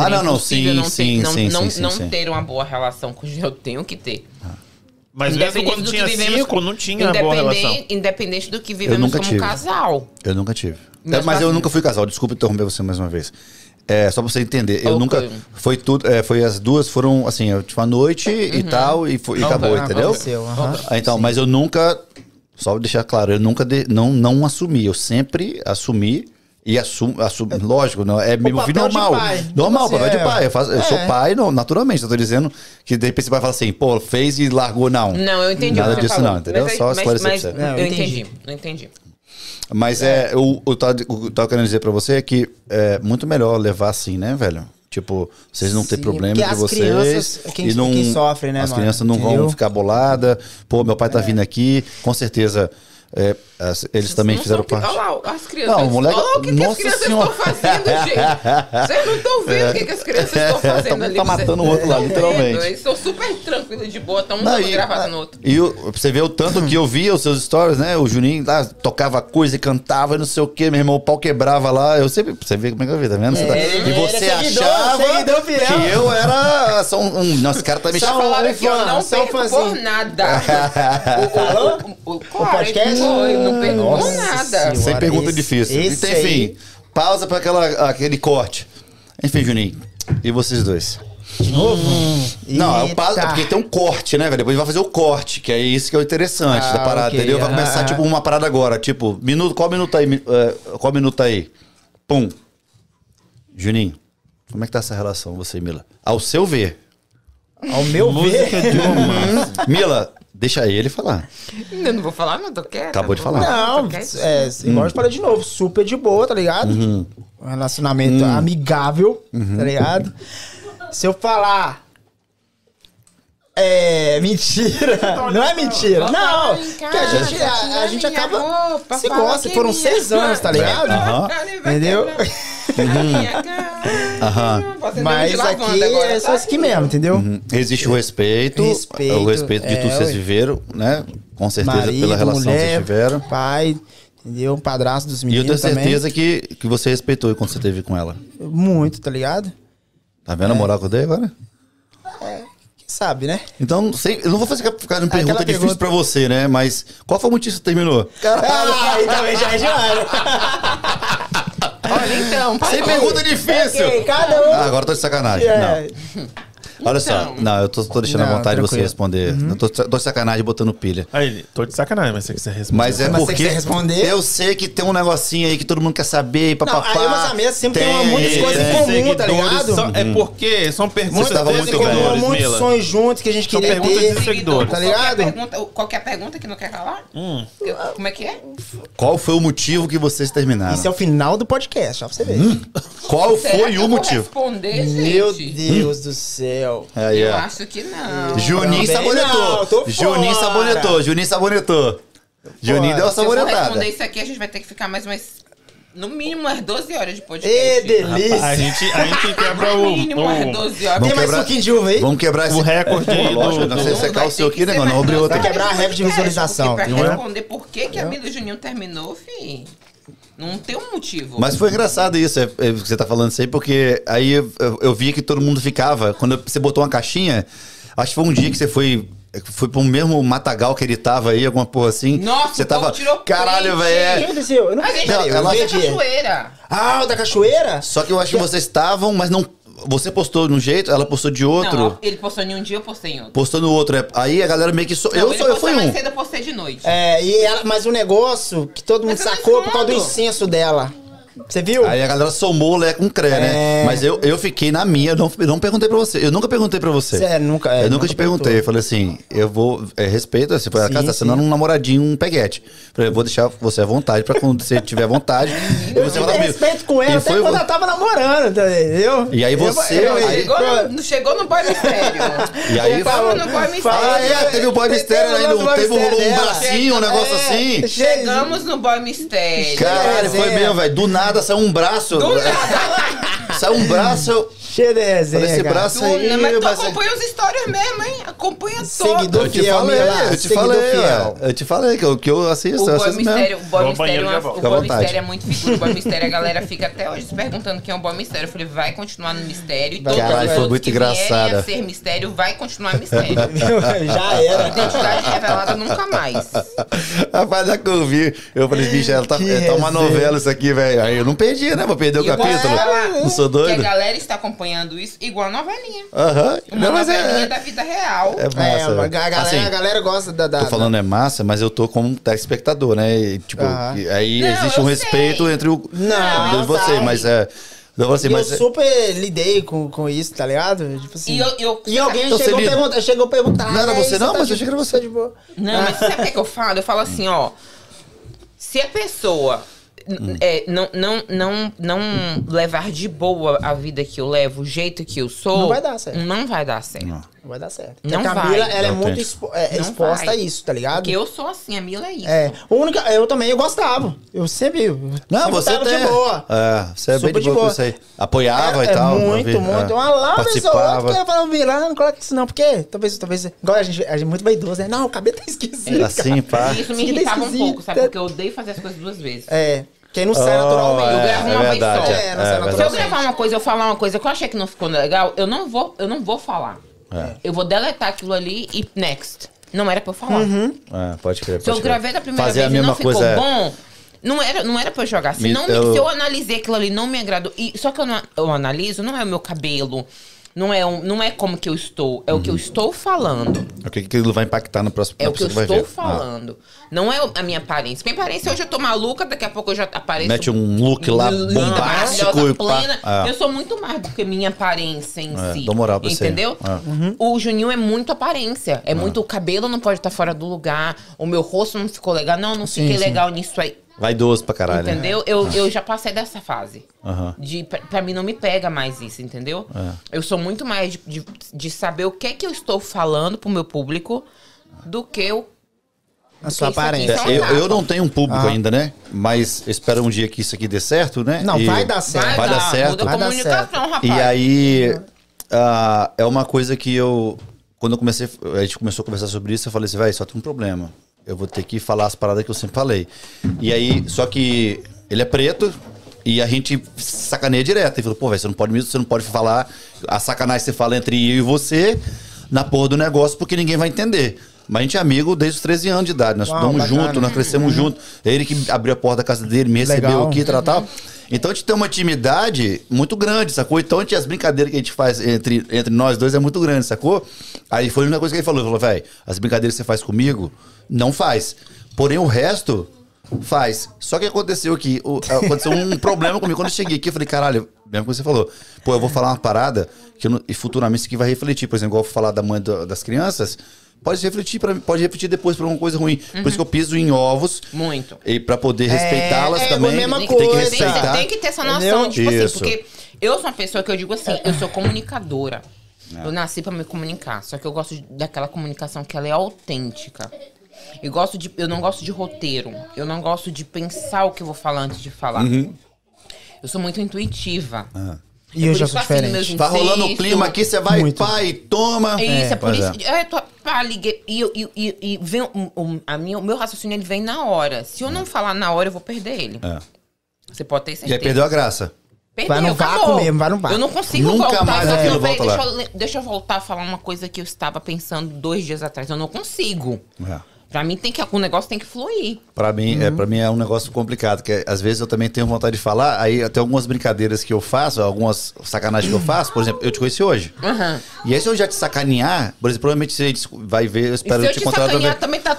D: não ter uma boa relação com o eu tenho que ter.
A: Mas mesmo quando tinha 5, não tinha boa relação.
D: Independente do que vivemos como casal.
B: Eu nunca tive. Mas eu nunca fui casal. Desculpa interromper você mais uma vez. Só pra você entender. Eu nunca... Foi tudo... Foi as duas foram assim... Eu tive uma noite e tal e acabou, entendeu? Então, mas eu nunca... Só deixar claro. Eu nunca... Não assumi. Eu sempre assumi... E assumo, lógico, não, é meu filho normal. Normal, papel de pai. Eu sou pai, naturalmente. Eu tô dizendo que de repente você vai falar assim, pô, fez e largou, não.
D: Não, eu entendi.
B: Nada disso, não, entendeu? Só esclarecer
D: pra você. Eu entendi.
B: Mas eu tava querendo dizer pra você que é muito melhor levar assim, né, velho? Tipo, vocês não ter problema entre vocês.
C: Quem sofre, né,
B: as crianças não vão ficar boladas. Pô, meu pai tá vindo aqui, com certeza. Eles também fizeram parte.
D: Olha lá, as crianças.
B: Não, moleque,
D: o que as crianças estão fazendo, gente? Vocês não estão vendo o que as crianças estão fazendo ali.
B: Tá matando o outro lá, literalmente.
D: Eles são super tranquilos de boa, estão um gravado no outro.
B: E você vê o tanto que eu via os seus stories, né? O Juninho lá tocava coisa e cantava e não sei o que, meu irmão, o pau quebrava lá. Eu sempre. Você vê como é que eu vi, tá vendo? E você achava que eu era. Nossa, esse cara tá me
D: chamando. Que eu não perco por nada. O podcast? Não perguntou nada.
B: Sem pergunta difícil. Então, enfim, pausa pra aquele corte. Enfim, Juninho, e vocês dois?
C: De novo?
B: Não, é porque tem um corte, né, velho? Depois a gente vai fazer o corte, que é isso que é o interessante da parada, entendeu? Vai começar, tipo, uma parada agora. Tipo, qual minuto aí? Qual minuto aí? Pum. Juninho, como é que tá essa relação, você e Mila? Ao seu ver.
C: Ao meu ver?
B: Mila, deixa ele falar.
D: Eu não vou falar, não, tô quieto.
B: Acabou de falar.
C: Não, igual eu falei de novo, super de boa, tá ligado? Um relacionamento amigável, tá ligado? Se eu falar... mentira. Não é mentira. Não. Porque a gente acaba... Se gosta. Foram 6 anos, tá ligado? Entendeu? Mas aqui é só isso aqui mesmo, entendeu?
B: Existe o respeito. O respeito de tudo que vocês viveram, né? Com certeza,
C: marido,
B: pela relação
C: mulher,
B: que vocês tiveram.
C: Pai, entendeu? Padrasto dos meninos.
B: E eu tenho certeza que você respeitou quando você teve com ela.
C: Muito, tá ligado?
B: Tá vendo a moral que eu dei agora?
C: Quem sabe, né?
B: Então, eu não vou ficar uma pergunta difícil pra você, né? Mas qual foi o motivo que você terminou?
C: Caralho, aí também já é demais.
D: Olha, então,
B: sem pergunta difícil.
C: Okay, cada um.
B: Agora eu tô de sacanagem. Não. Olha só, eu tô deixando a vontade de você responder. Eu tô de sacanagem botando pilha.
A: Aí, tô de sacanagem, mas você quiser responder.
B: Mas é porque eu sei que tem um negocinho aí que todo mundo quer saber. Papapá.
C: Aí meus amigos sempre tem muitas coisas em comum, tá ligado?
A: É porque são perguntas muito
C: grandes, muitos sonhos juntos que a gente queria ter. São perguntas
A: de seguidores.
C: Tá ligado?
D: Qualquer pergunta que não quer calar? Como é que é?
B: Qual foi o motivo que vocês terminaram?
C: Isso é o final do podcast, ó, pra você ver.
B: Qual foi o motivo?
D: Responder, gente?
C: Meu Deus do céu.
D: Eu acho que não.
B: Juninho sabonetou. Juninho sabonetou. Juninho deu uma sabonetada.
D: Se responder isso aqui, a gente vai ter que ficar mais no mínimo umas 12 horas de podcast.
C: Ê, delícia!
A: Rapaz, a gente quebra o...
D: No mínimo umas 12 horas.
C: Tem mais suquinho de uva aí?
B: Vamos quebrar esse
A: recorde aí.
B: Não sei secar o seu aqui, né, mano? Não abriu outro.
C: Vai quebrar a recorde de visualização.
D: Pra responder por que a Mila e o Juninho terminou, filho. Não tem um motivo.
B: Mas foi engraçado isso, que você tá falando isso aí, porque aí eu vi que todo mundo ficava. Quando você botou uma caixinha, acho que foi um dia que você foi pro mesmo matagal que ele tava aí, alguma porra assim.
D: Nossa,
B: você tava.
D: Tirou
B: caralho, velho.
C: O que aconteceu? Eu não
D: vi. Ela da cachoeira.
C: Ah, o da cachoeira?
B: Só que eu acho que vocês estavam, mas não. Você postou de um jeito, ela postou de outro.
D: Não, ele postou em um dia, eu postei em outro.
B: Postou no outro. Aí a galera meio que... eu fui
D: mais cedo, eu postei de noite.
C: Mas o negócio que todo mundo sacou por causa do incenso dela. Você viu?
B: Aí a galera somou o Lé com Cré, né? Mas eu fiquei na minha, eu não perguntei pra você. Eu nunca perguntei pra você.
C: Eu
B: nunca te perguntei. Eu falei assim, eu vou... respeito, você foi a casa, tá sendo um namoradinho, um peguete. Eu vou deixar você à vontade, pra quando você tiver vontade...
C: Eu tive respeito com ela até quando ela tava namorando, entendeu?
B: E aí você...
D: Chegou no boy mistério.
B: E aí...
D: Tava no boy mistério.
B: Teve o boy mistério aí, não teve um bracinho, um negócio assim.
D: Chegamos no boy mistério.
B: Caralho, foi mesmo, velho. Do nada saiu um braço.
D: Do nada.
B: Saiu um braço...
C: Cheio de resenha,
B: esse braço aí...
D: Mas tu acompanha os stories mesmo, hein? Acompanha todo.
C: Seguidor fiel,
B: eu te falei que eu assisto.
D: O boy mistério é muito figura. O boy mistério, a galera fica até hoje se perguntando quem é o boy mistério. Eu falei, vai continuar no mistério. E
B: caralho, foi muito engraçado.
D: A ser mistério, vai continuar mistério.
C: Já era.
D: Identidade revelada nunca mais.
B: Rapaz, já que eu vi, eu falei, bicho, tá uma novela isso aqui, velho. Aí eu não perdi, né? Vou perder o capítulo. Não sou doido.
D: Que a galera está acompanhando isso igual a novelinha.
B: Uma
D: novelinha da vida real.
B: É massa.
C: A galera gosta da...
B: Tô falando é massa, mas eu tô como telespectador, né? E, tipo, aí existe um respeito entre o...
C: Não,
B: você, mas é...
C: Eu super lidei com isso, tá ligado? Tipo assim. E alguém chegou a perguntar.
B: Não era você não, mas eu achei que era você de boa.
D: Não, mas sabe o que eu falo? Eu falo assim, ó. Se a pessoa... não levar de boa a vida que eu levo, o jeito que eu sou...
C: Não vai dar certo.
D: Não vai dar certo.
C: Não vai dar certo.
D: Não
C: a Camila,
D: vai.
C: ela é muito exposta a isso, tá ligado?
D: Porque eu sou assim, a Mila é isso.
C: Eu também, eu gostava. Eu sempre...
B: você tem.
C: De boa.
B: Você é bem de boa com isso aí. Apoiava e tal.
C: Muito. Uma lá, pessoa que ela falava, Mila, não coloca isso não, porque talvez... Igual a gente é muito vaidoso, né? Não, o cabelo tá esquisito.
B: Assim, pá.
D: Isso me irritava um pouco, sabe? Porque eu odeio fazer as coisas duas vezes.
C: Quem não sai naturalmente.
D: Eu gravo uma vez
C: só.
D: Se eu gravar uma coisa, eu falar uma coisa que eu achei que não ficou legal, eu não vou falar. Eu vou deletar aquilo ali e next. Não era pra eu falar.
B: Pode crer.
D: Se eu gravei da primeira vez e não ficou bom, não era pra eu jogar. Se eu analisei aquilo ali, não me agradou. Só que eu analiso, não é o meu cabelo. Não é como que eu estou, é o que eu estou falando.
B: O que aquilo vai impactar no próximo.
D: É o que eu estou falando. Não é a minha aparência. Minha aparência hoje eu tô maluca, daqui a pouco eu já apareço.
B: Mete um look lá bombástico e
D: plena. Eu sou muito mais do que minha aparência em si.
B: Dou moral pra
D: entendeu? O Juninho é muito aparência. É muito, o cabelo não pode estar fora do lugar, o meu rosto não ficou legal. Não fiquei legal nisso aí.
B: Vaidoso pra caralho.
D: Entendeu? Né? Eu já passei dessa fase. Pra mim não me pega mais isso, entendeu? Eu sou muito mais de saber o que é que eu estou falando pro meu público do que
C: a sua aparência.
B: Eu não tenho um público ainda, né? Mas espero um dia que isso aqui dê certo, né?
C: Não, vai dar certo.
B: Vai dar certo.
D: Muda a comunicação, rapaz.
B: E aí, é uma coisa que quando a gente começou a conversar sobre isso, eu falei assim, velho, só tem um problema. Eu vou ter que falar as paradas que eu sempre falei. E aí, só que ele é preto e a gente sacaneia direto. Ele falou, pô, velho, você não pode falar a sacanagem que você fala entre eu e você na porra do negócio, porque ninguém vai entender. Mas a gente é amigo desde os 13 anos de idade. Nós estudamos juntos, nós crescemos juntos. Ele que abriu a porta da casa dele, me recebeu aqui, tal. Então a gente tem uma intimidade muito grande, sacou? Então as brincadeiras que a gente faz entre nós dois é muito grande, sacou? Aí foi a única coisa que ele falou. Ele falou, velho, as brincadeiras que você faz comigo, não faz. Porém o resto faz. Só que aconteceu um problema comigo. Quando eu cheguei aqui, eu falei, caralho, mesmo que você falou. Pô, eu vou falar uma parada e futuramente isso aqui vai refletir. Por exemplo, igual eu vou falar da mãe das crianças... Pode refletir depois pra alguma coisa ruim. Por isso que eu piso em ovos.
D: Muito.
B: E pra poder respeitá-las também.
C: Mesma coisa.
B: Tem que respeitar.
D: Tem que ter essa noção. Tipo assim, porque eu sou uma pessoa que eu digo assim, eu sou comunicadora. Eu nasci pra me comunicar. Só que eu gosto daquela comunicação que ela é autêntica. Eu não gosto de roteiro. Eu não gosto de pensar o que eu vou falar antes de falar. Eu sou muito intuitiva.
C: E eu já sou diferente.
B: Tá rolando o clima aqui, você vai, pai, toma.
D: Isso, é por isso. Liguei. E vem o meu raciocínio, ele vem na hora. Se eu não falar na hora, eu vou perder ele. Você pode ter certeza.
B: E aí perdeu a graça.
C: Vai no vácuo mesmo, vai no vácuo.
D: Eu não consigo
B: Nunca
D: voltar.
B: mais aquilo volta lá.
D: Deixa eu voltar a falar uma coisa que eu estava pensando 2 dias atrás. Eu não consigo. Pra mim, o negócio tem que fluir.
B: Pra mim é um negócio complicado, que às vezes eu também tenho vontade de falar, aí até algumas brincadeiras que eu faço, algumas sacanagens que eu faço, por exemplo, eu te conheci hoje. E aí se eu já te sacanear, por exemplo, provavelmente se a gente vai ver, eu espero
D: te encontrar. Se eu te sacanear também tá tudo certo.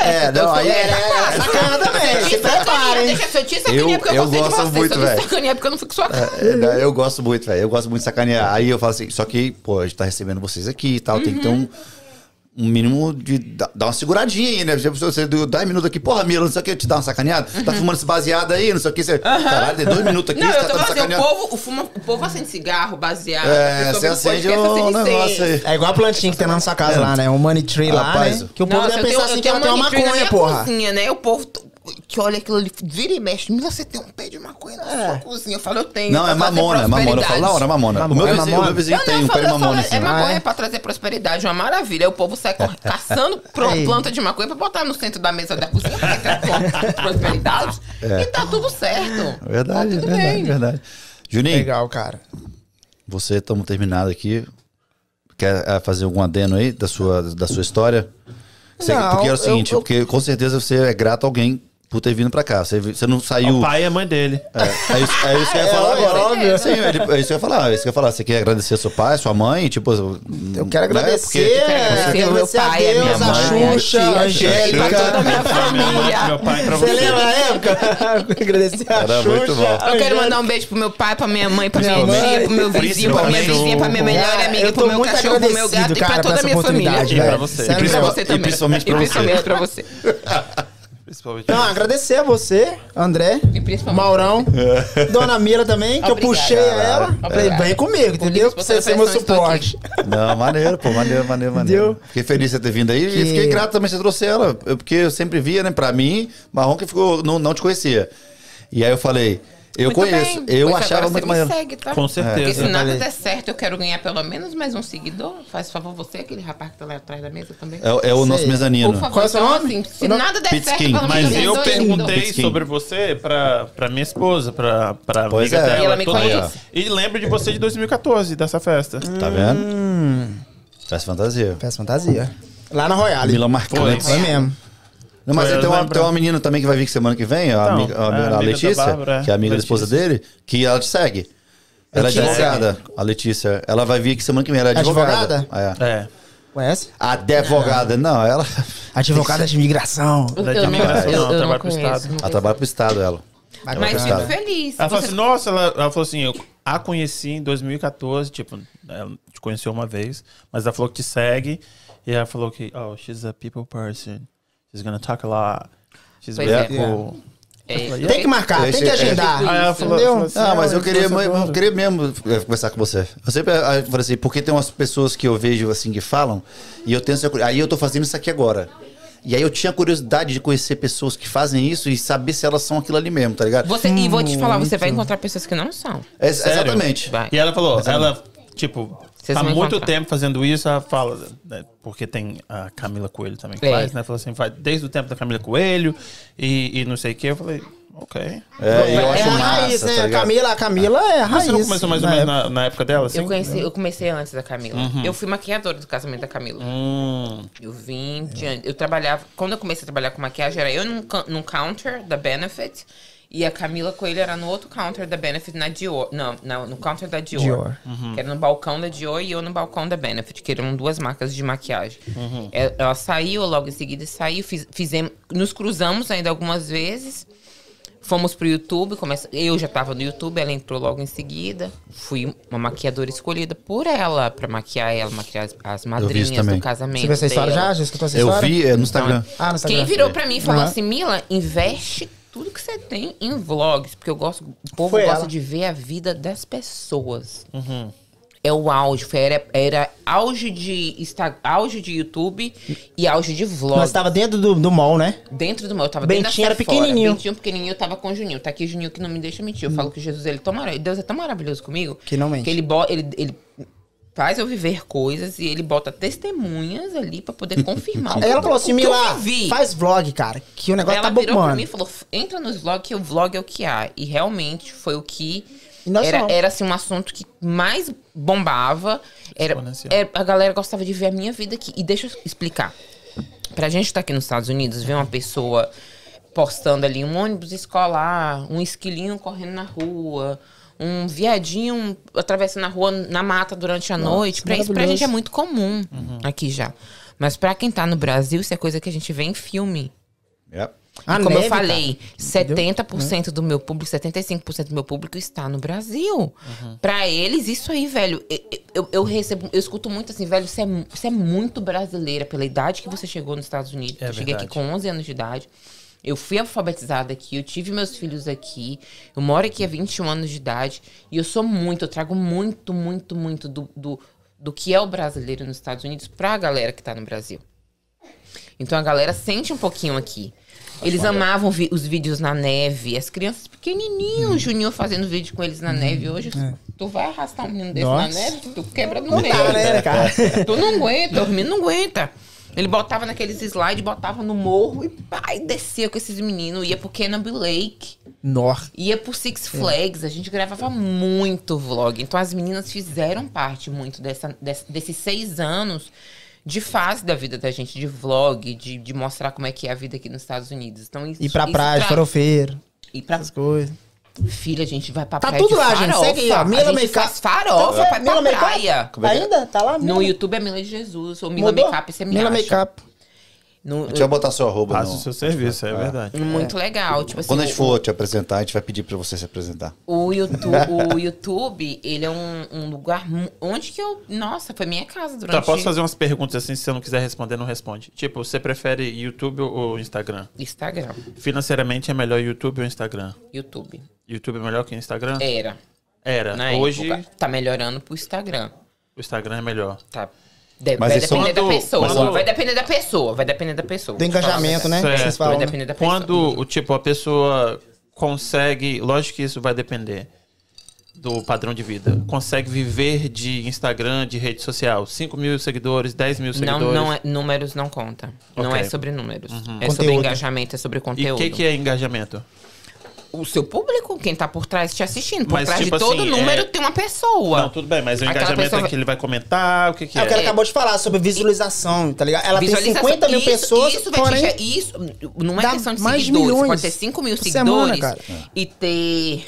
B: não, aí
C: sacana também. Se prepara, hein?
D: Deixa eu te sacanear porque eu gostei de você.
B: Muito, velho.
D: Sacanear porque eu não fico sua cara.
B: Eu gosto muito, velho. Eu gosto muito de sacanear. Aí eu falo assim, só que, pô, a gente tá recebendo vocês aqui e tal, tem que ter um mínimo de dar uma seguradinha aí, né? Você deu 10 minutos aqui, porra, Mila, não sei o que, te dá uma sacaneada. Tá fumando esse baseado aí, não sei o que. Você, caralho, tem 2 minutos aqui,
D: não,
B: você
D: tá
B: dando sacaneada.
D: O povo acende cigarro, baseado.
B: Você acende um negócio aí.
C: É igual a plantinha que tem na sua casa lá, né? Um money tree lá, né? Que o povo deve pensar assim que ela tem uma maconha, porra.
D: Cozinha, né? O povo que olha aquilo ali, vira e mexe. Mila, você tem um pé de maconha na sua cozinha. Eu falo, eu tenho.
B: Não, é mamona, é mamona. Eu falo, na hora, é mamona. O meu vizinho tem um pé de mamona assim.
D: É maconha pra trazer prosperidade, uma maravilha. O povo sai caçando planta de maconha pra botar no centro da mesa da cozinha pra ter prosperidade. E tá tudo certo.
B: Verdade, tá verdade. Juninho.
C: Legal, cara.
B: Você, estamos terminado aqui. Quer fazer algum adeno aí da sua história? Porque é o seguinte, porque com certeza você é grato a alguém por ter vindo pra cá. Você não saiu...
A: O pai e a mãe dele.
B: É isso que eu ia falar agora. Óbvio. Sim, é isso que eu ia falar. É isso que eu ia falar. Você quer agradecer seu pai, sua mãe? Tipo,
C: eu quero agradecer.
D: Meu pai, a minha mãe,
C: a Xuxa, a Angélica,
D: toda a minha família.
A: Meu pai pra você.
C: Você lembra na época? Agradecer a
B: Era
C: Xuxa.
B: muito bom.
D: Eu quero mandar um beijo pro meu pai, pra minha mãe, pra minha tia, pro meu vizinho, pra minha vizinha, pra minha melhor amiga, pro meu cachorro, pro meu gato e pra toda a minha família.
A: E pra você.
D: E pra você também.
B: E principalmente pra você.
C: Não, agradecer a você, André, Maurão, Dona Mila também, que eu puxei ela. Falei, vem comigo, entendeu? Pra você ser meu suporte.
B: Não, maneiro, pô, maneiro. Fiquei feliz de você ter vindo aí e fiquei grato também que você trouxe ela. Porque eu sempre via, né, pra mim, Marrom que ficou, não te conhecia. E aí eu falei... Eu muito conheço, bem, eu achava muito maneiro.
D: Segue, tá?
A: Com certeza.
D: Porque se nada der certo, eu quero ganhar pelo menos mais um seguidor. Faz favor, você, aquele rapaz que tá lá atrás da mesa também.
B: É o nosso mezanino.
D: Por favor, qual é o seu nome? Assim, se nada der certo, pelo
A: menos eu perguntei sobre você pra minha esposa, pra amiga dela.
D: E ela me conhece.
A: E lembro de você de 2014, dessa festa.
B: Tá vendo? Festa fantasia.
C: Lá na Royale.
B: Mila Marcante.
C: Foi mesmo.
B: Não, mas tem uma menina também que vai vir semana que vem, a Letícia, Bárbara, que é amiga da esposa dele, que ela te segue. Ela é advogada, a Letícia. Ela vai vir aqui semana que vem, ela é advogada.
C: É. Conhece?
B: Advogada, não, ela...
C: Advogada de imigração.
A: Ela é de imigração, não, ela trabalha pro Estado.
B: Ela trabalha pro Estado, ela.
D: Mas fico feliz.
A: Ela falou assim, nossa, ela falou assim, eu a conheci em 2014, tipo, ela te conheceu uma vez, mas ela falou que te segue, e ela falou que, she's a people person. She's gonna talk a lot. She's very cool.
C: Tem que marcar, tem que agendar.
A: Ela falou
B: assim, mas eu queria mesmo conversar com você. Eu sempre falei assim, porque tem umas pessoas que eu vejo assim que falam, e eu tenho aí eu tô fazendo isso aqui agora. E aí eu tinha curiosidade de conhecer pessoas que fazem isso e saber se elas são aquilo ali mesmo, tá ligado?
D: E vou te falar, você vai encontrar pessoas que não são.
B: Exatamente.
A: E ela falou, ela, tipo... Há muito tempo fazendo isso, ela fala, né, porque tem a Camila Coelho também que faz, né? Falou assim, faz desde o tempo da Camila Coelho e não sei o que. Eu falei, ok.
B: Eu acho massa,
C: raiz, né? Tá a Camila é a raiz.
A: Você não começou mais ou menos na época dela, assim?
D: Eu comecei antes da Camila. Eu fui maquiadora do casamento da Camila. Eu vim eu trabalhava... Quando eu comecei a trabalhar com maquiagem, era eu num counter da Benefit. E a Camila Coelho era no outro counter da Benefit, na Dior. Não, no counter da Dior. Que era no balcão da Dior e eu no balcão da Benefit, que eram 2 marcas de maquiagem. Ela saiu, logo em seguida saiu, nos cruzamos ainda algumas vezes. Fomos pro YouTube, eu já tava no YouTube, ela entrou logo em seguida. Fui uma maquiadora escolhida por ela, pra maquiar as madrinhas do casamento.
C: Você viu essa história já? Já escutou essa história?
B: Eu vi no Instagram.
C: No Instagram.
D: Quem virou pra mim e falou assim, Mila, investe tudo que você tem em vlogs, porque o povo gosta de ver a vida das pessoas. É o auge, era auge de YouTube e auge de vlog.
C: Mas tava dentro do mall, né?
D: Dentro do mall, eu tava
C: dentro da Sephora. Era pequenininho.
D: Pequenininho, eu tava com o Juninho. Tá aqui o Juninho que não me deixa mentir. Eu falo que Deus é tão maravilhoso comigo.
C: Que não mente.
D: Que ele faz eu viver coisas e ele bota testemunhas ali pra poder confirmar.
C: Ela falou assim, Mila, faz vlog, cara, que o negócio tá bom, mano.
D: Ela virou pra mim e falou, entra nos vlogs, que o vlog é o que há. E realmente foi o que... Era assim, um assunto que mais bombava. A galera gostava de ver a minha vida aqui. E deixa eu explicar. Pra gente estar aqui nos Estados Unidos, ver uma pessoa postando ali um ônibus escolar, um esquilinho correndo na rua, um viadinho atravessando a rua na mata durante a noite. Pra gente é muito comum aqui já. Mas pra quem tá no Brasil, isso é coisa que a gente vê em filme. Como eu falei, 70% do meu público, 75% do meu público está no Brasil. Pra eles, isso aí, velho, eu escuto muito assim, velho, você é muito brasileira pela idade que você chegou nos Estados Unidos. Eu cheguei aqui com 11 anos de idade. Eu fui alfabetizada aqui, eu tive meus filhos aqui, eu moro aqui há 21 anos de idade. E eu trago muito do que é o brasileiro nos Estados Unidos pra galera que tá no Brasil. Então a galera sente um pouquinho aqui. Eles amavam os vídeos na neve. As crianças pequenininhas, o Juninho fazendo vídeo com eles na neve. Hoje, tu vai arrastar um menino desse na neve, tu quebra no meio. Tu não aguenta, o menino não aguenta. Ele botava naqueles slides, botava no morro e descia com esses meninos. Ia pro Canobie Lake. Ia pro Six Flags. A gente gravava muito vlog. Então as meninas fizeram parte muito desses 6 anos de fase da vida da gente, de vlog, de mostrar como é que é a vida aqui nos Estados Unidos. Então,
C: ir pra praia, farofeiro. Ir pra essas coisas.
D: Filha, a gente vai pra
C: praia.
D: Tá tudo lá,
C: gente. Segue aí, ó.
D: Mila Makeup. Farofa pra praia.
C: Ainda? Tá lá?
D: No YouTube é Mila de Jesus. Ou Mila Makeup, você me acha.
C: Mila Makeup.
B: Deixa eu botar seu arroba.
A: Passa o seu serviço, é verdade.
D: Muito legal. Tipo assim,
B: quando a gente for te apresentar, a gente vai pedir pra você se apresentar.
D: O YouTube, ele é um lugar onde que eu... Nossa, foi minha casa durante...
A: Tá, posso fazer umas perguntas assim, se você não quiser responder, não responde. Tipo, você prefere YouTube ou Instagram?
D: Instagram.
A: Financeiramente é melhor YouTube ou Instagram?
D: YouTube.
A: YouTube é melhor que Instagram?
D: Era.
A: Hoje...
D: Tá melhorando pro Instagram.
A: O Instagram é melhor.
D: Tá. Vai depender da pessoa. Vai depender da pessoa.
C: Do engajamento, né?
A: Vocês
D: falam. Vai depender da pessoa.
A: Quando, a pessoa consegue... Lógico que isso vai depender do padrão de vida. Consegue viver de Instagram, de rede social. 5 mil seguidores, 10 mil seguidores.
D: Números não conta. Não é sobre números. É sobre engajamento, é sobre conteúdo.
A: E o que é engajamento?
D: O seu público, quem tá por trás te assistindo. Por trás de todo número tem uma pessoa.
A: Não, tudo bem, mas o engajamento é que ele vai comentar, o que é?
C: O cara acabou de falar sobre visualização, tá ligado? Ela tem 50 mil pessoas,
D: isso não é questão de seguidores. Você pode ter 5 mil seguidores e ter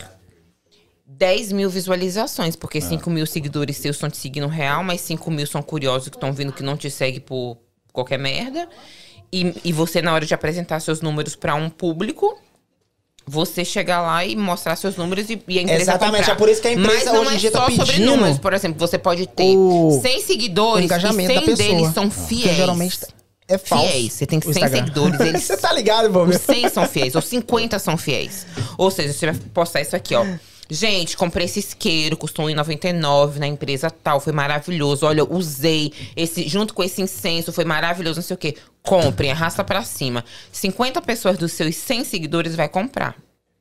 D: 10 mil visualizações, porque 5 mil seguidores seus estão te seguindo real, mas 5 mil são curiosos que estão vindo que não te seguem por qualquer merda. E você, na hora de apresentar seus números pra um público... Você chegar lá e mostrar seus números e a empresa
C: exatamente,
D: comprar.
C: É por isso que a empresa hoje em dia tá pedindo...
D: sobre números. Por exemplo, você pode ter 100 seguidores e 100 deles são fiéis.
C: Que geralmente é falso.
D: Fiéis. Você tem 100 seguidores. Eles,
C: você tá ligado, pô?
D: Os 100 são fiéis, ou 50 são fiéis. Ou seja, você vai postar isso aqui, ó. Gente, comprei esse isqueiro, custou R$1,99 na empresa tal, foi maravilhoso. Olha, usei junto com esse incenso, foi maravilhoso, não sei o quê. Comprem, arrasta pra cima. 50 pessoas dos seus 100 seguidores vai comprar.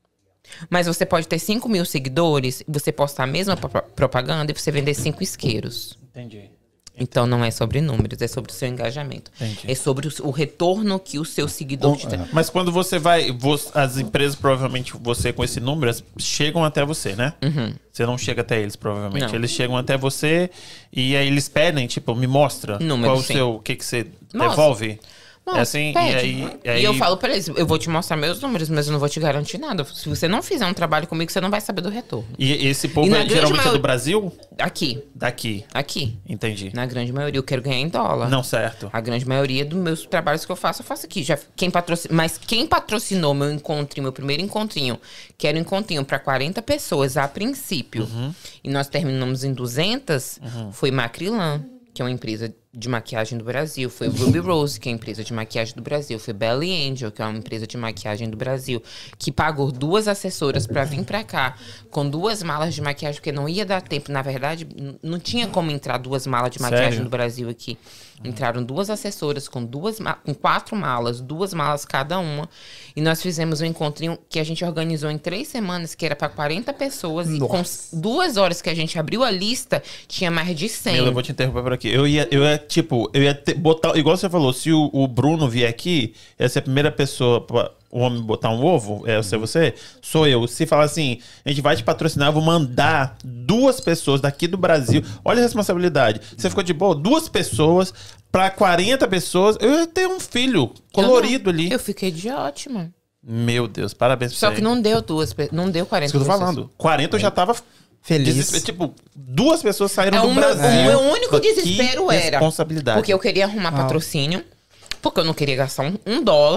D: Mas você pode ter 5 mil seguidores, você postar a mesma propaganda e você vender 5 isqueiros.
A: Entendi.
D: Então não é sobre números, é sobre o seu engajamento. Entendi. É sobre o retorno que o seu seguidor te dá.
A: Mas quando você vai... as empresas, provavelmente, você com esse número, chegam até você, né? Você não chega até eles, provavelmente. Não. Eles chegam até você e aí eles pedem, tipo, me mostra qual o seu... O que você devolve.
D: Nossa, assim, e aí eu falo pra eles, eu vou te mostrar meus números, mas eu não vou te garantir nada. Se você não fizer um trabalho comigo, você não vai saber do retorno.
A: E esse povo geralmente é do Brasil?
D: Aqui.
A: Daqui.
D: Aqui.
A: Entendi.
D: Na grande maioria, eu quero ganhar em dólar.
A: Não, certo.
D: A grande maioria dos meus trabalhos que eu faço aqui. Mas quem patrocinou meu primeiro encontrinho, que era um encontrinho pra 40 pessoas a princípio, e nós terminamos em 200, foi Macrilan, que é uma empresa de maquiagem do Brasil. Foi Ruby Rose, que é a empresa de maquiagem do Brasil. Foi Belly Angel, que é uma empresa de maquiagem do Brasil, que pagou 2 assessoras pra vir pra cá com 2 malas de maquiagem, porque não ia dar tempo. Na verdade, não tinha como entrar 2 malas de maquiagem do Brasil aqui. Entraram 2 assessoras com 4 malas, 2 malas cada uma. E nós fizemos um encontrinho que a gente organizou em 3 semanas, que era pra 40 pessoas. Nossa. E com 2 horas que a gente abriu a lista, tinha mais de 100.
A: Eu vou te interromper por aqui. Eu ia botar... Igual você falou, se o Bruno vier aqui, essa é a primeira pessoa... O homem botar um ovo, você, sou eu. Se falar assim, a gente vai te patrocinar, eu vou mandar 2 pessoas daqui do Brasil. Olha a responsabilidade. Você ficou de boa, 2 pessoas pra 40 pessoas. Eu ia ter um filho colorido ali.
D: Eu fiquei de ótima.
A: Meu Deus, parabéns pra você.
D: Só que não deu 40
A: Isso que eu tô falando. 40 eu já tava
C: feliz.
A: Tipo, 2 pessoas saíram do Brasil.
D: O meu único desespero era...
A: responsabilidade.
D: Porque eu queria arrumar patrocínio, porque eu não queria gastar $1.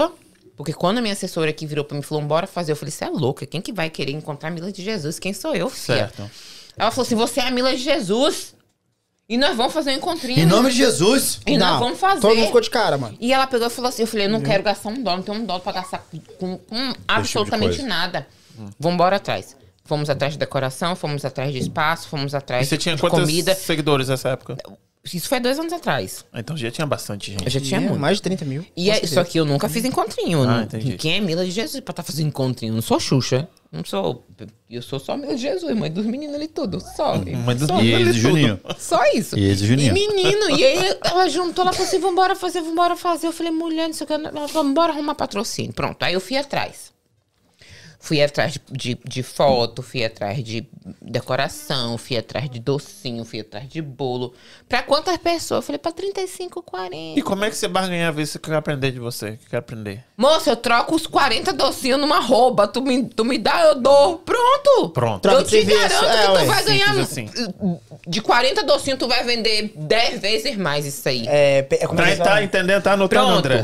D: Porque quando a minha assessora aqui virou pra mim e falou, bora fazer, eu falei, você é louca, quem que vai querer encontrar a Mila de Jesus? Quem sou eu, filha?
A: Certo.
D: Ela falou assim, você é a Mila de Jesus. E nós vamos fazer um encontrinho.
B: Em nome de Jesus.
D: E nós vamos fazer.
C: Todo mundo ficou de cara, mano.
D: E ela pegou e falou assim, eu falei, eu não quero gastar $1, não tenho $1 pra gastar com absolutamente nada. Vamos embora atrás. Fomos atrás de decoração, fomos atrás de espaço, fomos atrás de comida.
A: E você tinha quantos seguidores nessa época?
D: Isso foi 2 anos atrás.
A: Então já tinha bastante gente.
D: Eu já tinha muito.
C: Mais de 30 mil.
D: Só que eu nunca fiz encontrinho.
A: Entendi.
D: Quem é Mila de Jesus pra estar fazendo encontrinho? Eu não sou Xuxa. Não sou. Eu sou só Mila de Jesus, mãe dos meninos ali tudo. Só.
A: Mãe dos
B: E eles, Juninho.
D: Só isso.
B: E eles, Juninho.
D: E menino. E aí ela juntou, ela falou assim: vambora fazer. Eu falei, mulher, não sei o que. Ela falou, bora arrumar patrocínio. Pronto. Aí eu fui atrás. Fui atrás de foto, fui atrás de decoração, fui atrás de docinho, fui atrás de bolo. Pra quantas pessoas? Eu falei, pra 35, 40.
A: E como é que você barganhava isso que eu quero aprender de você? Que quer aprender?
D: Moça, eu troco os 40 docinhos numa roupa. Tu me dá, eu dou. Pronto. Eu te garanto que tu vai ganhar...
A: Assim.
D: De 40 docinhos, tu vai vender 10 vezes mais isso aí.
A: Tá entendendo? Tá anotando, André?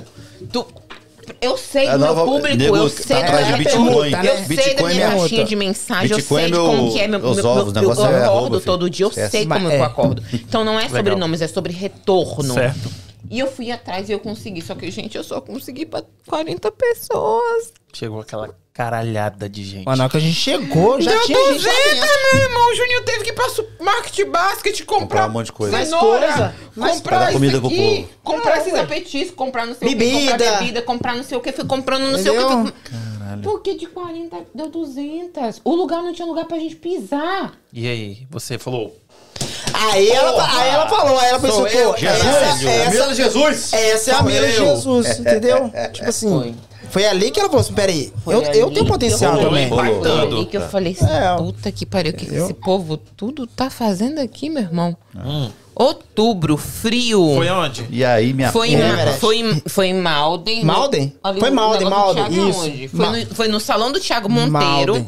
D: Eu sei do meu público, eu sei da minha pergunta, eu sei da minha caixinha de mensagem, eu sei de como que é meu eu acordo todo dia, eu sei como eu acordo. Então não é sobre nomes, é sobre retorno.
A: Certo.
D: E eu fui atrás e eu consegui, só que, gente, eu só consegui pra 40 pessoas.
A: Chegou aquela caralhada de gente.
C: Mas na hora que a gente chegou, já tinha
D: 200, meu irmão. O Juninho teve que ir pra Market Basket comprar
B: um monte de coisa.
D: cenoura, comprar
B: comida
D: isso
B: pro
D: aqui,
B: povo.
D: comprar esses apetiscos, comprar não sei o que, comprar bebida, comprar não sei o que, fui comprando não sei o que.
A: Caralho.
D: Porque de 40 deu 200. O lugar não tinha lugar pra gente pisar.
A: E aí, você falou...
C: Aí ela falou, aí ela pensou, pô,
B: Mila de Jesus.
C: Essa é a Mila de Jesus, entendeu? Tipo assim... Foi ali que ela falou assim, peraí, eu tenho potencial também.
D: Foi ali que eu falei assim, puta que pariu, o que esse povo tudo tá fazendo aqui, meu irmão? Outubro, frio.
A: Foi onde?
B: E aí, minha
D: Foi em Malden.
C: Malden? Foi Malden, isso.
D: Foi no salão do Thiago Monteiro.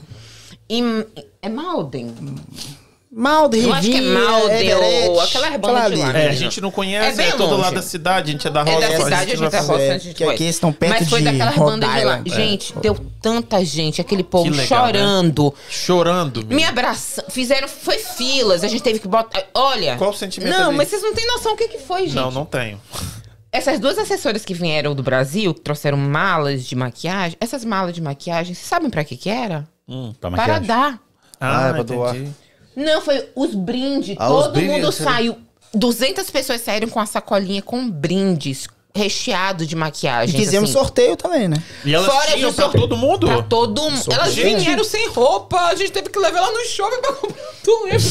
D: É Malden?
C: Malden,
D: eu acho que é Malden ou aquela banda de lá.
A: A gente não conhece, é todo lado da cidade, a gente é da roça.
D: É da cidade, a gente é roça, a gente
C: que aqui estão perto de
D: Mas foi daquelas bandas de lá. Gente, deu tanta gente, aquele povo chorando.
A: Né? Chorando.
D: Me abraçando, foi filas, a gente teve que botar... Olha...
A: Qual o sentimento
D: Não,
A: ali?
D: mas vocês não têm noção o que foi, gente.
A: Não tenho.
D: Essas 2 assessoras que vieram do Brasil, que trouxeram malas de maquiagem, essas malas de maquiagem, vocês sabem pra que era? Para dar.
B: É pra doar.
D: Não, foi os brindes. Todo mundo saiu. 200 pessoas saíram com a sacolinha com brindes recheados de maquiagem.
C: E fizemos sorteio também, né?
A: E elas tinham pra todo mundo?
D: Pra todo mundo. Elas vieram sem roupa. A gente teve que levar ela no shopping pra comprar. Tu lembra?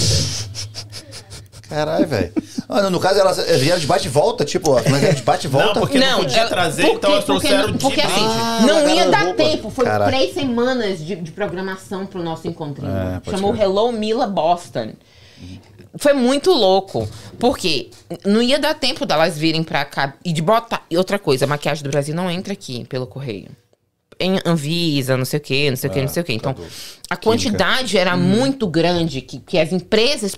B: Caralho, velho. No caso, elas vieram de bate e volta, tipo, de bate e volta.
A: Não, porque não podia trazer, então elas trouxeram de
D: porque assim, não ia dar tempo. Foi 3 semanas de programação pro nosso encontrinho. Chamou Hello Mila Boston. Foi muito louco. Porque não ia dar tempo delas virem pra cá e de botar... E outra coisa, a maquiagem do Brasil não entra aqui pelo correio. Em Anvisa, não sei o quê. Então, a quantidade era muito grande que as empresas...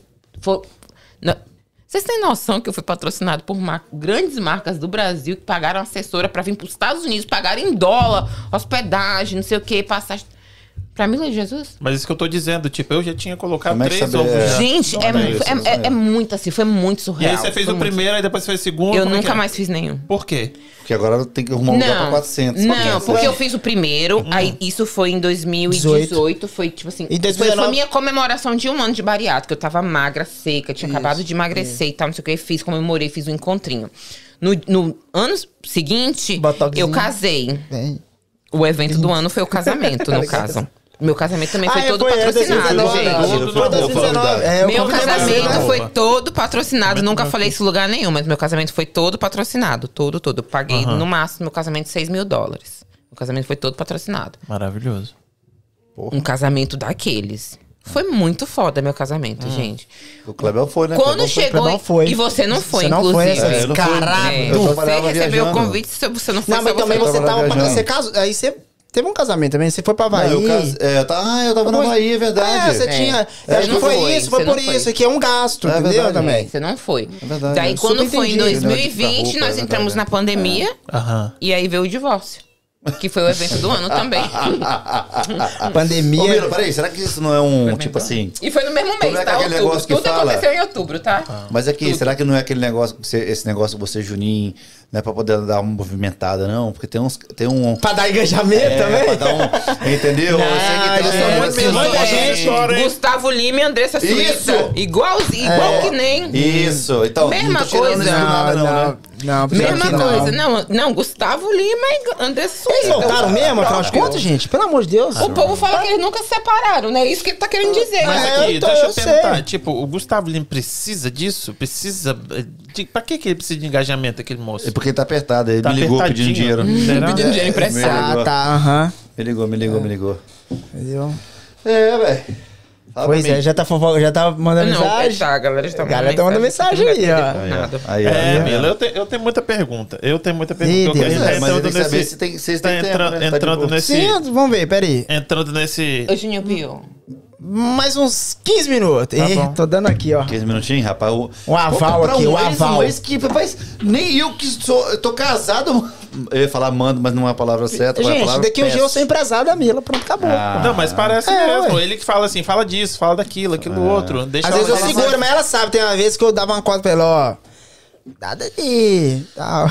D: Vocês têm noção que eu fui patrocinado por grandes marcas do Brasil que pagaram assessora pra vir pros Estados Unidos, pagaram em dólar, hospedagem, não sei o que, passagem. Pra Mila de Jesus?
A: Mas isso que eu tô dizendo, tipo, eu já tinha colocado 3 ovos.
D: Gente, é muito assim, foi muito surreal.
A: E aí você fez o primeiro, aí depois fez o segundo?
D: Eu nunca mais fiz nenhum.
A: Por quê?
B: Porque agora tem que arrumar um lugar pra 400.
D: Não, porque eu fiz o primeiro, aí isso foi em 2018, foi tipo assim... Foi minha comemoração de 1 ano de bariátrica. Eu tava magra, seca, tinha acabado de emagrecer e tal, não sei o que. Comemorei, fiz um encontrinho. No ano seguinte, eu casei. O evento do ano foi o casamento, no caso. Meu casamento também foi todo patrocinado, gente.
C: Foi 2019.
D: Meu casamento foi todo patrocinado. Nunca falei isso em lugar nenhum, mas meu casamento foi todo patrocinado. Todo. Eu paguei no máximo meu casamento $6 mil. Meu casamento foi todo patrocinado.
A: Maravilhoso.
D: Um casamento daqueles. Foi muito foda meu casamento, gente.
B: O Clebel foi, né?
D: Quando chegou... E você não foi, inclusive.
C: Caralho.
D: Você recebeu o convite, você não foi.
C: Não, mas também você tava... Você casou... Aí você... Teve um casamento também, você foi pra Bahia.
B: Eu tava na Bahia, é verdade.
C: Você tinha... Acho que foi isso, foi por isso. Aqui é um gasto, entendeu? Também.
D: Você não foi.
B: É verdade.
D: Daí quando foi em 2020, nós entramos na pandemia. E aí veio o divórcio. Que foi o evento do ano também.
C: Pandemia.
B: Ô, Mila, peraí, será que isso não é um, tipo assim...
D: E foi no mesmo mês,
B: é
D: tá?
B: Aquele negócio que
D: tudo
B: fala...
D: aconteceu em outubro, tá?
B: Mas aqui, será que não é aquele negócio, esse negócio que você, Juninho, não é pra poder dar uma movimentada, não? Porque tem um...
C: Pra dar engajamento também?
B: Pra dar um... Entendeu?
C: Não,
B: eu sei que tem
D: muita gente. Gustavo Lima e Andressa Suíça. Igual que nem.
B: Isso. Então,
D: mesma
B: não tô tirando
D: coisa.
B: isso do nada, não, né?
C: Não,
D: mesma coisa. Não, Gustavo Lima e Andressa Suíça.
C: Eles voltaram mesmo, afinal de contas, gente? Pelo amor de Deus.
D: O povo fala que eles nunca se separaram, né? Isso que ele tá querendo dizer.
A: Mas aqui, deixa eu perguntar. Tipo, o Gustavo Lima precisa disso? Precisa... Pra que ele precisa de engajamento, aquele moço?
B: É porque ele tá apertado. Ele me ligou pedindo dinheiro.
D: Pedindo dinheiro emprestado.
C: Tá,
B: Me ligou.
C: Entendeu?
B: Velho.
C: Pois é, já tá mandando mensagem.
D: Tá, a galera já tá mandando
C: mensagem. Tá mandando mensagem aí, ó.
A: Mila, eu tenho muita pergunta. Eu quero
B: saber se vocês têm tempo,
A: entrando nesse...
C: Sim, vamos ver, peraí.
A: Entrando nesse...
D: Ô, Juninho Pio.
C: Mais uns 15 minutos. Tô dando aqui, ó.
B: 15 minutinhos, rapaz.
C: Um aval aqui, um aval.
B: Rapaz, nem eu que eu tô casado... Eu ia falar mando, mas não é a palavra certa.
C: Gente, daqui um dia eu sou empresário da Mila. Pronto, acabou.
A: Não, mas parece mesmo. Ele que fala assim, fala disso, fala daquilo, aquilo outro. Deixa
C: às vezes eu seguro, mas ela sabe. Tem uma vez que eu dava uma corda pra ela, ó. Nada de... tal.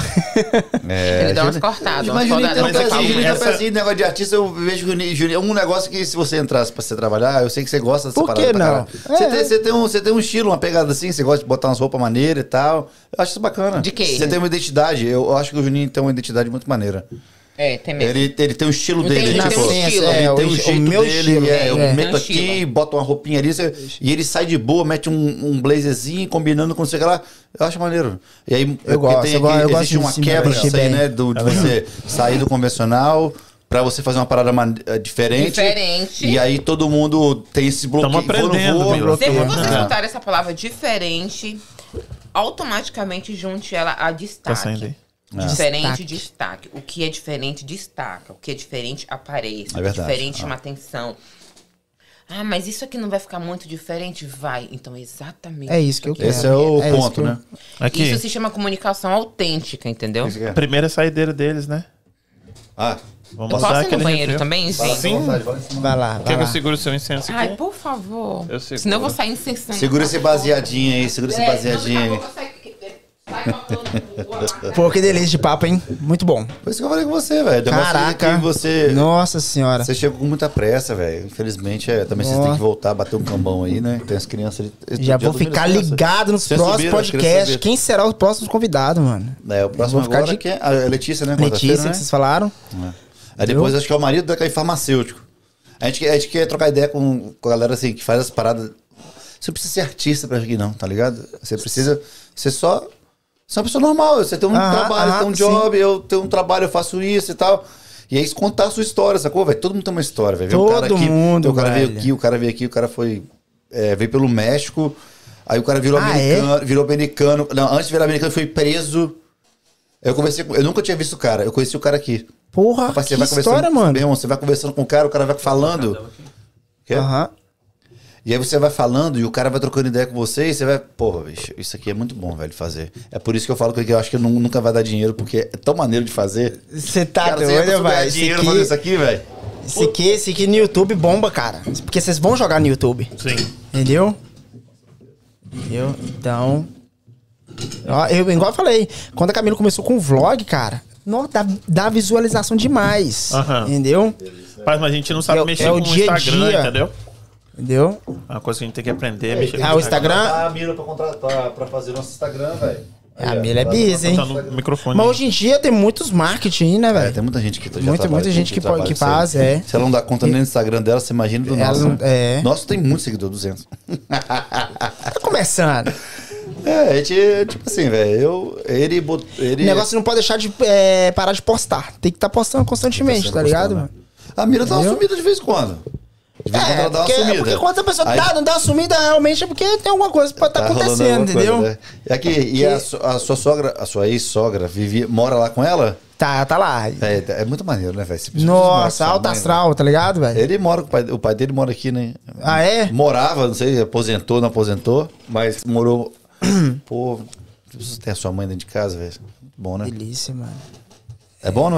D: Ele dá umas cortadas.
B: Mas Juninho tem um pezinho, negócio de artista, eu vejo Juninho, um negócio que se você entrasse pra você trabalhar, eu sei que você gosta dessa parada.
C: Por que não?
B: Você tem um estilo, uma pegada assim, você gosta de botar umas roupas maneiras e tal. Eu acho isso bacana.
D: De quê?
B: Você tem uma identidade, eu acho que o Juninho tem uma identidade muito maneira.
D: Tem mesmo.
B: Ele tem um estilo dele.
D: Ele tem um estilo.
B: Ele tem um jeito dele. Eu meto
D: aqui,
B: bota uma roupinha ali, e ele sai de boa, mete um blazerzinho, combinando com você lá. Eu acho maneiro. E aí,
C: eu gosto,
B: existe uma quebra disso aí, né? De você sair do convencional pra você fazer uma parada diferente. E aí todo mundo tem esse bloqueio.
A: Estamos aprendendo.
D: Sempre que você escutar essa palavra diferente, automaticamente junte ela a destaque.
A: Tá saindo aí.
D: Diferente, destaque. O que é diferente, destaca. O que é diferente, apareça.
B: É verdade.
D: Diferente, chama atenção. Ah, mas isso aqui não vai ficar muito diferente? Vai. Então, exatamente.
C: É isso que eu quero.
B: Esse é o ponto, né?
A: Aqui.
D: Isso se chama comunicação autêntica, entendeu?
A: Primeira saideira deles, né?
D: Vamos mostrar ir no banheiro também, gente?
A: Sim.
C: Vai lá.
A: Quer que eu segure o seu incenso aqui?
D: Ai, por favor. Senão eu vou sair incensando.
B: Segura esse baseadinho aí, aí.
C: Pô, que delícia de papo, hein? Muito bom.
B: Por isso que eu falei com você, velho.
C: Caraca. Nossa senhora.
B: Você chegou com muita pressa, velho. Infelizmente, também vocês têm que voltar a bater um cambão aí, né? Tem as crianças ali.
C: Já vou ficar ligado nos próximos podcasts. Quem será os próximos convidados, mano?
B: O próximo agora que é a Letícia, né?
C: Letícia, que vocês falaram.
B: Aí depois acho que é o marido daquele farmacêutico. A gente quer trocar ideia com a galera assim, que faz as paradas. Você não precisa ser artista pra vir, não, tá ligado? Você precisa ser só... Você é uma pessoa normal, você tem um trabalho, tem um job, eu tenho um trabalho, eu faço isso e tal. E aí contar a sua história, sacou? Véio? Todo mundo tem uma história, velho.
C: Todo mundo,
B: o cara veio aqui, o cara foi... veio pelo México, aí o cara virou americano, virou americano. Não, antes de virar americano, foi preso. Eu conversei com... Eu nunca tinha visto o cara, eu conheci o cara aqui.
C: Porra, rapaz, que história, mano.
B: Meu irmão, você vai conversando com o cara vai falando. E aí você vai falando e o cara vai trocando ideia com você e você vai... Porra, bicho, isso aqui é muito bom, velho, fazer. É por isso que eu falo que eu acho que nunca vai dar dinheiro, porque é tão maneiro de fazer.
C: Você tá doido, velho?
B: Dinheiro fazer isso aqui, velho.
C: Esse aqui no YouTube bomba, cara. Porque vocês vão jogar no YouTube.
A: Sim.
C: Entendeu? Então... igual eu falei, quando a Camila começou com o vlog, cara... Dá visualização demais. Entendeu?
A: Mas a gente não sabe mexer com o Instagram, entendeu?
C: Entendeu?
A: Uma coisa que a gente tem que aprender é mexer com
C: o Instagram.
B: A Mila pra fazer nosso Instagram, velho.
C: A Mila é busy, hein?
A: Tá no microfone.
C: Mas hoje em dia tem muitos marketing, né, velho?
B: Tem muita gente que já
C: muita gente que faz, Se
B: ela não dá conta nem no Instagram dela, você imagina do nosso. Nosso tem muito seguidor, 200.
C: Tá começando.
B: A gente, tipo assim, velho, ele...
C: O negócio não pode deixar de parar de postar. Tem que estar postando constantemente, tá ligado, mano?
B: A Mila dá uma sumida de vez em quando. De vez em quando ela dá uma sumida.
C: Porque quando a pessoa não dá uma sumida, realmente é porque tem alguma coisa que pode estar acontecendo, entendeu?
B: Coisa, né? E aqui, e a sua sogra, a sua ex-sogra, mora lá com ela?
C: Tá lá.
B: É muito maneiro, né, velho?
C: Nossa, alta astral, tá ligado, velho?
B: Ele mora com o pai dele mora aqui, né?
C: Ah, é?
B: Morava, não sei, aposentou, não aposentou, mas morou... Pô, você tem a sua mãe dentro de casa, velho. Bom, né?
C: Delícia, mano.
B: É bom ou não é, mano?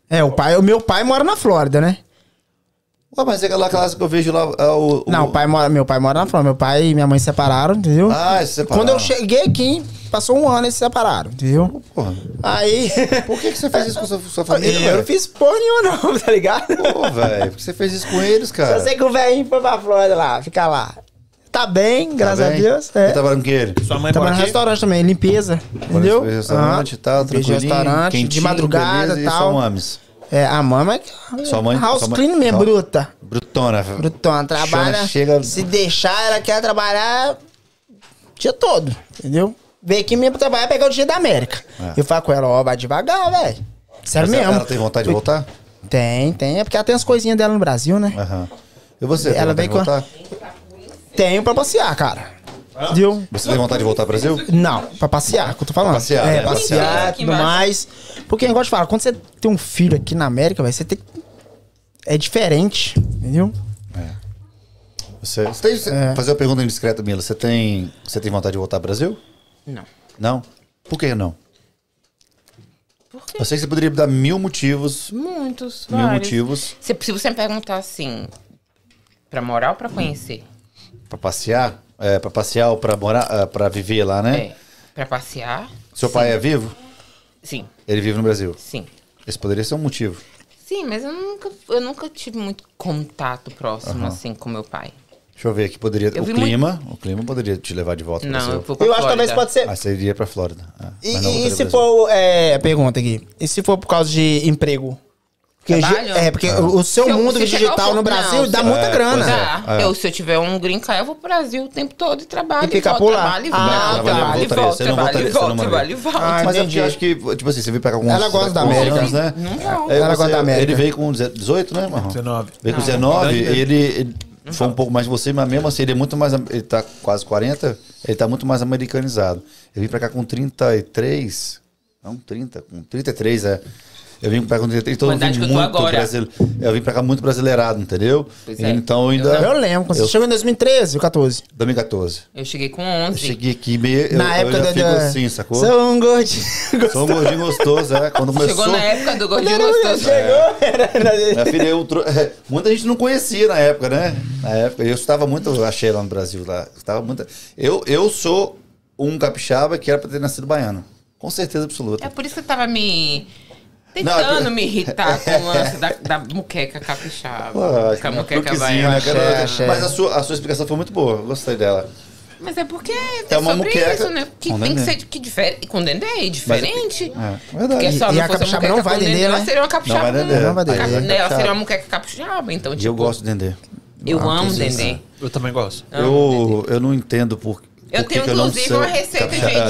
C: O meu pai mora na Flórida, né?
B: Ué, mas é aquela casa que eu vejo lá...
C: Não, meu pai mora na Flórida. Meu pai e minha mãe se separaram, entendeu?
B: Ah, se separaram.
C: Quando eu cheguei aqui, passou um ano e eles se separaram, entendeu?
B: Porra.
C: Aí...
B: Por que você fez isso com sua família,
C: Eu não fiz porra nenhuma não, tá ligado?
B: Pô, velho, por que você fez isso com eles, cara?
C: Só sei que o velhinho foi pra Flórida lá, fica lá. Tá bem, graças a Deus.
B: Você trabalhando com ele?
A: Sua mãe
C: trabalha no restaurante também, limpeza, entendeu?
B: Restaurante e tal, tranquilinho,
C: restaurante, de madrugada e tal.
B: E sua mames?
C: A mãe
B: sua mãe,
C: house clean mesmo, bruta.
B: Brutona.
C: Brutona, trabalha, se deixar, ela quer trabalhar o dia todo, entendeu? Veio aqui mesmo pra trabalhar, pegar o dia da América. Eu falo com ela, vai devagar, velho. Sério mesmo.
B: Ela tem vontade de voltar?
C: Tem, é porque ela tem as coisinhas dela no Brasil, né?
B: E você,
C: ela veio com... Tenho pra passear, cara. Viu?
B: Você tem vontade de voltar ao Brasil?
C: Não, pra passear, que eu tô falando.
B: Passear,
C: passear e tudo mais. Porque eu gosto de falar, quando você tem um filho aqui na América, véio, você tem... É diferente, entendeu?
B: Você tem... Fazer uma pergunta indiscreta, Mila. Você tem vontade de voltar ao Brasil?
D: Não.
B: Não? Por que não?
D: Por quê?
B: Eu sei que você poderia dar 1000 motivos.
D: Muitos,
B: 1000 motivos.
D: Se você me perguntar assim, pra morar ou pra conhecer?
B: Pra passear? Pra passear ou pra morar, pra viver lá, né?
D: Pra passear.
B: Seu pai é vivo?
D: Sim.
B: Ele vive no Brasil?
D: Sim.
B: Esse poderia ser um motivo.
D: Sim, mas eu nunca tive muito contato próximo, assim, com meu pai.
B: Deixa eu ver aqui, poderia... O clima poderia te levar de volta pro Brasil.
D: Não, eu vou pra Flórida.
C: Acho que talvez pode ser...
B: Você iria pra Flórida.
C: E se for... pergunta aqui. E se for por causa de emprego? Porque o seu mundo digital no Brasil dá muita grana.
D: Se eu tiver um green card, eu vou pro Brasil o tempo todo e trabalho.
C: E fica por lá.
D: Trabalho e volta.
B: Mas eu acho que, tipo assim, você veio pra cá com
C: ela gosta da América,
B: né?
D: Não.
C: Ela gosta da América.
B: Ele veio com 18, né, Marrom?
A: 19.
B: Veio com 19 e ele foi um pouco mais de você, mas mesmo assim, ele é muito mais... Ele tá quase 40, ele tá muito mais americanizado. Eu vim pra cá com 33... Não, 30, com 33, Eu vim pra cá com 33, então eu vim pra cá muito brasileirado, entendeu? Então
C: eu lembro, quando você chegou em 2013 ou 14?
B: 2014.
D: Eu cheguei com 11.
B: Eu cheguei aqui meio...
C: Na época
B: eu fico assim, sacou?
C: Sou um gordinho gostoso.
B: Sou um gordinho gostoso, Quando começou...
D: Chegou na época do gordinho gostoso.
B: Minha filha, muita gente não conhecia na época, né? Na época, eu estava muito axé lá no Brasil. Eu sou um capixaba que era pra ter nascido baiano. Com certeza absoluta.
D: É por isso que eu tava tentando me irritar com o lance da muqueca capixaba. Com a muqueca baiana.
B: Mas a sua explicação foi muito boa. Eu gostei dela.
D: Mas é porque
B: é uma muqueca
D: isso, né? Que tem que ser com dendê, diferente.
B: Verdade.
D: Porque só
C: e a capixaba não vai dendê, né?
D: Ela seria uma capixaba.
C: Não vai dendê.
D: Ela seria uma muqueca capixaba. Então,
B: eu gosto de dendê.
D: Eu amo dendê.
A: Eu também gosto.
B: Eu não entendo por
D: eu tenho, inclusive, uma receita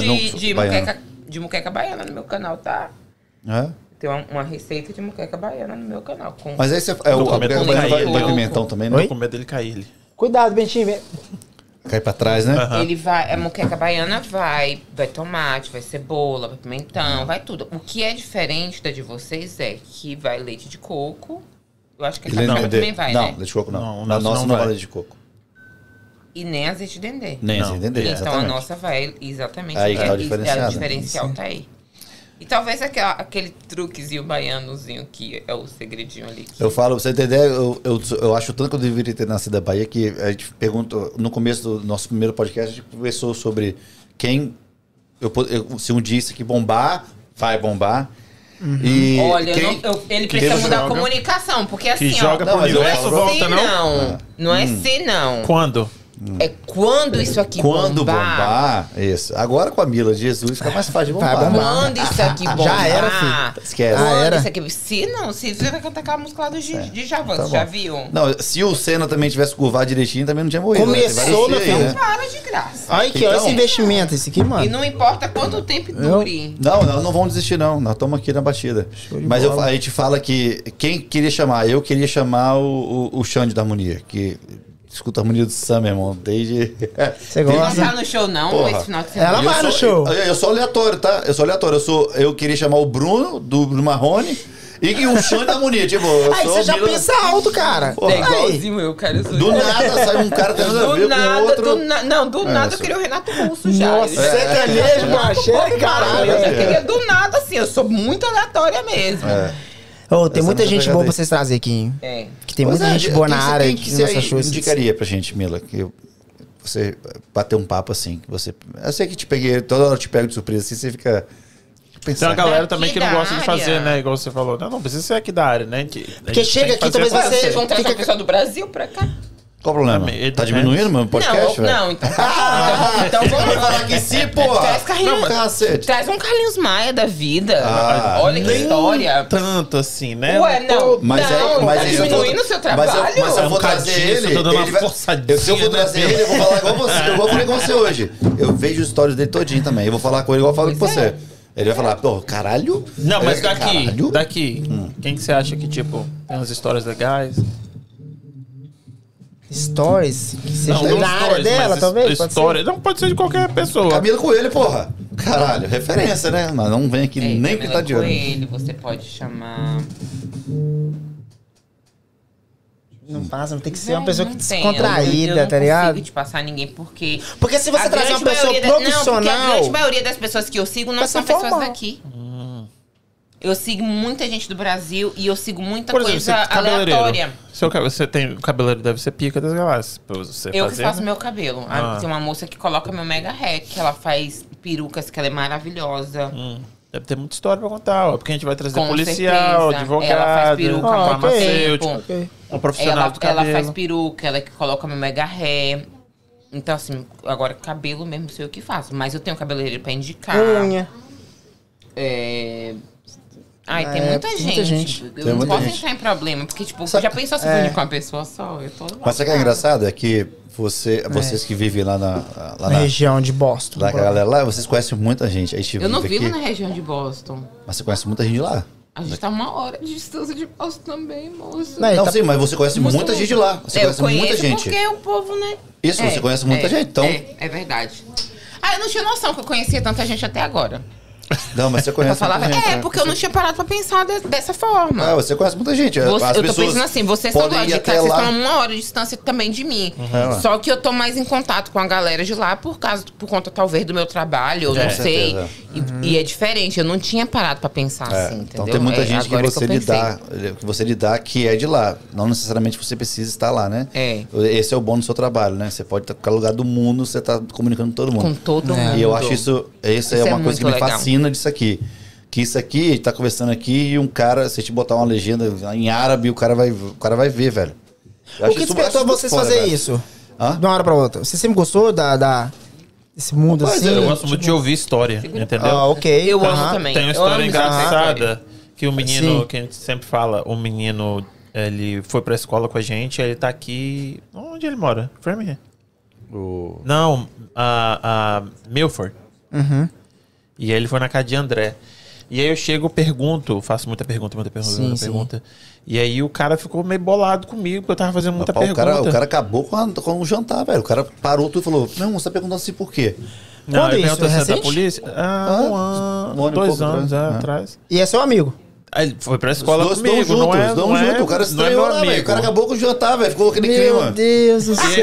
D: de muqueca baiana no meu canal, tá? Tem uma receita de muqueca baiana no meu canal.
B: Mas aí você... a muqueca baiana vai pimentão também, né?
A: Com medo dele cair.
C: Cuidado, Bentinho.
B: Cai pra trás, né?
D: Ele vai... A muqueca baiana vai tomate, vai cebola, vai pimentão, vai tudo. O que é diferente da de vocês é que vai leite de coco. Eu acho que a capixaba também vai, né?
B: Não, leite de coco não. Na nossa não vai leite de coco.
D: E nem azeite de dendê.
B: Nem azeite de dendê,
D: então
B: exatamente.
D: A nossa vai exatamente.
B: Aí tá o
D: diferencial tá aí. E talvez aquele truquezinho baianozinho que é o segredinho ali.
B: Eu falo, pra você entender, eu acho tanto que eu deveria ter nascido da Bahia que a gente perguntou, no começo do nosso primeiro podcast, a gente conversou sobre se um dia isso aqui bombar, vai bombar.
D: E olha, ele precisa mudar a comunicação, porque assim,
A: joga
D: não
A: é volta, não?
D: Não é se não.
A: Quando?
D: É quando isso aqui bombar.
B: Isso. Agora com a Mila de Jesus fica mais fácil de bombar.
D: Quando isso aqui bombar.
C: Já era, filho.
B: Esquece.
D: Isso aqui, se você vai cantar aquela música lá do Djavan, você já viu?
B: Não, se o Senna também tivesse curvado direitinho, também não tinha morrido.
C: Começou, meu filho.
D: Não para de graça.
C: Olha aqui, olha esse investimento, esse aqui, mano.
D: E não importa quanto tempo dure.
B: Não vamos desistir, não. Nós estamos aqui na batida. Mas a gente fala que quem queria chamar? Eu queria chamar o Xande da Harmonia, que... Escuta a harmonia do Sam, meu irmão, desde...
C: Você gosta?
D: Não tá no show, não, esse final de semana.
C: Ela vai no show.
B: Eu sou aleatório, tá? Eu queria chamar o Bruno, do Marrone, e o Xande da harmonia, tipo...
C: Aí você já pensa alto, cara.
D: É igualzinho eu, cara.
B: Do nada sai um cara tendo a ver com o outro.
D: Do nada eu queria o Renato Russo já.
C: Nossa, sertanejo, achei, caralho.
D: Eu já queria do nada, assim, eu sou muito aleatória mesmo.
C: Oh, tem muita gente boa pra vocês trazerem aqui, hein? Que tem muita gente boa na área aqui
B: em Massachusetts. Indicaria pra gente, Mila, que você bater um papo assim. Eu sei que te peguei, toda hora eu te pego de surpresa, assim, você fica...
A: Tem uma galera também que não gosta de fazer, né? Igual você falou. Não precisa ser aqui da área, né?
C: Porque chega aqui, talvez você...
D: Vão trazer o pessoal do Brasil pra cá.
B: Qual o problema? Tá diminuindo meu podcast, velho?
D: Não, então vamos
B: falar que sim, porra.
D: Traz um Carlinhos Maia da vida. Olha que história.
A: Tanto assim, né?
D: Ué, não. Mas tá diminuindo o seu trabalho.
B: Mas se eu for trazer ele, se eu for trazer ele, eu vou falar igual você. Eu vou falar igual você hoje. Eu vejo os stories dele todinho também. Eu vou falar com ele igual eu falo com você. Ele vai falar, pô, caralho.
A: Não, mas daqui. Quem que você acha que, tipo, tem umas histórias legais?
C: Stories? Que seja na área dela, talvez?
A: História. Não, pode ser de qualquer pessoa.
B: Camila Coelho, porra. Caralho, referência, né? Mas não vem aqui nem que tá de olho.
D: Coelho, você pode chamar...
C: Não passa, não tem que ser uma pessoa que descontraída, tá ligado?
D: Eu não consigo te passar ninguém porque...
C: Porque se você trazer uma pessoa profissional...
D: Não, porque a grande maioria das pessoas que eu sigo não são pessoas daqui. Eu sigo muita gente do Brasil e eu sigo muita coisa aleatória.
A: Você tem o cabeleireiro, deve ser pica das galáxias.
D: Eu que faço meu cabelo. Tem uma moça que coloca meu mega hack, ela faz perucas, que ela é maravilhosa.
A: Deve ter muita história pra contar, porque a gente vai trazer policial, advogado,
D: ela faz peruca,
A: farmacêutico, um profissional do cabelo.
D: Ela faz peruca, ela que coloca meu mega hair. Então, assim, agora cabelo mesmo sei o que faço. Mas eu tenho cabeleireiro pra indicar.
C: Unha.
D: Tem muita gente. Eu não posso entrar em problema, porque, tipo, já pensou se for com uma pessoa só? Eu tô...
B: Mas sabe o que é engraçado? É que vocês que vivem lá na
C: região de Boston.
B: Lá, galera, lá, vocês conhecem muita gente.
D: Eu não vivo na região de Boston.
B: Mas você conhece muita gente de lá.
D: A gente tá 1 hora de distância de Boston também, moço.
B: Não, sim, mas você conhece muita gente de lá. Você conhece muita gente.
D: Porque o povo, né?
B: Isso, você conhece muita gente, então...
D: É verdade. Eu não tinha noção que eu conhecia tanta gente até agora.
B: Não, mas você conhece muita gente.
D: Porque eu não tinha parado pra pensar dessa forma.
B: Você conhece muita gente.
D: Eu tô pensando assim, vocês são lá de cá, vocês estão a 1 hora de distância também de mim. Só que eu tô mais em contato com a galera de lá por conta, talvez, do meu trabalho, eu não sei. E é diferente, eu não tinha parado pra pensar assim, entendeu?
B: Então tem muita gente que você lidar que é de lá. Não necessariamente você precisa estar lá, né? Esse é o bom do seu trabalho, né? Você pode estar em qualquer lugar do mundo, você tá comunicando com todo mundo.
D: Com todo mundo.
B: E eu acho isso é uma coisa que me fascina disso aqui. Que isso aqui, a gente tá conversando aqui e um cara, se a gente botar uma legenda em árabe, o cara vai ver, velho.
C: O que despertou vocês fazer isso? De uma hora pra outra? Você sempre gostou desse mundo assim?
A: Eu gosto muito de ouvir história, entendeu?
C: Ok.
D: Eu amo também.
A: Tem uma história engraçada que o menino, que a gente sempre fala, o menino, ele foi pra escola com a gente, ele tá aqui... Onde ele mora? Framingham? Não, Milford. E aí ele foi na casa de André. E aí eu chego, pergunto, faço muita pergunta. E aí o cara ficou meio bolado comigo, porque eu tava fazendo muita pergunta.
B: O cara acabou com o jantar, velho. O cara parou tudo e falou, não, você tá perguntando assim por quê?
A: Não, ele perguntou se é da polícia. 2 anos atrás.
C: E é seu amigo?
A: Ele foi pra escola comigo,
B: juntos. O cara estranhou lá, velho. O cara acabou com o jantar, velho. Ficou aquele clima.
C: Meu Deus do céu.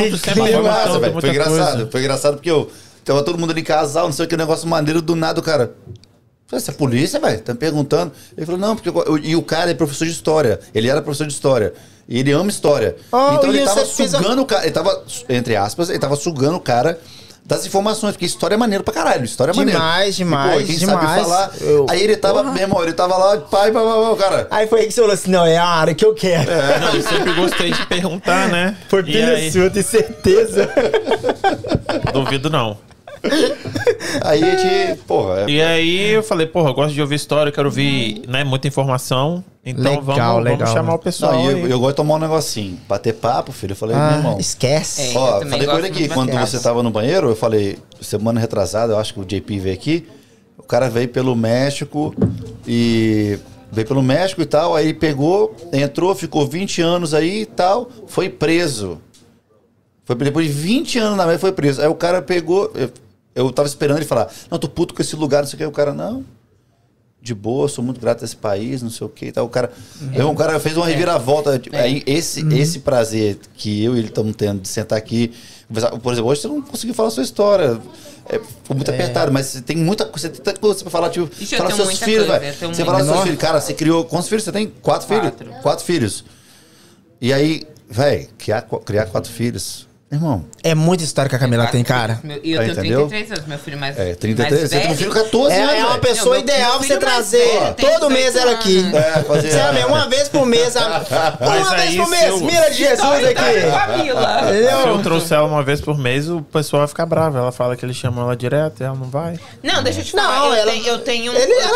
B: Foi engraçado porque tava todo mundo ali em casal, não sei o que, negócio maneiro, do nada o cara... Essa é a polícia, velho? Tá me perguntando. Ele falou, não, porque... E o cara é professor de história. Ele era professor de história. E ele ama história. Então ele tava sugando o cara... Ele tava, entre aspas, ele tava sugando o cara das informações, porque história é maneiro pra caralho. História é maneiro.
C: Demais.
B: Quem sabe falar... Aí ele tava, meu irmão, ele tava lá, cara...
C: Aí foi aí que você falou assim, não, é a área que eu quero.
A: Não, eu sempre gostei de perguntar, né?
C: Foi pilha sua, tenho certeza.
A: Duvido não.
B: Aí a gente,
A: E aí eu falei, eu gosto de ouvir história, quero ouvir, né, muita informação. Então vamos chamar o pessoal.
B: Eu gosto de tomar um negocinho, bater papo, filho. Eu falei, meu irmão.
C: Esquece.
B: Falei com ele aqui, quando você tava no banheiro, eu falei, semana retrasada, eu acho que o JP veio aqui. O cara veio pelo México e tal. Aí pegou, entrou, ficou 20 anos aí e tal, foi preso. Depois de 20 anos na merda, foi preso. Aí o cara pegou. Eu tava esperando ele falar, não, tô puto com esse lugar, não sei o que. O cara, não. de boa, sou muito grato a esse país, não sei o que e tal. O cara fez uma reviravolta. Aí, esse prazer que eu e ele estamos tendo de sentar aqui, por exemplo, hoje você não conseguiu falar a sua história. Ficou muito apertado, mas você tem muita coisa pra falar, tipo, falar dos seus filhos, velho. Você fala dos seus filhos, cara, você criou quantos filhos? Você tem 4 filhos? 4 filhos. E aí, velho, criar 4 filhos. Irmão.
C: É muita história que a Camila tem, cara.
D: E eu tenho 33 anos, meu filho mais.
B: 33. Você tem um filho 14 anos.
C: É uma pessoa ideal pra você trazer todo mês ela aqui. Sabe, uma vez por mês. Uma vez por mês. Mira de Jesus aqui.
A: Se eu trouxer ela uma vez por mês, o pessoal vai ficar bravo. Ela fala que ele chama ela direto e ela não vai.
D: Não, deixa eu te falar. Eu tenho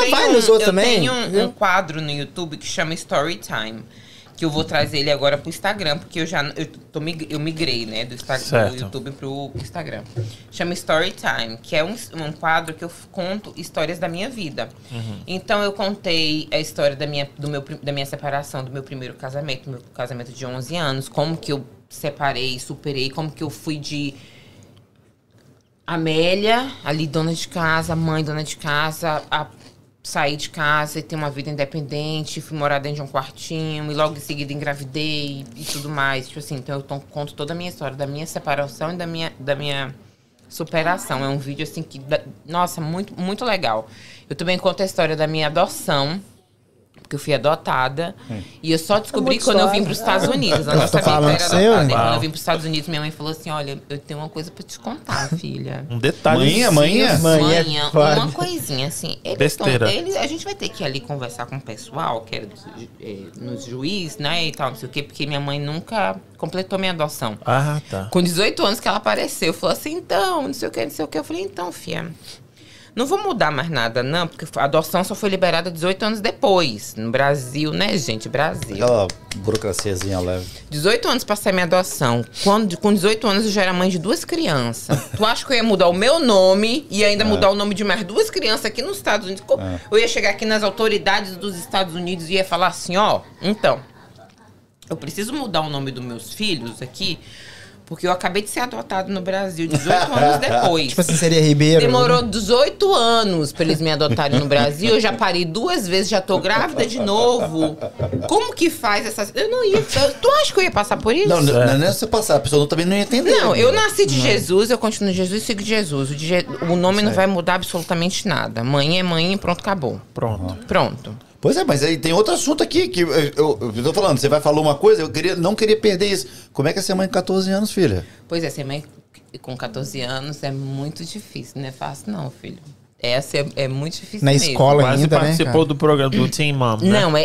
D: um quadro no YouTube que chama Storytime. Que eu vou trazer ele agora pro Instagram, porque eu migrei, né, do YouTube pro Instagram. Chama Storytime, que é um quadro que eu conto histórias da minha vida. Então, eu contei a história da minha separação, do meu primeiro casamento, meu casamento de 11 anos, como que eu separei, superei, como que eu fui de Amélia, ali dona de casa, mãe dona de casa, saí de casa e ter uma vida independente, fui morar dentro de um quartinho e logo em seguida engravidei e tudo mais. Tipo assim, então eu conto toda a minha história, da minha separação e da minha superação. É um vídeo assim que, nossa, muito, muito legal. Eu também conto a história da minha adoção, porque eu fui adotada. E eu só descobri quando eu vim para os Estados Unidos. Eu não sabia que eu era adotada. E quando eu vim para os Estados Unidos, minha mãe falou assim, olha, eu tenho uma coisa para te contar, filha.
A: Um detalhe.
B: Manhã,
D: uma coisinha assim.
A: Besteira.
D: A gente vai ter que ir ali conversar com o pessoal, que era nos juízes, né, e tal, não sei o quê, porque minha mãe nunca completou minha adoção.
A: Ah, tá.
D: Com 18 anos que ela apareceu, falou assim, então, não sei o quê. Eu falei, então, filha, não vou mudar mais nada, não, porque a adoção só foi liberada 18 anos depois. No Brasil, né, gente? Brasil.
B: Aquela burocraciazinha leve.
D: 18 anos passei minha adoção. Com 18 anos eu já era mãe de 2 crianças. Tu acha que eu ia mudar o meu nome e ainda mudar o nome de mais 2 crianças aqui nos Estados Unidos? Eu ia chegar aqui nas autoridades dos Estados Unidos e ia falar assim, ó, então, eu preciso mudar o nome dos meus filhos aqui, porque eu acabei de ser adotado no Brasil 18 anos depois.
C: Tipo assim, seria Ribeiro.
D: Demorou 18 anos pra eles me adotarem no Brasil. Eu já parei 2 vezes, já tô grávida de novo. Como que faz essas... Eu não ia... Tu acha que eu ia passar por isso?
B: Não é você passar. A pessoa também não ia entender.
D: Não, eu nasci de Jesus, eu continuo de Jesus e sigo de Jesus. O nome não vai mudar absolutamente nada. Mãe é mãe e pronto, acabou. Pronto.
B: Pois é, mas aí tem outro assunto aqui que eu tô falando, você vai falar uma coisa, não queria perder isso. Como é que é ser mãe com 14 anos, filha?
D: Pois é, ser mãe com 14 anos é muito difícil, não é fácil não, filho. É muito difícil
C: na
D: mesmo.
C: Escola
A: quase
C: ainda,
A: participou do programa do Teen Mom, né?
D: Não,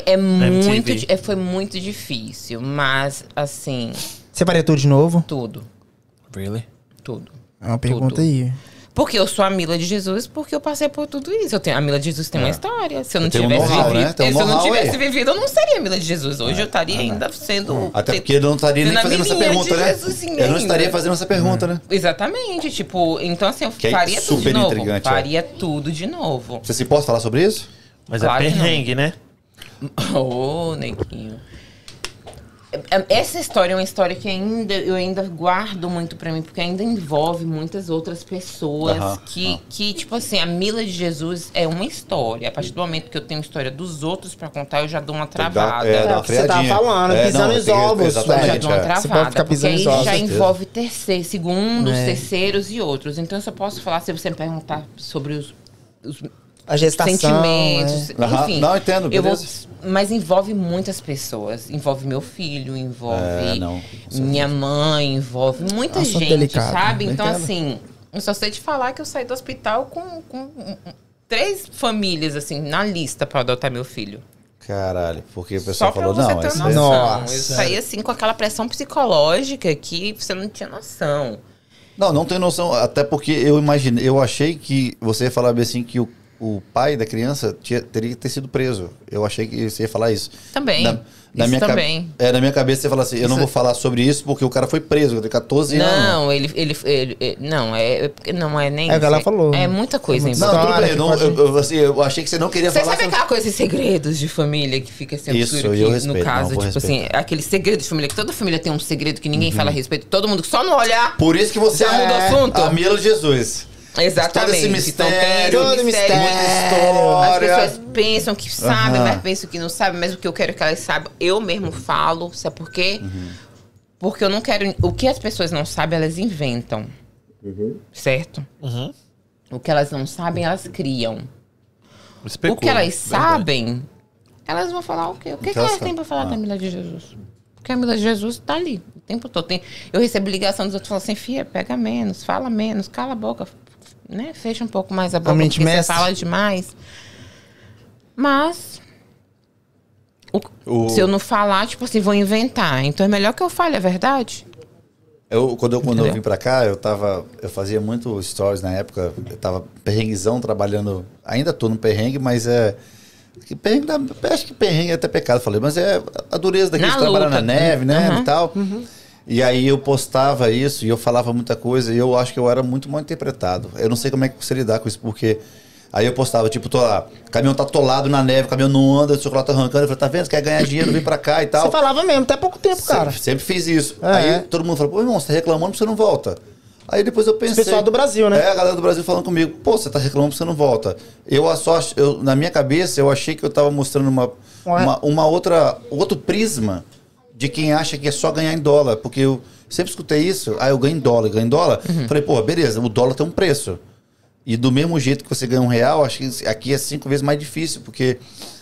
D: foi muito difícil, mas assim...
C: Você faria tudo de novo?
D: Tudo.
A: Really?
D: Tudo.
C: É uma pergunta aí.
D: Porque eu sou a Mila de Jesus, porque eu passei por tudo isso. A Mila de Jesus tem uma história. Se eu não tivesse vivido,
B: né?
D: Se eu não tivesse vivido, eu não seria a Mila de Jesus. Hoje eu estaria ainda sendo...
B: Até porque ele não estaria nem fazendo essa pergunta, né? Ele não estaria fazendo essa pergunta, né?
D: Exatamente. Tipo, então assim, eu faria tudo de novo. Faria tudo de novo.
B: Você se pode falar sobre isso?
A: Mas claro, é perrengue, né?
D: Ô, neguinho. Essa história é uma história que eu ainda guardo muito pra mim, porque ainda envolve muitas outras pessoas que, tipo assim, a Mila de Jesus é uma história. A partir do momento que eu tenho história dos outros pra contar, eu já dou uma travada.
C: É o que você tava falando, pisando em ovos.
D: Já dou uma travada, porque aí já envolve segundos, terceiros e outros. Então eu só posso falar, se você me perguntar sobre
C: a gestação,
D: sentimentos, enfim.
B: Não, entendo,
D: mas envolve muitas pessoas. Envolve meu filho, envolve minha mãe, envolve muita gente, delicado, sabe? Então, assim, eu só sei te falar que eu saí do hospital com 3 famílias, assim, na lista pra adotar meu filho.
B: Caralho, porque o pessoal falou,
D: não,
C: Nossa.
D: Eu saí, assim, com aquela pressão psicológica que você não tinha noção.
B: Não tem noção, até porque eu achei que você ia falar bem assim que o pai da criança teria que ter sido preso. Eu achei que você ia falar isso.
D: Também. Na
B: minha cabeça você fala assim, eu não vou falar sobre isso porque o cara foi preso, tem 14 anos.
D: Não, ele não é nem
C: isso. É o que ela falou.
D: É muita coisa em
B: Não, tudo bem. Eu achei que você não queria falar.
D: Você sabe aquela coisa de segredos de família que fica sendo
B: isso, eu respeito,
D: no caso, tipo assim, aquele segredo de família, que toda família tem um segredo que ninguém fala a respeito, todo mundo só no olhar.
B: Por isso que você
D: muda o assunto.
B: A Mila de Jesus.
D: Exatamente.
B: Todo esse mistério,
C: todo mistério.
B: Muita história.
D: As pessoas pensam que sabem, mas pensam que não sabem. Mas o que eu quero que elas saibam, eu mesmo falo. Sabe por quê? Porque eu não quero... O que as pessoas não sabem, elas inventam. Certo? O que elas não sabem, elas criam. O que elas sabem, elas vão falar o quê? O que elas têm pra falar da Mila de Jesus? Porque a Mila de Jesus tá ali o tempo todo. Eu recebo ligação dos outros falando assim, filha, pega menos, fala menos, cala a boca, né? Fecha um pouco mais a boca, porque você fala demais. Mas... se eu não falar, tipo assim, vou inventar. Então é melhor que eu fale a verdade.
B: Quando eu vim pra cá, eu fazia muito stories na época. Eu tava perrenguezão trabalhando. Ainda tô no perrengue, mas acho que perrengue é até pecado, falei. Mas é a dureza daqui de trabalhar na neve, né? E tal. E aí eu postava isso e eu falava muita coisa. E eu acho que eu era muito mal interpretado. Eu não sei como é que você lidar com isso, porque... Aí eu postava, tipo, tô lá, o caminhão tá atolado na neve, o caminhão não anda, o chocolate tá arrancando. Eu falei, tá vendo? Você quer ganhar dinheiro, vem pra cá e tal.
C: Você falava mesmo, até pouco tempo, cara.
B: Sempre fiz isso. Aí todo mundo falou, pô, irmão, você tá reclamando porque você não volta. Aí depois eu pensei...
C: O pessoal do Brasil, né?
B: A galera do Brasil falando comigo, pô, você tá reclamando porque você não volta. Na minha cabeça, eu achei que eu tava mostrando outro prisma de quem acha que é só ganhar em dólar. Porque eu sempre escutei isso, eu ganho em dólar. Falei, pô, beleza, o dólar tem um preço. E do mesmo jeito que você ganha R$1, acho que aqui é 5 vezes mais difícil, porque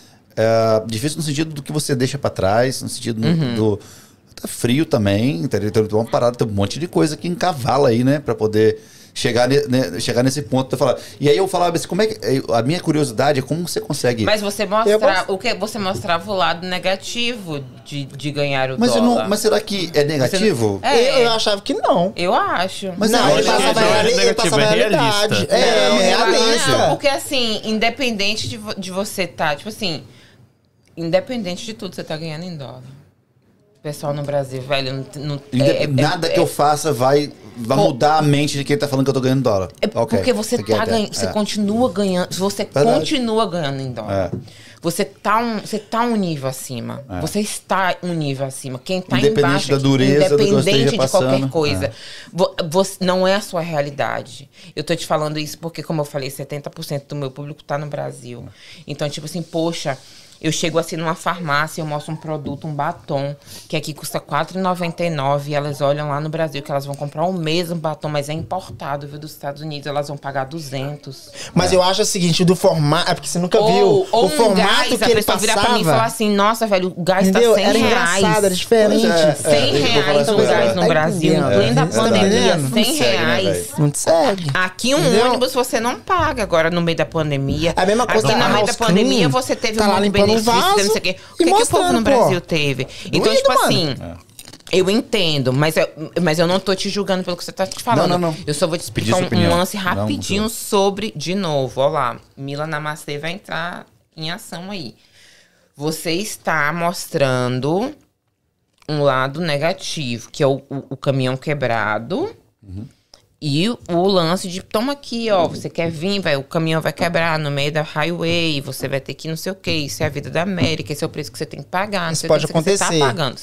B: difícil no sentido do que você deixa pra trás, no sentido do... Tá frio também, entendeu? Tem uma parada, tem um monte de coisa que encavala aí, né? Pra poder chegar nesse ponto de falar. E aí eu falava assim, como é que... A minha curiosidade é como você consegue...
D: Mas você você mostrava o lado negativo de ganhar o dólar.
B: Mas será que é negativo?
C: Eu achava que não.
D: Eu acho.
C: Mas não, ele passava a realidade.
D: Realista. Não, porque assim, independente de você tá... Tipo assim, independente de tudo, você tá ganhando em dólar. O pessoal no Brasil, velho,
B: nada que eu faça vai mudar a mente de quem tá falando que eu tô ganhando dólar.
D: Porque você tá ganhando, você continua ganhando, você continua ganhando em dólar. Você tá um nível acima. Você está um nível acima. Quem tá embaixo,
B: da dureza
D: independente de qualquer coisa, não é a sua realidade. Eu tô te falando isso porque, como eu falei, 70% do meu público tá no Brasil. Então, tipo assim, poxa... Eu chego assim numa farmácia, eu mostro um produto, um batom, que aqui custa R$4,99 e elas olham lá no Brasil que elas vão comprar o mesmo batom, mas é importado, viu, dos Estados Unidos, elas vão pagar 200.
C: Mas eu acho o seguinte, do formato, é porque você nunca viu o formato gás, que ele passava. Virar pra mim e falar assim, nossa, velho, o gás entendeu?
D: Tá R$100.
C: Era engraçado, era diferente.
D: R$100 o gás no Brasil, em plena pandemia, R$100.
C: Não te segue.
D: Aqui um ônibus você não paga agora no meio da pandemia.
C: É a mesma coisa.
D: Aqui no meio da pandemia você teve um monte de benefícios, não sei o quê. O que o povo no Brasil teve? Então, tipo assim... Eu entendo, mas eu não tô te julgando pelo que você tá te falando.
B: Não.
D: Eu só vou te explicar um lance rapidinho sobre, de novo, ó lá, Mila Namastê vai entrar em ação aí. Você está mostrando um lado negativo, que é o caminhão quebrado, e o lance de, toma aqui, ó, você quer vir, o caminhão vai quebrar no meio da highway, você vai ter que não sei o quê, isso é a vida da América, esse é o preço que você tem que pagar.
C: Isso pode acontecer.
D: Você tá pagando,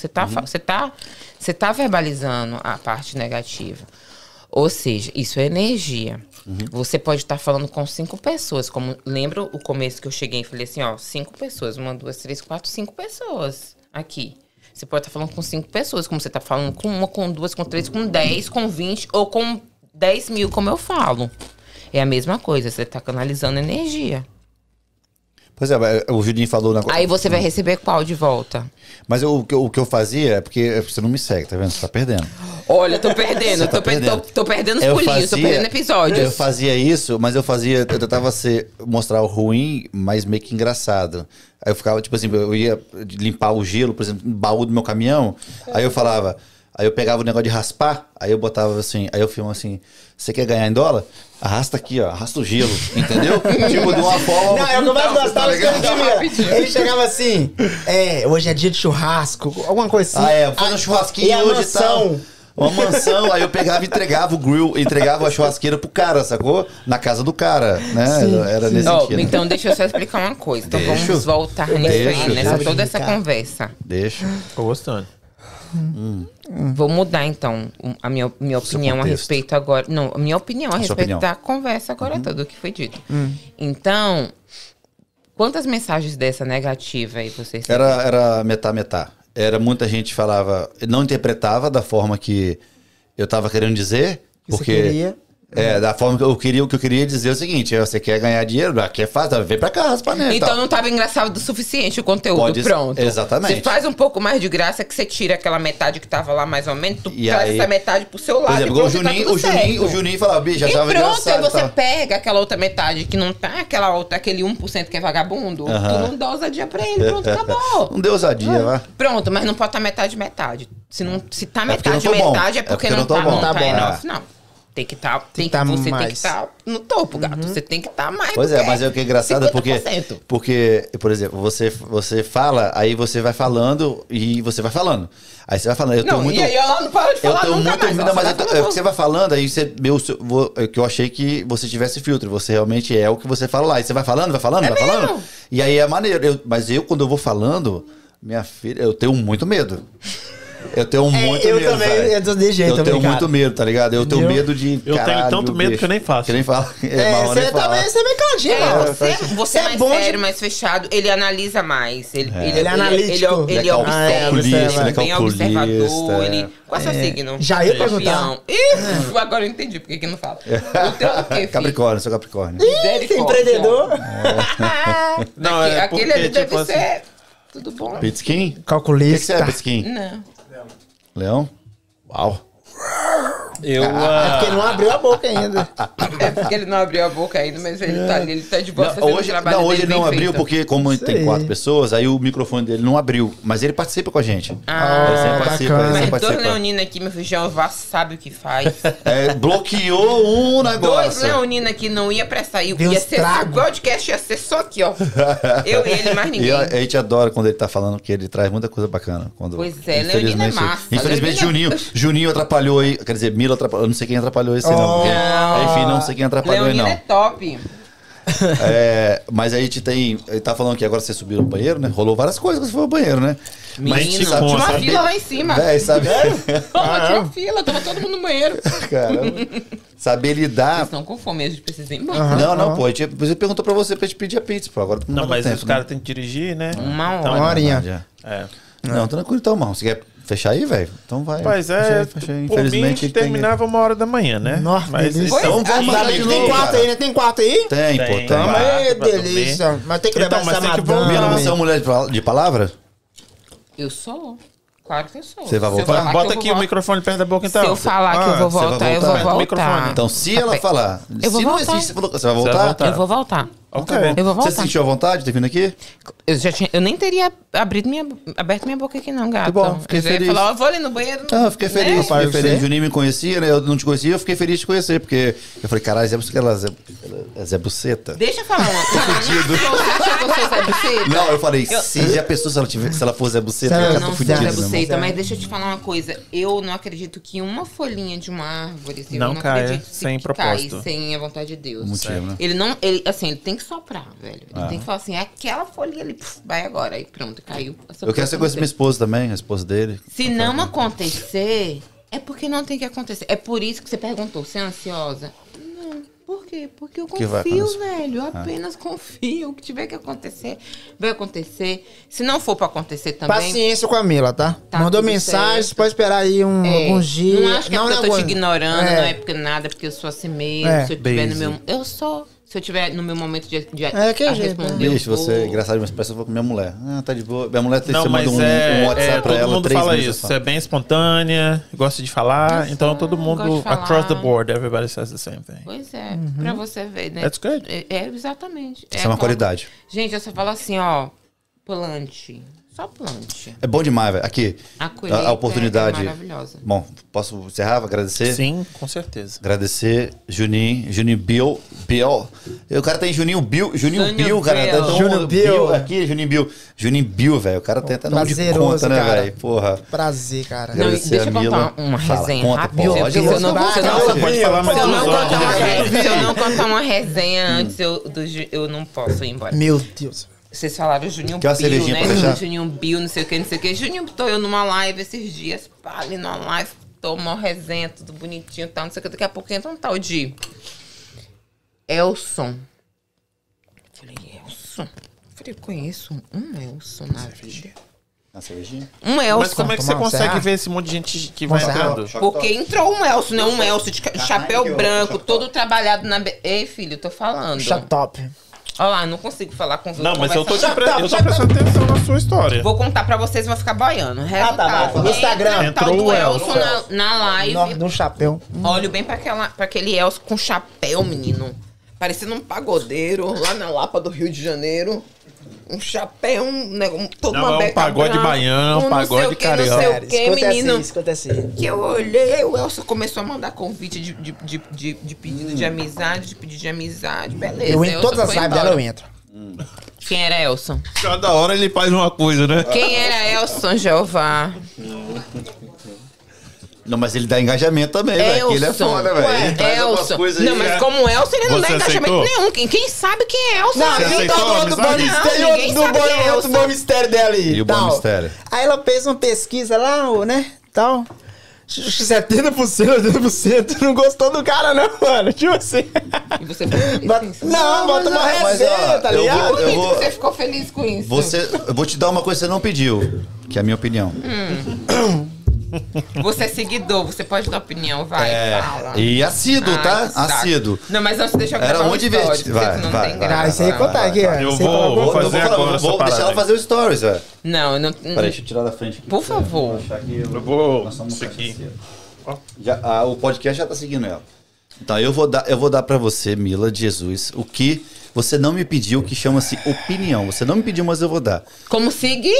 D: você tá verbalizando a parte negativa. Ou seja, isso é energia. Você pode estar falando com 5 pessoas, como lembra o começo que eu cheguei e falei assim, ó, 5 pessoas, 1, 2, 3, 4, 5 pessoas aqui. Você pode estar falando com 5 pessoas, como você tá falando com 1, com 2, com 3, com 10, com 20 ou com 10 mil, como eu falo. É a mesma coisa, você tá canalizando energia.
B: Pois é, o Juninho falou...
D: Aí você vai receber qual de volta?
B: Mas o que eu fazia é porque você não me segue, tá vendo? Você tá perdendo.
D: Olha, tô perdendo. Tô perdendo os pulinhos, tô perdendo episódios.
B: Eu fazia isso, mas eu tentava mostrar o ruim, mas meio que engraçado. Aí eu ficava, tipo assim, eu ia limpar o gelo, por exemplo, no baú do meu caminhão, aí eu falava... Aí eu pegava o negócio de raspar, aí eu botava assim, aí eu filmo assim, você quer ganhar em dólar? Arrasta aqui, ó, arrasta o gelo, entendeu? Tipo, de uma forma...
C: Não, eu que mais gostava ele chegava assim, hoje é dia de churrasco, alguma coisa assim.
B: Faz um churrasquinho hoje e tal. Uma mansão, aí eu pegava e entregava o grill, entregava a churrasqueira pro cara, sacou? Na casa do cara, né? Era nesse sentido.
D: Então deixa eu só explicar uma coisa. Então vamos voltar nisso aí, nessa toda essa conversa.
B: Deixa.
A: Tô gostando.
D: Vou mudar, então, a minha opinião a respeito agora... Não, a minha opinião a respeito da conversa agora toda, do que foi dito. Então, quantas mensagens dessa negativa aí vocês têm?
B: Era metá. Era muita gente falava... Não interpretava da forma que eu tava querendo dizer, porque... Você queria... da forma que o que eu queria dizer é o seguinte: você quer ganhar dinheiro? Aqui é fácil, vem pra cá, raspa nele.
D: Então não tava engraçado o suficiente o conteúdo, pronto.
B: Exatamente.
D: Você faz um pouco mais de graça que você tira aquela metade que tava lá mais ou menos, tu traz essa metade pro seu lado.
B: Por exemplo, o Juninho falava, bicho, já tava engraçado.
D: E pronto, aí você pega aquela outra metade que não tá, aquele 1% que é vagabundo, tu não dá ousadia pra ele, pronto, acabou.
B: Não deu ousadia, vai.
D: Pronto, mas não pode estar metade. Se tá metade é porque não tá enough, não. Você tem que estar no topo, gato. Você tem que estar mais.
B: Pois mas é o que é engraçado, porque, por exemplo, você fala, aí você vai falando e você vai falando. Aí você vai falando,
D: e aí ela não para de falar
B: você vai falando, aí que eu achei que você tivesse filtro. Você realmente é o que você fala lá. Aí você vai falando. E aí é maneiro. Mas quando eu vou falando, minha filha, eu tenho muito medo. Eu tenho muito medo.
C: Eu também, eu tô de jeito.
B: Eu tenho muito medo, tá ligado? Eu tenho medo de.
A: Eu tenho tanto medo que eu nem faço.
B: Que nem falo.
C: Você também é mecadinho,
D: Você é mais sério, mais fechado. Ele analisa mais. Ele
C: é analítico.
D: Ele observa.
B: Ele é
D: bem observador. Qual é seu signo?
C: Já ia perguntar.
D: Agora eu entendi por que não fala. O teu o quê, filho?
B: Capricórnio, sou Capricórnio.
C: Empreendedor.
A: Não,
D: aquele ali deve ser. Tudo bom?
B: Pitskin?
C: Calculista.
B: O que você é, Pitskin?
D: Não.
B: Leão? Uau.
C: É porque ele não abriu a boca ainda.
D: É porque ele não abriu a boca ainda, mas ele tá ali, ele tá de boa fazendo o trabalho
B: hoje ele não abriu porque, como tem 4 pessoas, aí o microfone dele não abriu. Mas ele participa com a gente.
D: Mas 2 leoninos aqui, meu feijão, vá sabe o que faz.
B: Bloqueou um negócio.
D: 2 leoninos aqui não ia prestar. Ia ser o podcast, ia ser só aqui, ó. Eu e ele, mais ninguém.
B: E a gente adora quando ele tá falando, que ele traz muita coisa bacana.
D: Pois é, leonino é massa.
B: Infelizmente, Juninho atrapalhou aí. Quer dizer, Mila atrapalhou. Eu não sei quem atrapalhou esse não. Enfim, não sei quem atrapalhou aí não.
D: Leonino é top.
B: Mas aí a gente tem... Ele tá falando que agora você subiu no banheiro, né? Rolou várias coisas quando você foi ao banheiro, né?
D: Menino, tinha uma fila lá em cima.
B: Sabe?
D: Tinha fila, tava todo mundo no banheiro.
B: Caramba. Saber lidar...
D: Vocês estão com fome, a gente precisa ir embora.
B: Não, pô. Você perguntou pra você pra gente pedir a pizza, pô. Agora
A: não, mas os caras têm que dirigir, né?
C: Uma horinha.
B: Não, tranquilo então, irmão. Você quer fechar aí, velho? Então vai.
A: Pois
B: fecha aí. Infelizmente
A: mim, terminava 1h da manhã, né?
C: Mas
B: então vamos
C: tem 4 aí, né? Tem 4 aí?
B: Tem, pô. Tem.
C: Aí, delícia. Mas tem que levar essa madame.
B: Você é uma mulher de palavra?
D: Eu sou. Claro que eu sou.
B: Você vai voltar?
A: Bota aqui o microfone perto da boca, então.
D: Se eu falar que eu vou voltar, eu vou voltar.
B: Então, se ela falar...
D: Eu vou voltar.
B: Você vai voltar?
D: Eu vou voltar.
A: Ok.
D: Eu vou voltar.
B: Você sentiu a vontade de ter vindo aqui?
D: Eu nem teria aberto minha boca aqui não, gato.
B: Que bom, fiquei feliz.
D: Eu ia falar, vou ali no banheiro.
B: Não, eu fiquei feliz. Fiquei feliz. O Juninho me conhecia, né? Eu não te conhecia, eu fiquei feliz de te conhecer, porque eu falei, caralho, Zé Buceta.
D: Deixa eu falar uma coisa. Você acha que eu sou Zé Buceta?
B: Não, eu falei, se já pensou se ela for Zé Buceta, eu
D: não sou Zé Buceta, mas deixa eu te falar uma coisa. Eu não acredito que uma folhinha de uma árvore, eu não acredito
A: sem propósito.
D: Cai sem a vontade de Deus.
B: Motivo, né?
D: Ele tem que soprar, velho. Ele tem que falar assim, aquela folhinha ali, vai agora. Aí pronto, caiu.
B: Eu quero ser com minha esposa também, a esposa dele.
D: Se não acontecer, é porque não tem que acontecer. É por isso que você perguntou, você é ansiosa? Não. Por quê? Porque eu confio, velho. Eu apenas confio. O que tiver que acontecer, vai acontecer. Se não for pra acontecer também...
C: Paciência com a Mila, tá? Mandou mensagem, você pode esperar aí alguns dias.
D: Não acho que eu tô te ignorando, não é porque nada, é porque eu sou assim mesmo. Se eu tiver no meu... Eu sou... Se eu tiver no meu momento de responder...
B: Bicho, você... Engraçado, mas parece que eu vou com minha mulher. Tá de boa. Minha mulher tem que mandar um WhatsApp pra ela.
A: Todo mundo fala isso. Você é bem espontânea, gosta de falar. Então todo mundo... Across the board, everybody says the same thing.
D: Pois é. Pra você ver, né?
A: That's good.
D: Exatamente.
B: Isso é uma qualidade.
D: Gente, eu só falo assim, ó... Plante. Só plante.
B: É bom demais, velho. Aqui, a oportunidade.
D: É maravilhosa.
B: Bom, posso encerrar? Agradecer?
A: Sim, com certeza.
B: Agradecer, Juninho Bill. O cara tem Juninho Bill, cara.
C: Juninho Bill.
B: Aqui, Juninho Bill, velho. O cara tem até nome de conta, né, velho? Porra.
C: Prazer, cara.
D: Não, deixa eu contar uma resenha rápida. Se eu não contar uma resenha antes, eu não posso ir embora.
C: Meu Deus.
D: Vocês falaram o Juninho Bill, né? Juninho Bill, não sei o que. Juninho, tô eu numa live esses dias, pá, ali numa live, tô uma resenha, tudo bonitinho e tal, não sei o que. Daqui a pouco entra um tal de Elson. Falei, Elson? Falei, conheço um Elson na vida.
B: Na cervejinha?
D: Um Elson.
A: Mas como é que você consegue ver esse monte de gente que vai entrando?
D: Porque entrou um Elson, né? Um Elson de chapéu branco, todo trabalhado na... Ei, filho, tô falando.
C: Top.
D: Olha lá, não consigo falar com você.
A: Não, mas eu tô prestando atenção na sua história.
D: Vou contar pra vocês e vou ficar boiando.
C: Tá. No Instagram.
A: Entrou o Elson
D: na live.
C: No chapéu.
D: Olho bem pra aquele Elson com chapéu, menino. Parecendo um pagodeiro lá na Lapa do Rio de Janeiro. Um chapéu, todo uma beca
A: pagode branca, baiano, um pagode carioca.
D: Não sei o que, menino.
C: Escuta assim.
D: Que eu olhei, aí o Elson começou a mandar convite de pedido de amizade, beleza.
C: Eu entro em todas as lives dela, eu entro.
D: Quem era Elson?
A: Cada hora ele faz uma coisa, né?
D: Quem era Elson Jeová?
B: Não, mas ele dá engajamento também, velho. Ele é foda, velho.
D: Elson. Não, mas como Elson, ele não dá engajamento nenhum. Quem sabe quem é Elson?
C: Não, ninguém tá falando do bom mistério, do bom mistério dela aí.
B: E o bom mistério.
C: Aí ela fez uma pesquisa lá, né, tal. 70% não gostou do cara, não, mano. Tipo assim.
D: E você ficou feliz com isso?
C: Não, bota uma resenha, tá ligado?
D: Você ficou feliz com isso?
B: Eu vou te dar uma coisa que você não pediu, que é a minha opinião.
D: Você é seguidor, você pode dar opinião, vai, fala.
B: E assíduo, tá? Assíduo.
D: Não, mas antes deixa eu gravar
B: Era muito divertido.
C: Vai, isso aí contar aqui,
A: Eu vou fazer agora essa
B: Vou deixar ela fazer o stories, velho.
D: Não, eu não...
B: Peraí, deixa eu tirar da frente aqui.
D: Por favor.
A: Eu vou... Isso aqui.
B: O podcast já tá seguindo ela. Então, eu vou dar pra você, Mila de Jesus, o que você não me pediu, que chama-se opinião. Você não me pediu, mas eu vou dar.
D: Como seguir?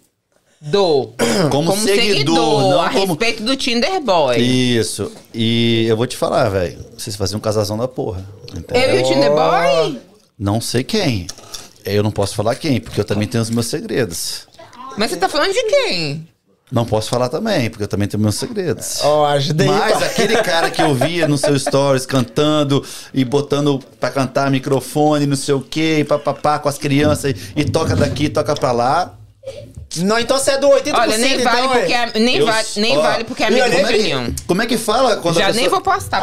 B: Como seguidor, não
D: a respeito do Tinder Boy.
B: Isso. E eu vou te falar, velho. Vocês faziam um casalzão da porra. Entendeu?
D: Eu e o Tinder Boy?
B: Não sei quem. Eu não posso falar quem, porque eu também tenho os meus segredos.
D: Mas você tá falando de quem?
B: Não posso falar também, porque eu também tenho meus segredos.
C: Ajudei.
B: Mas aquele cara que eu via no seu stories cantando e botando pra cantar microfone, não sei o quê, papapá com as crianças e toca daqui, toca pra lá.
C: Não, então você é do 80%.
D: Olha, nem vale então, porque vale porque é amigo do Juninho.
B: Como é que fala quando
D: já
B: a pessoa...
D: nem vou postar.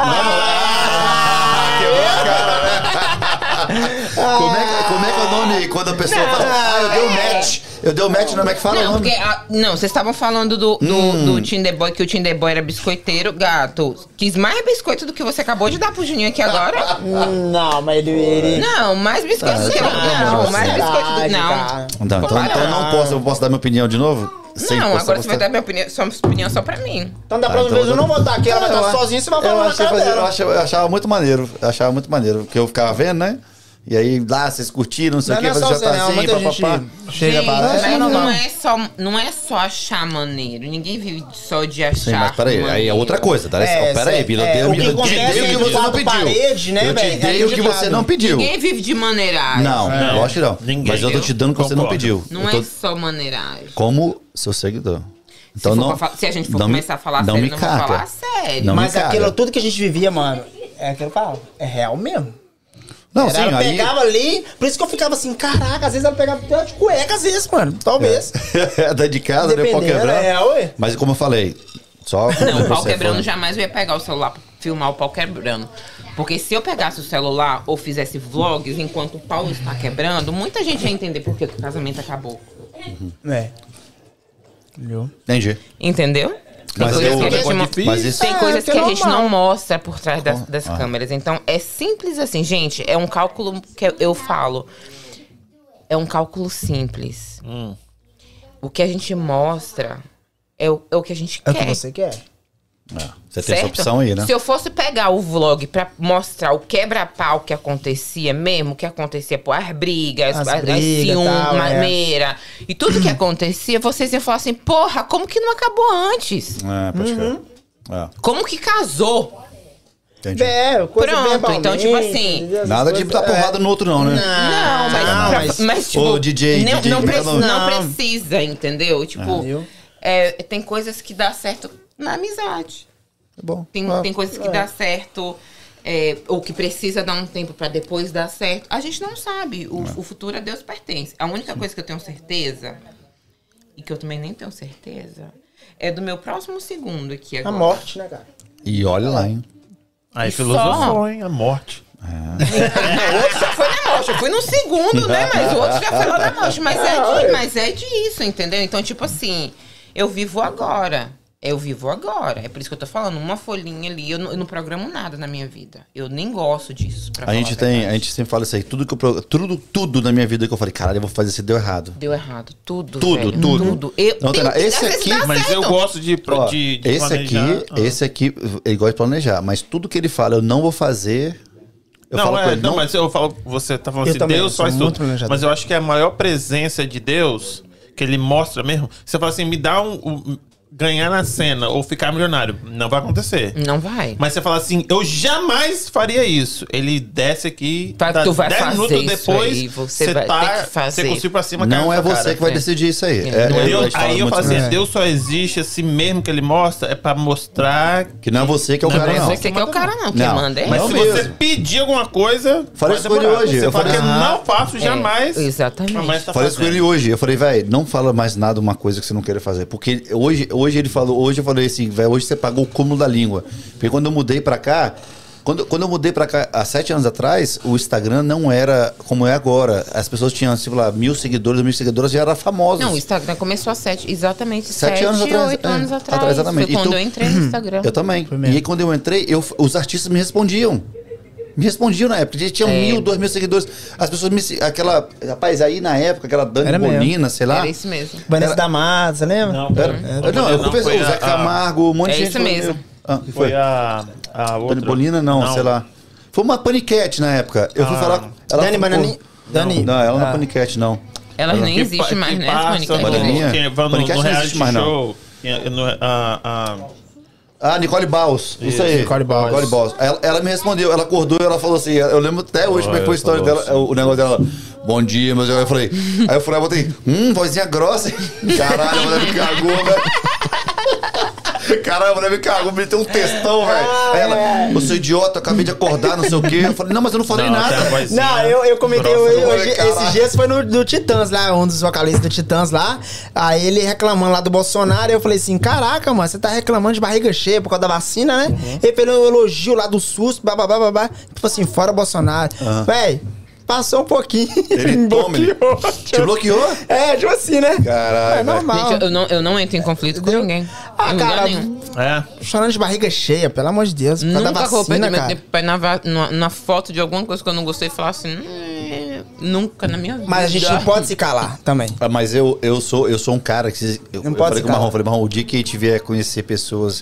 B: Como é que é o nome quando a pessoa fala? Eu dei o match, não é que fala o nome?
D: Vocês estavam falando do Tinder Boy, que o Tinder Boy era biscoiteiro, gato. Quis mais biscoito do que você acabou de dar pro Juninho aqui agora?
C: Não, mas ele...
D: Não, mais biscoito do que... Não, mais biscoito do... Não.
B: Então eu posso dar minha opinião de novo?
D: Não, agora você vai dar sua opinião só pra mim.
C: Então da próxima vez eu não vou estar aqui, ela vai estar sozinha, você vai falar na cara dela.
B: Eu achava muito maneiro, porque eu ficava vendo, né? E aí, lá, vocês curtiram, não sei o que, fazer jatarzinho, papapá.
C: Chega pra
D: não é só achar maneiro. Ninguém vive só de achar. Sim, mas
B: peraí, aí é outra coisa, tá? Peraí, Bila, eu te dei o que você não pediu. Eu te dei o que você não pediu.
D: Ninguém vive de maneiragem.
B: Não, lógico que não. Mas eu tô te dando o que você não pediu.
D: Não é só maneiragem.
B: Como seu seguidor. Então
D: se a gente for começar a falar sério, não vou falar sério.
C: Mas aquilo, tudo que a gente vivia, mano, é aquilo que eu falo. É real mesmo.
B: Não, sim,
C: ela pegava ali, por isso que eu ficava assim, caraca, às vezes ela pegava de cueca, às vezes, mano, talvez.
B: Da de casa, né, pau quebrando. Mas como eu falei, só...
D: Não, o pau quebrando jamais eu ia pegar o celular pra filmar o pau quebrando. Porque se eu pegasse o celular ou fizesse vlogs enquanto o pau está quebrando, muita gente ia entender por que o casamento acabou.
B: Entendi.
D: Entendeu? Tem coisas que a gente não mostra por trás das câmeras. Então, é simples assim, gente. É um cálculo que eu falo. É um cálculo simples. O que a gente mostra é o que a gente quer.
C: É o que você quer.
B: Você tem essa opção aí, né?
D: Se eu fosse pegar o vlog pra mostrar o quebra-pau que acontecia mesmo, que acontecia por as brigas, as ciúmeira, e tudo que acontecia, vocês iam falar assim, porra, como que não acabou antes?
B: Pode crer.
D: Como que casou?
B: Entendi.
D: Pronto, então tipo assim...
B: Nada de botar porrada no outro não, né?
D: Mas tipo...
B: O DJ...
D: Não precisa, entendeu? Tipo, tem coisas que dá certo... Na amizade.
B: É bom.
D: Tem coisas que dá certo ou que precisa dar um tempo pra depois dar certo. A gente não sabe. O futuro a Deus pertence. A única coisa que eu tenho certeza, e que eu também nem tenho certeza, é do meu próximo segundo aqui agora.
C: A morte, né, cara?
B: E olha lá, hein?
A: Aí filosofou, hein? A morte.
D: O outro já foi na morte. Eu fui no segundo, né? Mas o outro já foi lá na morte. Mas é disso, entendeu? Então, tipo assim, eu vivo agora. É por isso que eu tô falando, uma folhinha ali, eu não programo nada na minha vida. Eu nem gosto disso.
B: A gente sempre fala isso aí, tudo na minha vida que eu falei, caralho, eu vou fazer isso, deu errado.
D: Deu errado, tudo.
B: Tudo. Esse aqui,
A: mas eu gosto de
B: planejar. Esse aqui, ele gosta de planejar, mas tudo que ele fala, eu não vou fazer.
A: Mas eu falo, você tá falando assim, Deus faz tudo. Mas eu acho que a maior presença de Deus, que ele mostra mesmo, você fala assim, me dá ganhar na cena ou ficar milionário. Não vai acontecer.
D: Não vai.
A: Mas você fala assim, eu jamais faria isso. Ele desce aqui,
D: tu vai
A: 10
D: fazer
A: minutos
D: isso
A: depois,
D: aí, você vai ter que fazer.
A: Você cuspiu pra cima,
B: não é você que vai decidir isso aí.
A: Aí eu falo assim, Deus só existe assim mesmo que ele mostra, é pra mostrar
B: que não é você que é o cara, não.
D: Não é você que é o cara, não. Quem manda é
A: mas se você pedir alguma coisa,
B: falei isso com ele hoje.
A: Eu falei que não faço jamais.
D: Exatamente.
B: Falei isso com ele hoje. Eu falei, velho, não fala mais nada uma coisa que você não queira fazer. Porque hoje eu falei assim, velho, hoje você pagou o cúmulo da língua. Porque quando eu mudei pra cá, há 7 anos atrás, o Instagram não era como é agora. As pessoas tinham, assim, lá, 1.000 seguidores, 2.000 seguidores, já era famoso.
D: Não, o Instagram começou há 7
B: anos atrás.
D: 8 anos atrás.
B: Exatamente.
D: Foi quando eu entrei no Instagram.
B: Eu também. E aí quando eu entrei, os artistas me respondiam. Na época, a gente tinha 1.000, 2.000 seguidores. As pessoas rapaz, aí na época, aquela Dani Bolina, sei lá.
D: Era isso mesmo.
C: Vanessa da Mata, você lembra?
B: Não, eu conversei com o Zé Camargo, um monte de gente.
D: É isso mesmo.
A: Foi a outra.
B: Dani Bolina, não, sei lá. Foi uma paniquete na época. Eu fui falar.
C: Dani Banani.
B: Não, ela não é paniquete, não.
D: Ela nem existe mais, né?
B: Paniquete não existe mais, não. Nicole Baus. Isso aí.
C: Nicole Baus.
B: Ela me respondeu, ela acordou e ela falou assim, eu lembro até hoje como foi a história dela, o negócio dela. Bom dia, meus amigos. Eu falei, botei, vozinha grossa. Caralho, a mulher me cagou, velho. Caralho, a mulher me cagou, me meteu um textão, velho. Aí ela, eu sou idiota, acabei de acordar, não sei o quê. Eu falei, não, mas eu não falei nada.
C: Não, eu comentei hoje, esses dias foi no Titãs lá, um dos vocalistas do Titãs lá. Aí ele reclamando lá do Bolsonaro. Eu falei assim, caraca, mano, você tá reclamando de barriga cheia por causa da vacina, né? Ele fez um elogio lá do SUS, babá. Tipo assim, fora Bolsonaro. Véi. Passou um pouquinho.
B: Ele me bloqueou. Te bloqueou?
C: É, tipo assim, né?
B: Caralho.
C: É normal.
D: Gente, eu não entro em conflito com ninguém.
C: Cara, chorando de barriga cheia, pelo amor de Deus.
D: Nunca coloquei na foto de alguma coisa que eu não gostei e falar assim, nunca na minha vida.
C: Mas a gente não pode se calar também.
B: Mas eu sou um cara que... Eu falei com o Marrom, o dia que a gente vier conhecer pessoas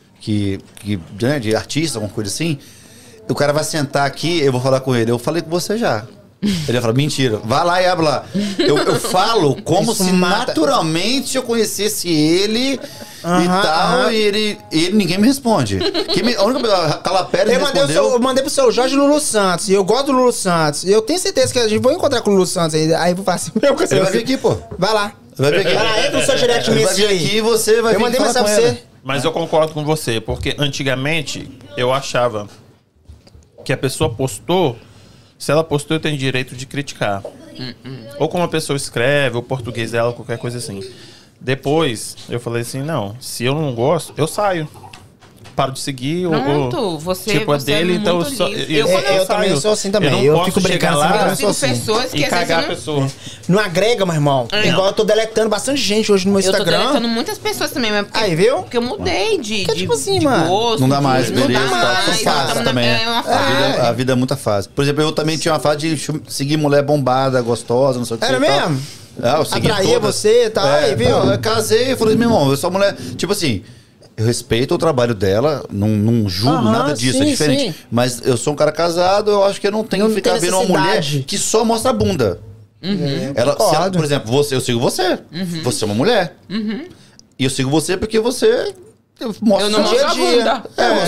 B: de artistas, alguma coisa assim... O cara vai sentar aqui, eu vou falar com ele. Eu falei com você já. Ele vai falar, mentira. Vai lá e abre lá. Eu falo como se naturalmente eu conhecesse ele e tal. E ninguém me responde. A única Calapera respondeu.
C: Eu mandei pro seu Jorge Lulu Santos. E eu gosto do Lulu Santos. E eu tenho certeza que a gente vai encontrar com o Lulu Santos ainda. Aí eu vou falar assim, meu coisa.
B: Ele vai vir aqui, pô.
C: Vai lá.
B: Vai vir aqui.
C: Vai lá, entra no seu direct message aí.
B: Aqui, você vai
C: eu mandei mensagem pra você.
A: Mas eu concordo com você, porque antigamente eu achava que a pessoa postou, se ela postou, eu tenho direito de criticar. Ou como a pessoa escreve, o português dela, qualquer coisa assim. Depois, eu falei assim, não, se eu não gosto, eu saio. Paro de seguir.
D: Você
A: é dele, então
C: eu também sou assim também. Eu fico brincando lá, eu sou assim.
D: Pessoas que
A: e cagar a pessoa.
C: Não agrega, meu irmão. Igual eu tô deletando bastante gente hoje no meu Instagram.
D: Eu tô deletando muitas pessoas também, mas
C: aí, viu?
D: Porque eu mudei de
C: tipo assim, mano.
D: Gosto,
B: não dá mais, beleza.
D: Não dá mais.
B: Fase também. A vida é muita fase. Por exemplo, eu também tinha uma fase de seguir mulher bombada, gostosa, não sei o que.
C: Era mesmo?
B: Atraía
C: você e tal, aí, viu?
B: Eu casei e falei, meu irmão, eu sou mulher... Tipo assim... Eu respeito o trabalho dela, não julgo nada disso, é diferente. Sim. Mas eu sou um cara casado, eu acho que eu não tenho que ficar vendo uma mulher que só mostra a bunda. Ela, por exemplo, eu sigo você. Você é uma mulher. E eu sigo você porque você mostra
D: o seu dia a dia.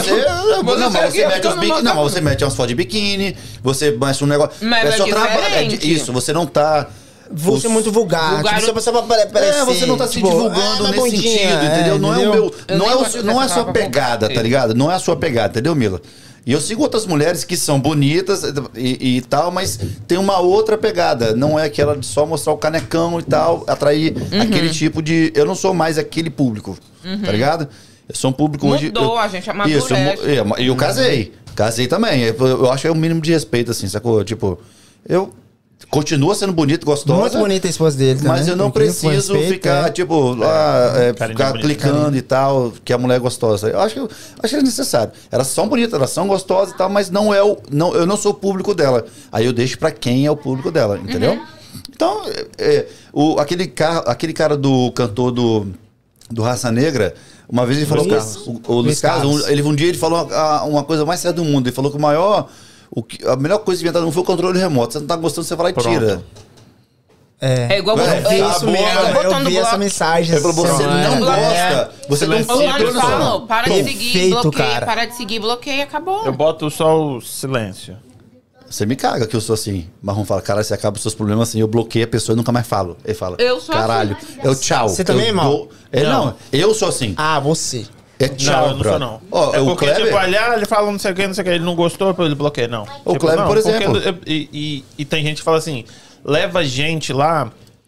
B: Mas você mete umas fotos de biquíni, você mexe um negócio.
D: Mas é seu trabalho.
B: Isso, você não tá...
C: Você é muito vulgar. Tipo, você
B: você não tá se divulgando nesse sentido, entendeu? Não é a sua pegada, tá ligado? Não é a sua pegada, entendeu, Mila? E eu sigo outras mulheres que são bonitas e tal, mas tem uma outra pegada. Não é aquela de só mostrar o canecão e tal, atrair aquele tipo de... Eu não sou mais aquele público, tá ligado? Eu sou um público hoje...
D: Mudou, a gente amadurece.
B: E eu casei. Casei também. Eu acho que é o mínimo de respeito, assim, sacou? Tipo, eu... Continua sendo bonito, gostosa.
C: Muito bonita a esposa dele também.
B: Mas eu não preciso ficar, tipo, ficar clicando e tal, que a mulher é gostosa. Eu acho que é necessário. Elas são bonitas, elas são gostosas e tal, mas não é eu não sou o público dela. Aí eu deixo pra quem é o público dela, entendeu? Então, aquele cara do cantor do Raça Negra, uma vez ele falou... O Luiz Carlos. Um dia ele falou uma coisa mais séria do mundo. Ele falou que a melhor coisa que inventaram foi o controle remoto. Você não tá gostando, você vai lá e tira.
D: É igual você.
C: Eu vi essa mensagem.
B: Você não gosta. Você não
D: fala. Para de seguir, bloqueia. Para de seguir, bloqueia, acabou.
A: Eu boto só o silêncio.
B: Você me caga que eu sou assim. Marrom fala, cara, você acaba os seus problemas assim. Eu bloqueio a pessoa e nunca mais falo. Ele fala,
D: eu sou
B: caralho.
D: assim.
B: Eu tchau.
C: Você também, irmão?
B: Não, eu sou assim.
C: Ah, você.
B: É tchau,
A: não, eu não sou, não. É porque, Kleber... tipo, olhar, ele fala não sei o que, ele não gostou, ele bloqueia, não.
B: O
A: tipo,
B: Kleber, por exemplo.
A: E tem gente que fala assim, leva gente lá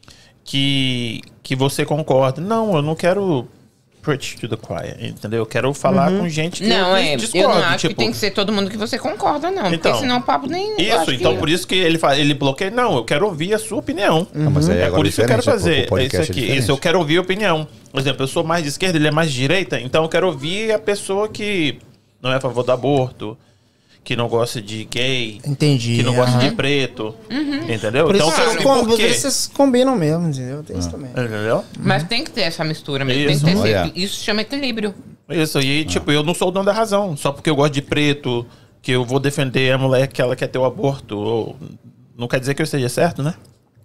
A: que você concorda. Não, eu não quero preach to the choir, entendeu? Eu quero falar com gente que
D: discorda. Eu não acho que tem que ser todo mundo que você concorda, não. Então, porque senão o papo nem...
A: Isso, então por isso que ele bloqueia. Não, eu quero ouvir a sua opinião.
B: Mas
A: é por isso que eu quero fazer isso aqui. Isso, eu quero ouvir a opinião. Por exemplo, eu sou mais de esquerda, ele é mais de direita, então eu quero ouvir a pessoa que não é a favor do aborto, que não gosta de gay,
C: entendi,
A: que não gosta de preto, entendeu?
C: Por então, vocês combinam mesmo, entendeu? Tem isso também.
A: Entendeu?
D: Mas tem que ter essa mistura mesmo. Isso, tem que ter isso chama equilíbrio.
A: Isso, e tipo, eu não sou o dono da razão, só porque eu gosto de preto, que eu vou defender a mulher que ela quer ter o aborto, ou... não quer dizer que eu esteja certo, né?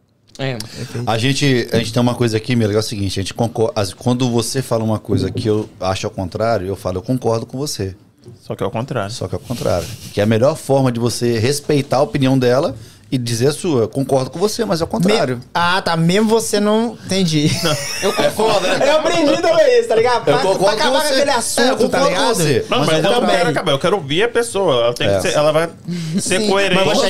B: A gente tem uma coisa aqui, meu, é o seguinte, a gente concorda, quando você fala uma coisa que eu acho ao contrário, eu falo, eu concordo com você.
A: Só que é o contrário.
B: Que é a melhor forma de você respeitar a opinião dela e dizer a sua. Eu concordo com você, mas é o contrário.
C: Tá. Mesmo você não... Entendi.
B: Eu concordo, né?
C: Eu aprendi também isso, tá ligado?
B: Eu concordo
C: pra acabar com aquele assunto, tá ligado?
B: Você.
A: Não, mas eu não quero acabar. Eu quero ouvir a pessoa. Ela, tem que ser, ela vai ser coerente.
D: Mas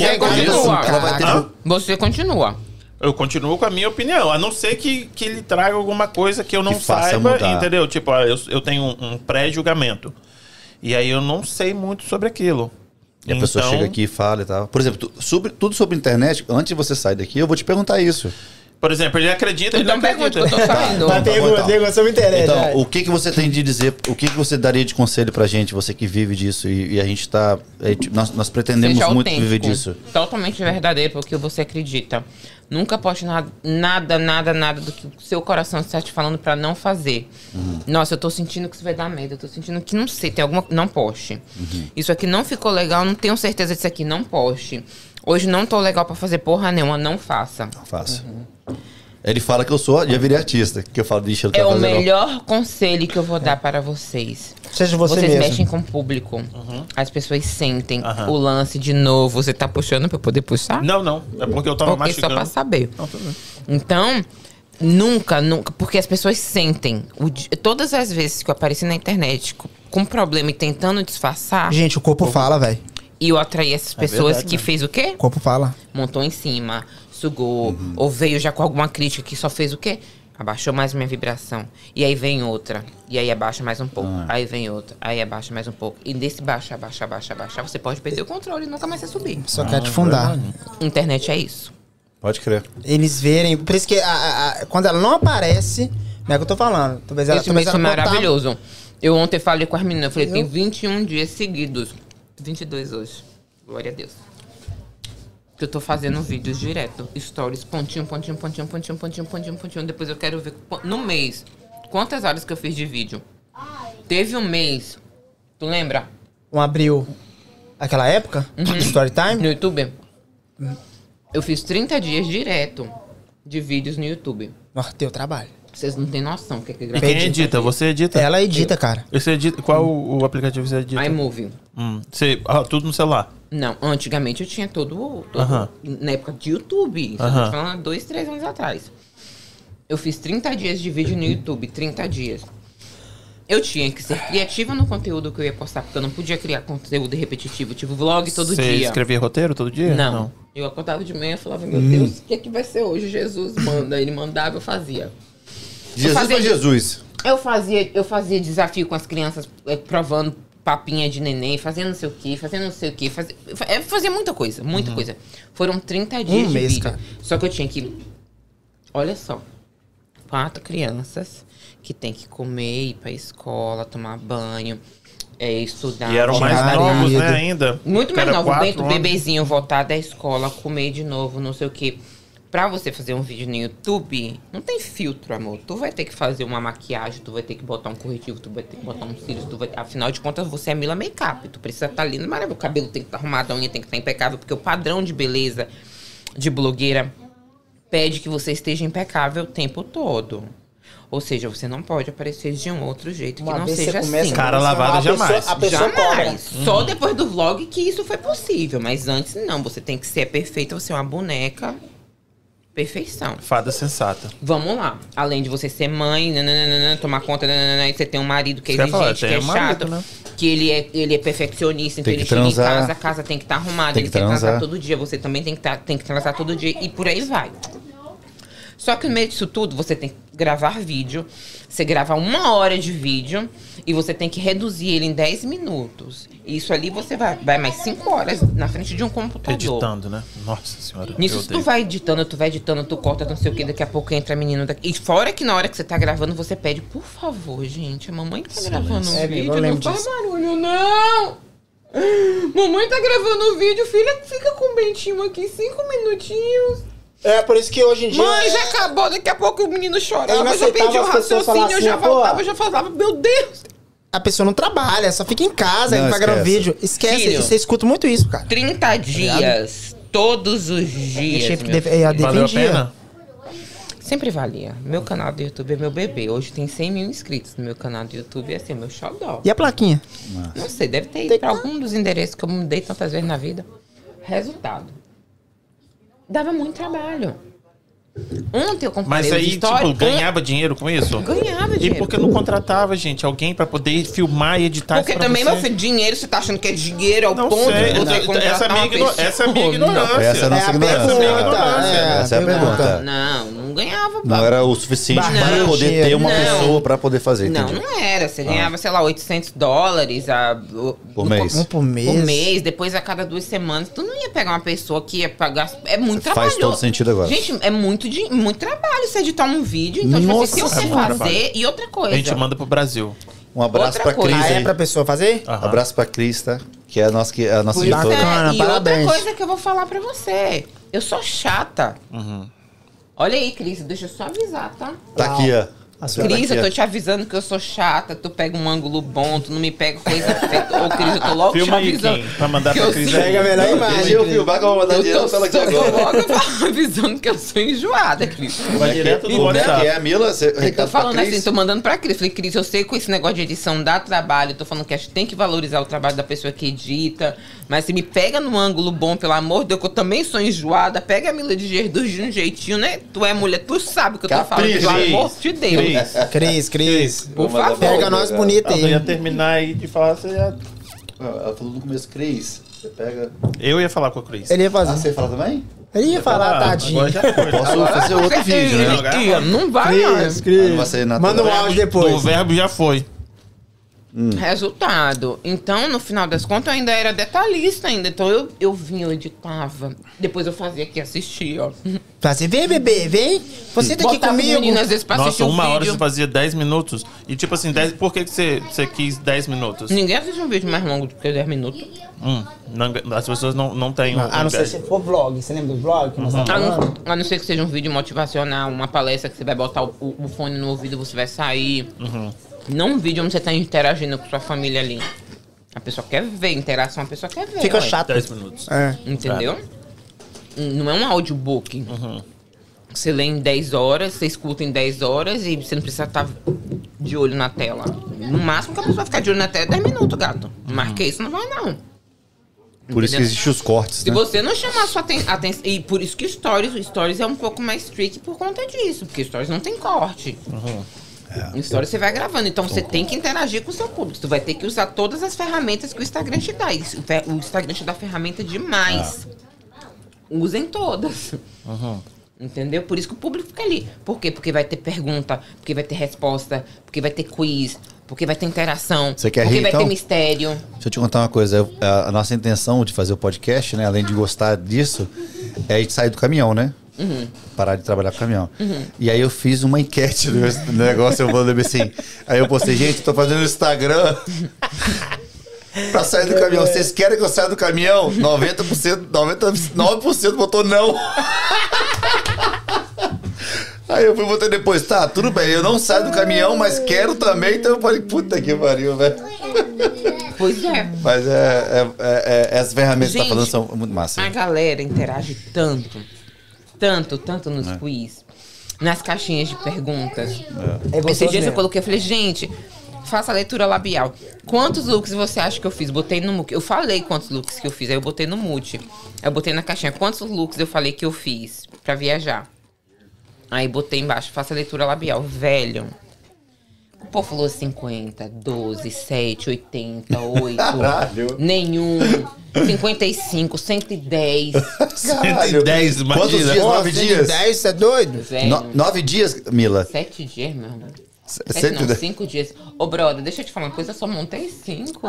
D: você continua.
A: Eu continuo com a minha opinião, a não ser que ele traga alguma coisa que eu não saiba, entendeu? Tipo, eu tenho um pré-julgamento. E aí eu não sei muito sobre aquilo.
B: E a pessoa chega aqui e fala e tal. Por exemplo, tudo sobre internet, antes de você sair daqui, eu vou te perguntar isso.
A: Por exemplo, ele acredita, ele não acredita.
D: Eu tô saindo.
C: Pergunta sobre internet.
B: Então, o que você tem de dizer, o que você daria de conselho pra gente, você que vive disso, e a gente tá... Nós pretendemos muito viver disso.
D: Totalmente verdadeiro, porque você acredita. Nunca poste nada do que o seu coração está te falando pra não fazer. Nossa, eu tô sentindo que isso vai dar merda. Eu tô sentindo que, não sei, tem alguma... Não poste. Isso aqui não ficou legal, não tenho certeza disso aqui. Não poste. Hoje não tô legal pra fazer porra nenhuma, não faça.
B: Não faça. Ele fala que eu já virei artista. Que eu falo, deixa eu
D: o melhor conselho que eu vou dar para vocês.
C: Seja você
D: Vocês
C: mesmo.
D: mexem com o público. As pessoas sentem o lance de novo. Você tá puxando pra eu poder puxar?
A: Não. É porque eu tava mastigando.
D: Só pra saber.
A: Não, tudo bem.
D: Então, nunca. Porque as pessoas sentem. Todas as vezes que eu apareci na internet com problema e tentando disfarçar...
C: Gente, o corpo fala, velho.
D: E eu atraí essas pessoas que fez o quê?
C: O corpo fala.
D: Montou em cima, sugou, ou veio já com alguma crítica que só fez o quê? Abaixou mais minha vibração. E aí vem outra. E aí abaixa mais um pouco. Aí vem outra. Aí abaixa mais um pouco. E desse abaixa, você pode perder o controle e nunca mais você subir.
C: Só quer te fundar.
D: Internet é isso.
B: Pode crer.
C: Eles verem... Por isso que quando ela não aparece... Não é que eu tô falando. Talvez ela,
D: esse mês foi maravilhoso. Eu ontem falei com as meninas. Eu falei, tem 21 dias seguidos. 22 hoje. Glória a Deus. Que eu tô fazendo vídeos direto. Stories, pontinho. Depois eu quero ver no mês quantas horas que eu fiz de vídeo. Teve um mês. Tu lembra?
C: Um abril. Aquela época? Storytime?
D: No YouTube. Eu fiz 30 dias direto de vídeos no YouTube.
C: Nossa, teu trabalho.
D: Vocês não têm noção o que é
A: gravar. E quem edita? Você edita?
C: Ela edita, cara.
A: Você edita? Qual o aplicativo você edita?
D: iMovie.
A: Tudo no celular?
D: Não, antigamente eu tinha todo na época de YouTube. Isso eu tô falando 2, 3 anos atrás. Eu fiz 30 dias de vídeo no YouTube, 30 dias. Eu tinha que ser criativa no conteúdo que eu ia postar, porque eu não podia criar conteúdo repetitivo, tipo vlog todo dia.
A: Você escrevia roteiro todo dia?
D: Não. Eu acordava de manhã e falava, meu Deus, o que é que vai ser hoje? Jesus manda. Ele mandava, eu fazia.
B: Jesus.
D: Eu fazia desafio com as crianças, provando papinha de neném, fazendo não sei o quê, fazia muita coisa, muita coisa. Foram 30 dias de vídeo. Cara. Só que eu tinha que... Olha só. 4 crianças que tem que comer, ir pra escola, tomar banho, estudar.
A: E eram mais novos, né, ainda?
D: Muito mais novos. O bebezinho voltar da escola, comer de novo, não sei o quê. Pra você fazer um vídeo no YouTube, não tem filtro, amor. Tu vai ter que fazer uma maquiagem, tu vai ter que botar um corretivo, tu vai ter que botar um cílios, afinal de contas, você é Mila Makeup. Tu precisa estar linda, maravilhoso. O cabelo tem que estar arrumado, a unha tem que estar impecável, porque o padrão de beleza de blogueira pede que você esteja impecável o tempo todo. Ou seja, você não pode aparecer de um outro jeito que não seja assim.
A: Cara lavada jamais.
C: A pessoa
D: jamais. Só depois do vlog que isso foi possível. Mas antes, não. Você tem que ser perfeita, você é uma boneca. Perfeição.
A: Fada sensata.
D: Vamos lá. Além de você ser mãe, tomar conta, e você tem um marido que é exigente, que é chato, né? Que ele é perfeccionista, então ele chega em casa, a casa tem que estar arrumada, ele tem que transar todo dia, você também tem que transar todo dia e por aí vai. Só que no meio disso tudo, você tem que gravar vídeo, você grava 1 hora de vídeo e você tem que reduzir ele em 10 minutos. E isso ali você vai mais 5 horas na frente de um computador.
A: Editando, né? Nossa senhora.
D: Nisso tu vai editando, tu corta, não sei o que, daqui a pouco entra a menina daqui. E fora que na hora que você tá gravando, você pede, por favor, gente, a mamãe tá gravando um vídeo, não faz barulho, não! Mamãe tá gravando um vídeo, filha, fica com o Bentinho aqui 5 minutinhos.
C: É, por isso que hoje em dia...
D: Mãe, já acabou, daqui a pouco o menino chorava, eu já perdi o raciocínio, assim, eu já voltava, eu já falava, meu Deus!
C: A pessoa não trabalha, só fica em casa, aí vai gravar vídeo. Esquece,
D: filho,
C: você escuta muito isso, cara.
D: 30 dias, todos os dias.
A: Valeu a pena?
D: Sempre valia. Meu canal do YouTube é meu bebê. Hoje tem 100 mil inscritos no meu canal do YouTube. É assim, meu xodó.
C: E a plaquinha?
D: Não sei, deve ter ido pra algum dos endereços que eu mudei tantas vezes na vida. Resultado. Dava muito trabalho. Ontem eu comparei.
A: Mas aí, tipo, ganhava dinheiro com isso?
D: Ganhava dinheiro.
A: E por que não contratava, gente, alguém pra poder filmar e editar
D: porque isso pra também, você? Meu filho, dinheiro, você tá achando que é dinheiro ao ponto
A: sei.
D: de você contratar
A: essa é a minha ignorância. Essa é a nossa ignorância.
B: Essa é a pergunta.
D: Não ganhava.
B: Não era o suficiente para poder ter uma pessoa pra poder fazer.
D: Não era. Você ganhava, sei lá, $800
B: por mês.
C: Por mês.
D: Por mês, depois a cada 2 semanas. Tu não ia pegar uma pessoa que ia pagar. É muito trabalho.
B: Faz todo sentido agora.
D: Gente, é muito trabalho você editar um vídeo. Então, tipo, se você fazer. E outra coisa.
A: A gente manda pro Brasil.
B: Um abraço pra Cris.
C: É pra pessoa fazer?
B: Abraço pra Cris, tá? Que é a nossa editora.
D: E outra coisa que eu vou falar pra você. Eu sou chata. Olha aí, Cris, deixa eu só avisar, tá?
B: Tá aqui, ó.
D: Cris, eu tô te avisando que eu sou chata, tu pega um ângulo bom, tu não me pega coisa feita. Ô, Cris, eu tô logo
A: filma
D: te avisando.
A: Aí, pra mandar pra Cris.
C: Pega a melhor imagem.
B: Deixa eu filmar que eu vou mandar dinheiro pra ela aqui agora.
D: Eu tô logo avisando que eu sou enjoada, Cris.
A: Vai direto do WhatsApp.
B: É a Mila,
D: eu tô falando assim, tô mandando pra Cris. Falei, Cris, eu sei que esse negócio de edição dá trabalho, eu tô falando que a gente tem que valorizar o trabalho da pessoa que edita, mas se me pega num ângulo bom, pelo amor de Deus, que eu também sou enjoada, pega a Mila de Jesus de um jeitinho, né? Tu é mulher, tu sabe o que eu tô falando, pelo amor de Deus.
C: Cris,
D: por favor.
C: Pega nós bonita aí.
A: Eu ia terminar aí de falar, você já...
B: Ela falou no começo, Cris, você pega...
A: Eu ia falar com a Cris.
C: Ele ia fazer.
B: Você ia falar também?
C: Ele ia falar, tadinho.
A: Já foi.
B: Posso fazer outro vídeo, né?
D: Não vai,
C: Cris. Manda um áudio depois.
A: O verbo já foi.
D: Resultado. Então, no final das contas, eu ainda era detalhista ainda. Então, eu vinha, eu editava. Depois eu fazia aqui, assistia, ó.
C: Fazia, vem, bebê, vem. Você tá aqui comigo.
D: Menina, às vezes, pra
A: Nossa,
D: uma
A: hora você fazia 10 minutos. E tipo assim, por que você quis 10 minutos?
D: Ninguém assiste um vídeo mais longo do que 10 minutos.
A: As pessoas não têm...
C: A não ser se for vlog. Você lembra do vlog?
D: A não ser que seja um vídeo motivacional, uma palestra que você vai botar o fone no ouvido, você vai sair. Não um vídeo onde você tá interagindo com sua família ali. A pessoa quer ver interação, a pessoa quer ver.
C: Fica chato.
A: 10 minutos.
D: Entendeu? Não é um audiobook. Você lê em 10 horas, você escuta em 10 horas e você não precisa estar de olho na tela. No máximo que a pessoa vai ficar de olho na tela é 10 minutos, gato. Marquei isso, não vai não.
B: Por isso que existem os cortes,
D: Se você não chamar sua atenção... E por isso que Stories é um pouco mais tricky por conta disso. Porque Stories não tem corte. Story você vai gravando. Então você tem que interagir com o seu público. Tu vai ter que usar todas as ferramentas que o Instagram te dá. O Instagram te dá ferramenta demais. Usem todas. Entendeu? Por isso que o público fica ali. Por quê? Porque vai ter pergunta, porque vai ter resposta, porque vai ter quiz, porque vai ter interação,
B: porque
D: vai ter mistério.
B: Deixa eu te contar uma coisa. A nossa intenção de fazer o podcast, né? Além de gostar disso, é a gente sair do caminhão, né? Parar de trabalhar com caminhão. E aí eu fiz uma enquete no negócio, eu falei assim. Aí eu postei, gente, tô fazendo no Instagram pra sair do caminhão. Vocês querem que eu saia do caminhão? 99% botou não. Aí eu fui botar depois, tá, tudo bem, eu não saio do caminhão, mas quero também, então eu falei, puta que pariu, velho.
D: Pois é.
B: Mas essas ferramentas que você tá falando são muito massas.
D: A galera interage tanto nos quiz, nas caixinhas de perguntas. Esse dia eu coloquei, eu falei, gente, faça a leitura labial. Quantos looks você acha que eu fiz? Botei no mute. Eu falei quantos looks que eu fiz, aí eu botei no mute. Eu botei na caixinha, quantos looks eu falei que eu fiz pra viajar. Aí botei embaixo, faça a leitura labial. Velho, o povo falou 50, 12, 7, 80, 8,
B: Caralho.
D: Nenhum, 55, 110.
A: 110, imagina.
B: Quantos dias? 9 dias?
C: 110, você é doido?
B: 9 dias, Mila?
D: 7 dias, meu irmão.
B: 5
D: dias. Ô, brother, deixa eu te falar uma coisa, eu só montei 5.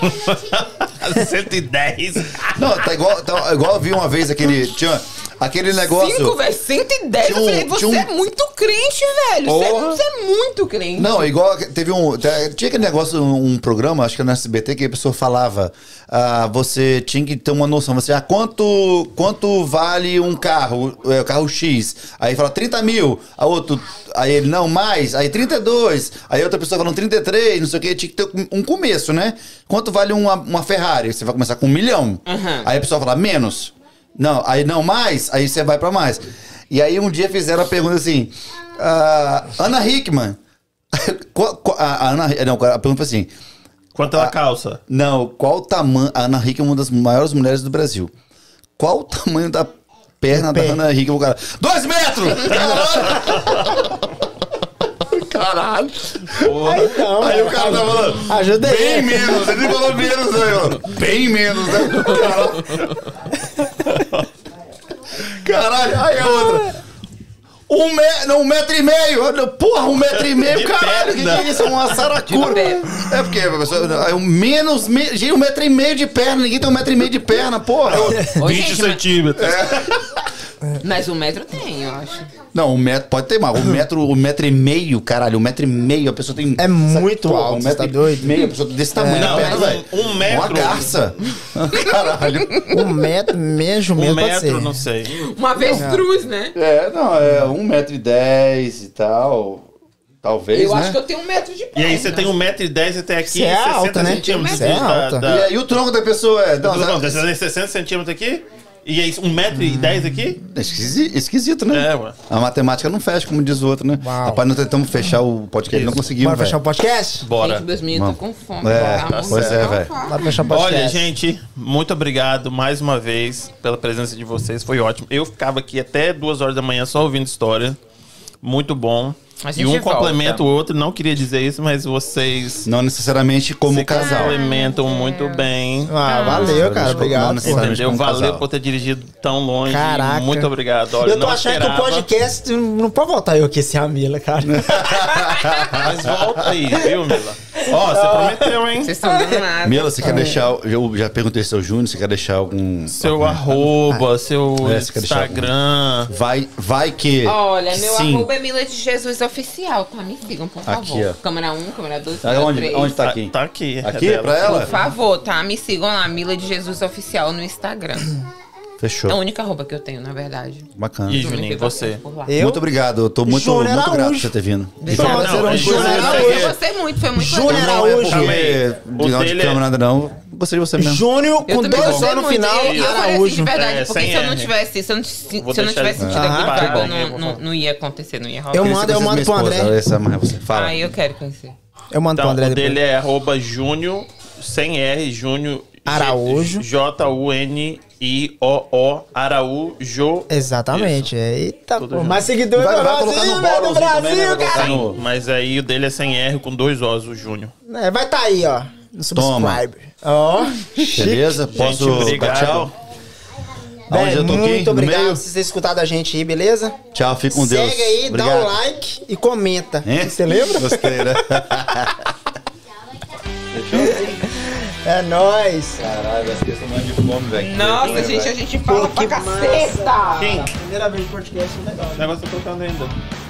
A: 110.
B: Não, tá igual eu vi uma vez aquele negócio.
D: 5, velho, 110. Eu falei, você é muito crente, velho. Você é muito crente.
B: Não, igual tinha aquele negócio, um programa, acho que era no SBT, que a pessoa falava, você tinha que ter uma noção, quanto vale um carro, carro X? Aí fala 30 mil, aí ele, não, mais, aí 32, aí outra pessoa falando 33, não sei o que, tinha que ter um começo, né? Quanto vale uma Ferrari? Você vai começar com 1 milhão. Aí a pessoa fala, menos. Não, aí não mais, aí você vai pra mais. E aí um dia fizeram a pergunta assim, Ana Hickman, a pergunta foi assim,
A: quanto ela calça?
B: Não, qual o tamanho, a Ana Hickman é uma das maiores mulheres do Brasil, qual o tamanho da perna da Ana Hickman? Cara, 2 metros! Caralho! Aí o cara tá falando,
C: ajuda aí.
B: Bem menos, ele falou menos, né, mano? Bem menos, né? Caralho, aí a outra. 1,5 metro. Porra, 1,5 metro, caralho. Que é isso? É uma saracura. É porque, professor, menos 1,5 metro de perna. Ninguém tem 1,5 metro de perna, porra.
A: 20 centímetros.
D: Mas 1 metro tem, eu acho.
B: Não, 1 metro pode ter mais. 1,5 metro, caralho. 1,5 metro, a pessoa tem.
C: É muito alto,
B: 1,5 metro,
C: tá doido?
B: Meio, a pessoa desse tamanho da perna, velho.
A: 1 metro.
B: Uma garça. Caralho.
C: 1 metro, mesmo,
A: pode
C: ser.
A: ser. Não sei.
D: Uma avestruz, né?
B: Não, é 1,10 metro e tal. Talvez,
D: eu
B: né?
D: acho que eu tenho 1 metro de perna.
A: E aí você tem 1,10 m e tem aqui
C: Você é
A: 60
C: alta, né?
A: centímetros.
C: Você é alta.
B: E o tronco da pessoa é...
A: Você tem 60 centímetros aqui? E aí 1,10 m aqui?
B: Esquisito, né?
A: Ué.
B: A matemática não fecha, como diz o outro, né?
C: Uau.
B: Rapaz, nós tentamos fechar o podcast, não conseguimos,
C: Bora fechar o podcast?
A: Bora.
D: Gente, 2 minutos com fome.
B: Pois é, velho.
C: Bora fechar o podcast.
A: Olha, gente, muito obrigado mais uma vez pela presença de vocês. Foi ótimo. Eu ficava aqui até 2 horas da manhã só ouvindo história. Muito bom. E um complementa o outro, não queria dizer isso, mas vocês...
B: Não necessariamente como casal.
A: Complementam muito bem.
C: Valeu, cara. Obrigado.
A: Entendeu? Valeu por ter dirigido tão longe.
C: Caraca.
A: Muito obrigado. Olha,
C: eu tô achando que o podcast não pode voltar eu aquecer a Mila, cara.
A: Mas volta aí, viu, Mila? Ó, você prometeu, hein?
D: Vocês estão dando nada.
B: Mila, você quer deixar... Eu já perguntei seu Júnior, você quer deixar algum...
A: Seu arroba, seu Instagram.
B: Vai que...
D: Olha, meu arroba é Mila de Jesus Oficial, tá? Me sigam, por favor.
B: Aqui, ó.
D: Câmera 1, câmera 2, câmera 3.
B: Onde tá aqui?
A: Tá aqui.
B: Aqui, pra ela?
D: Por favor, tá? Me sigam lá, Mila de Jesus Oficial no Instagram.
B: Fechou.
D: É a única arroba que eu tenho, na verdade.
B: Bacana.
A: E Juninho, você?
B: Muito obrigado, eu tô muito grato por você ter vindo.
D: Eu gostei muito, foi muito
C: Júnior
D: legal.
C: Araújo.
B: Não de câmera nada não. Gostei de você mesmo.
C: Júnior com 2 anos no final
D: e
C: Araújo.
D: Araújo. De verdade, porque se eu não tivesse sentido aquilo, não ia acontecer, não ia rolar.
C: Eu mando pro André.
B: Fala.
D: Eu quero conhecer.
C: Eu mando pro André
A: depois. O
C: depois.
A: dele é @Júnior, sem R, Júnior
C: Araújo.
A: J-U-N-I-O-O Araújo.
C: Exatamente. Eita, pô. Mais
B: seguidor vai colocar no bolo do Brasil, cara.
A: Mas aí o dele é sem R com 2 Os, o Júnior.
C: Vai tá aí, ó. No subscribe. Ó.
B: Beleza? Posso dar tchau?
C: Aonde eu tô aqui? Muito obrigado por vocês terem escutado a gente aí, beleza?
B: Tchau, fica com Deus.
C: Segue aí, obrigado. Dá um like e comenta. Você lembra?
B: Gostei, né?
C: É nóis.
B: Caralho, vai esquecer mais de fome, velho.
D: Nossa, a gente fala pra caceta.
A: Quem?
C: Primeira vez de podcast, legal.
A: O negócio tá tocando ainda.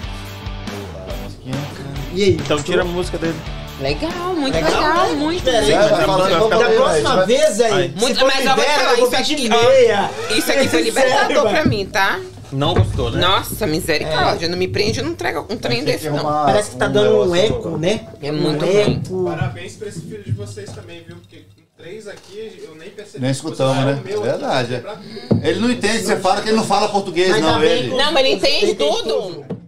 C: E aí?
A: Então tira a música dele.
D: Legal, muito legal, muito
C: diferente. Da próxima vez, aí.
D: Muito, mas eu vou falar, isso aqui foi libertador pra mim, tá?
A: Não gostou, né?
D: Nossa, misericórdia. Não me prende, não entrega um trem desse, não.
C: Parece que tá dando um eco, né?
D: É muito ruim.
E: Parabéns pra esse filho de vocês também, viu? Porque com 3 aqui, eu nem percebi.
B: Nem escutamos, né? É verdade. Ele não entende, você fala que ele não fala português, não.
D: Não, mas ele entende tudo.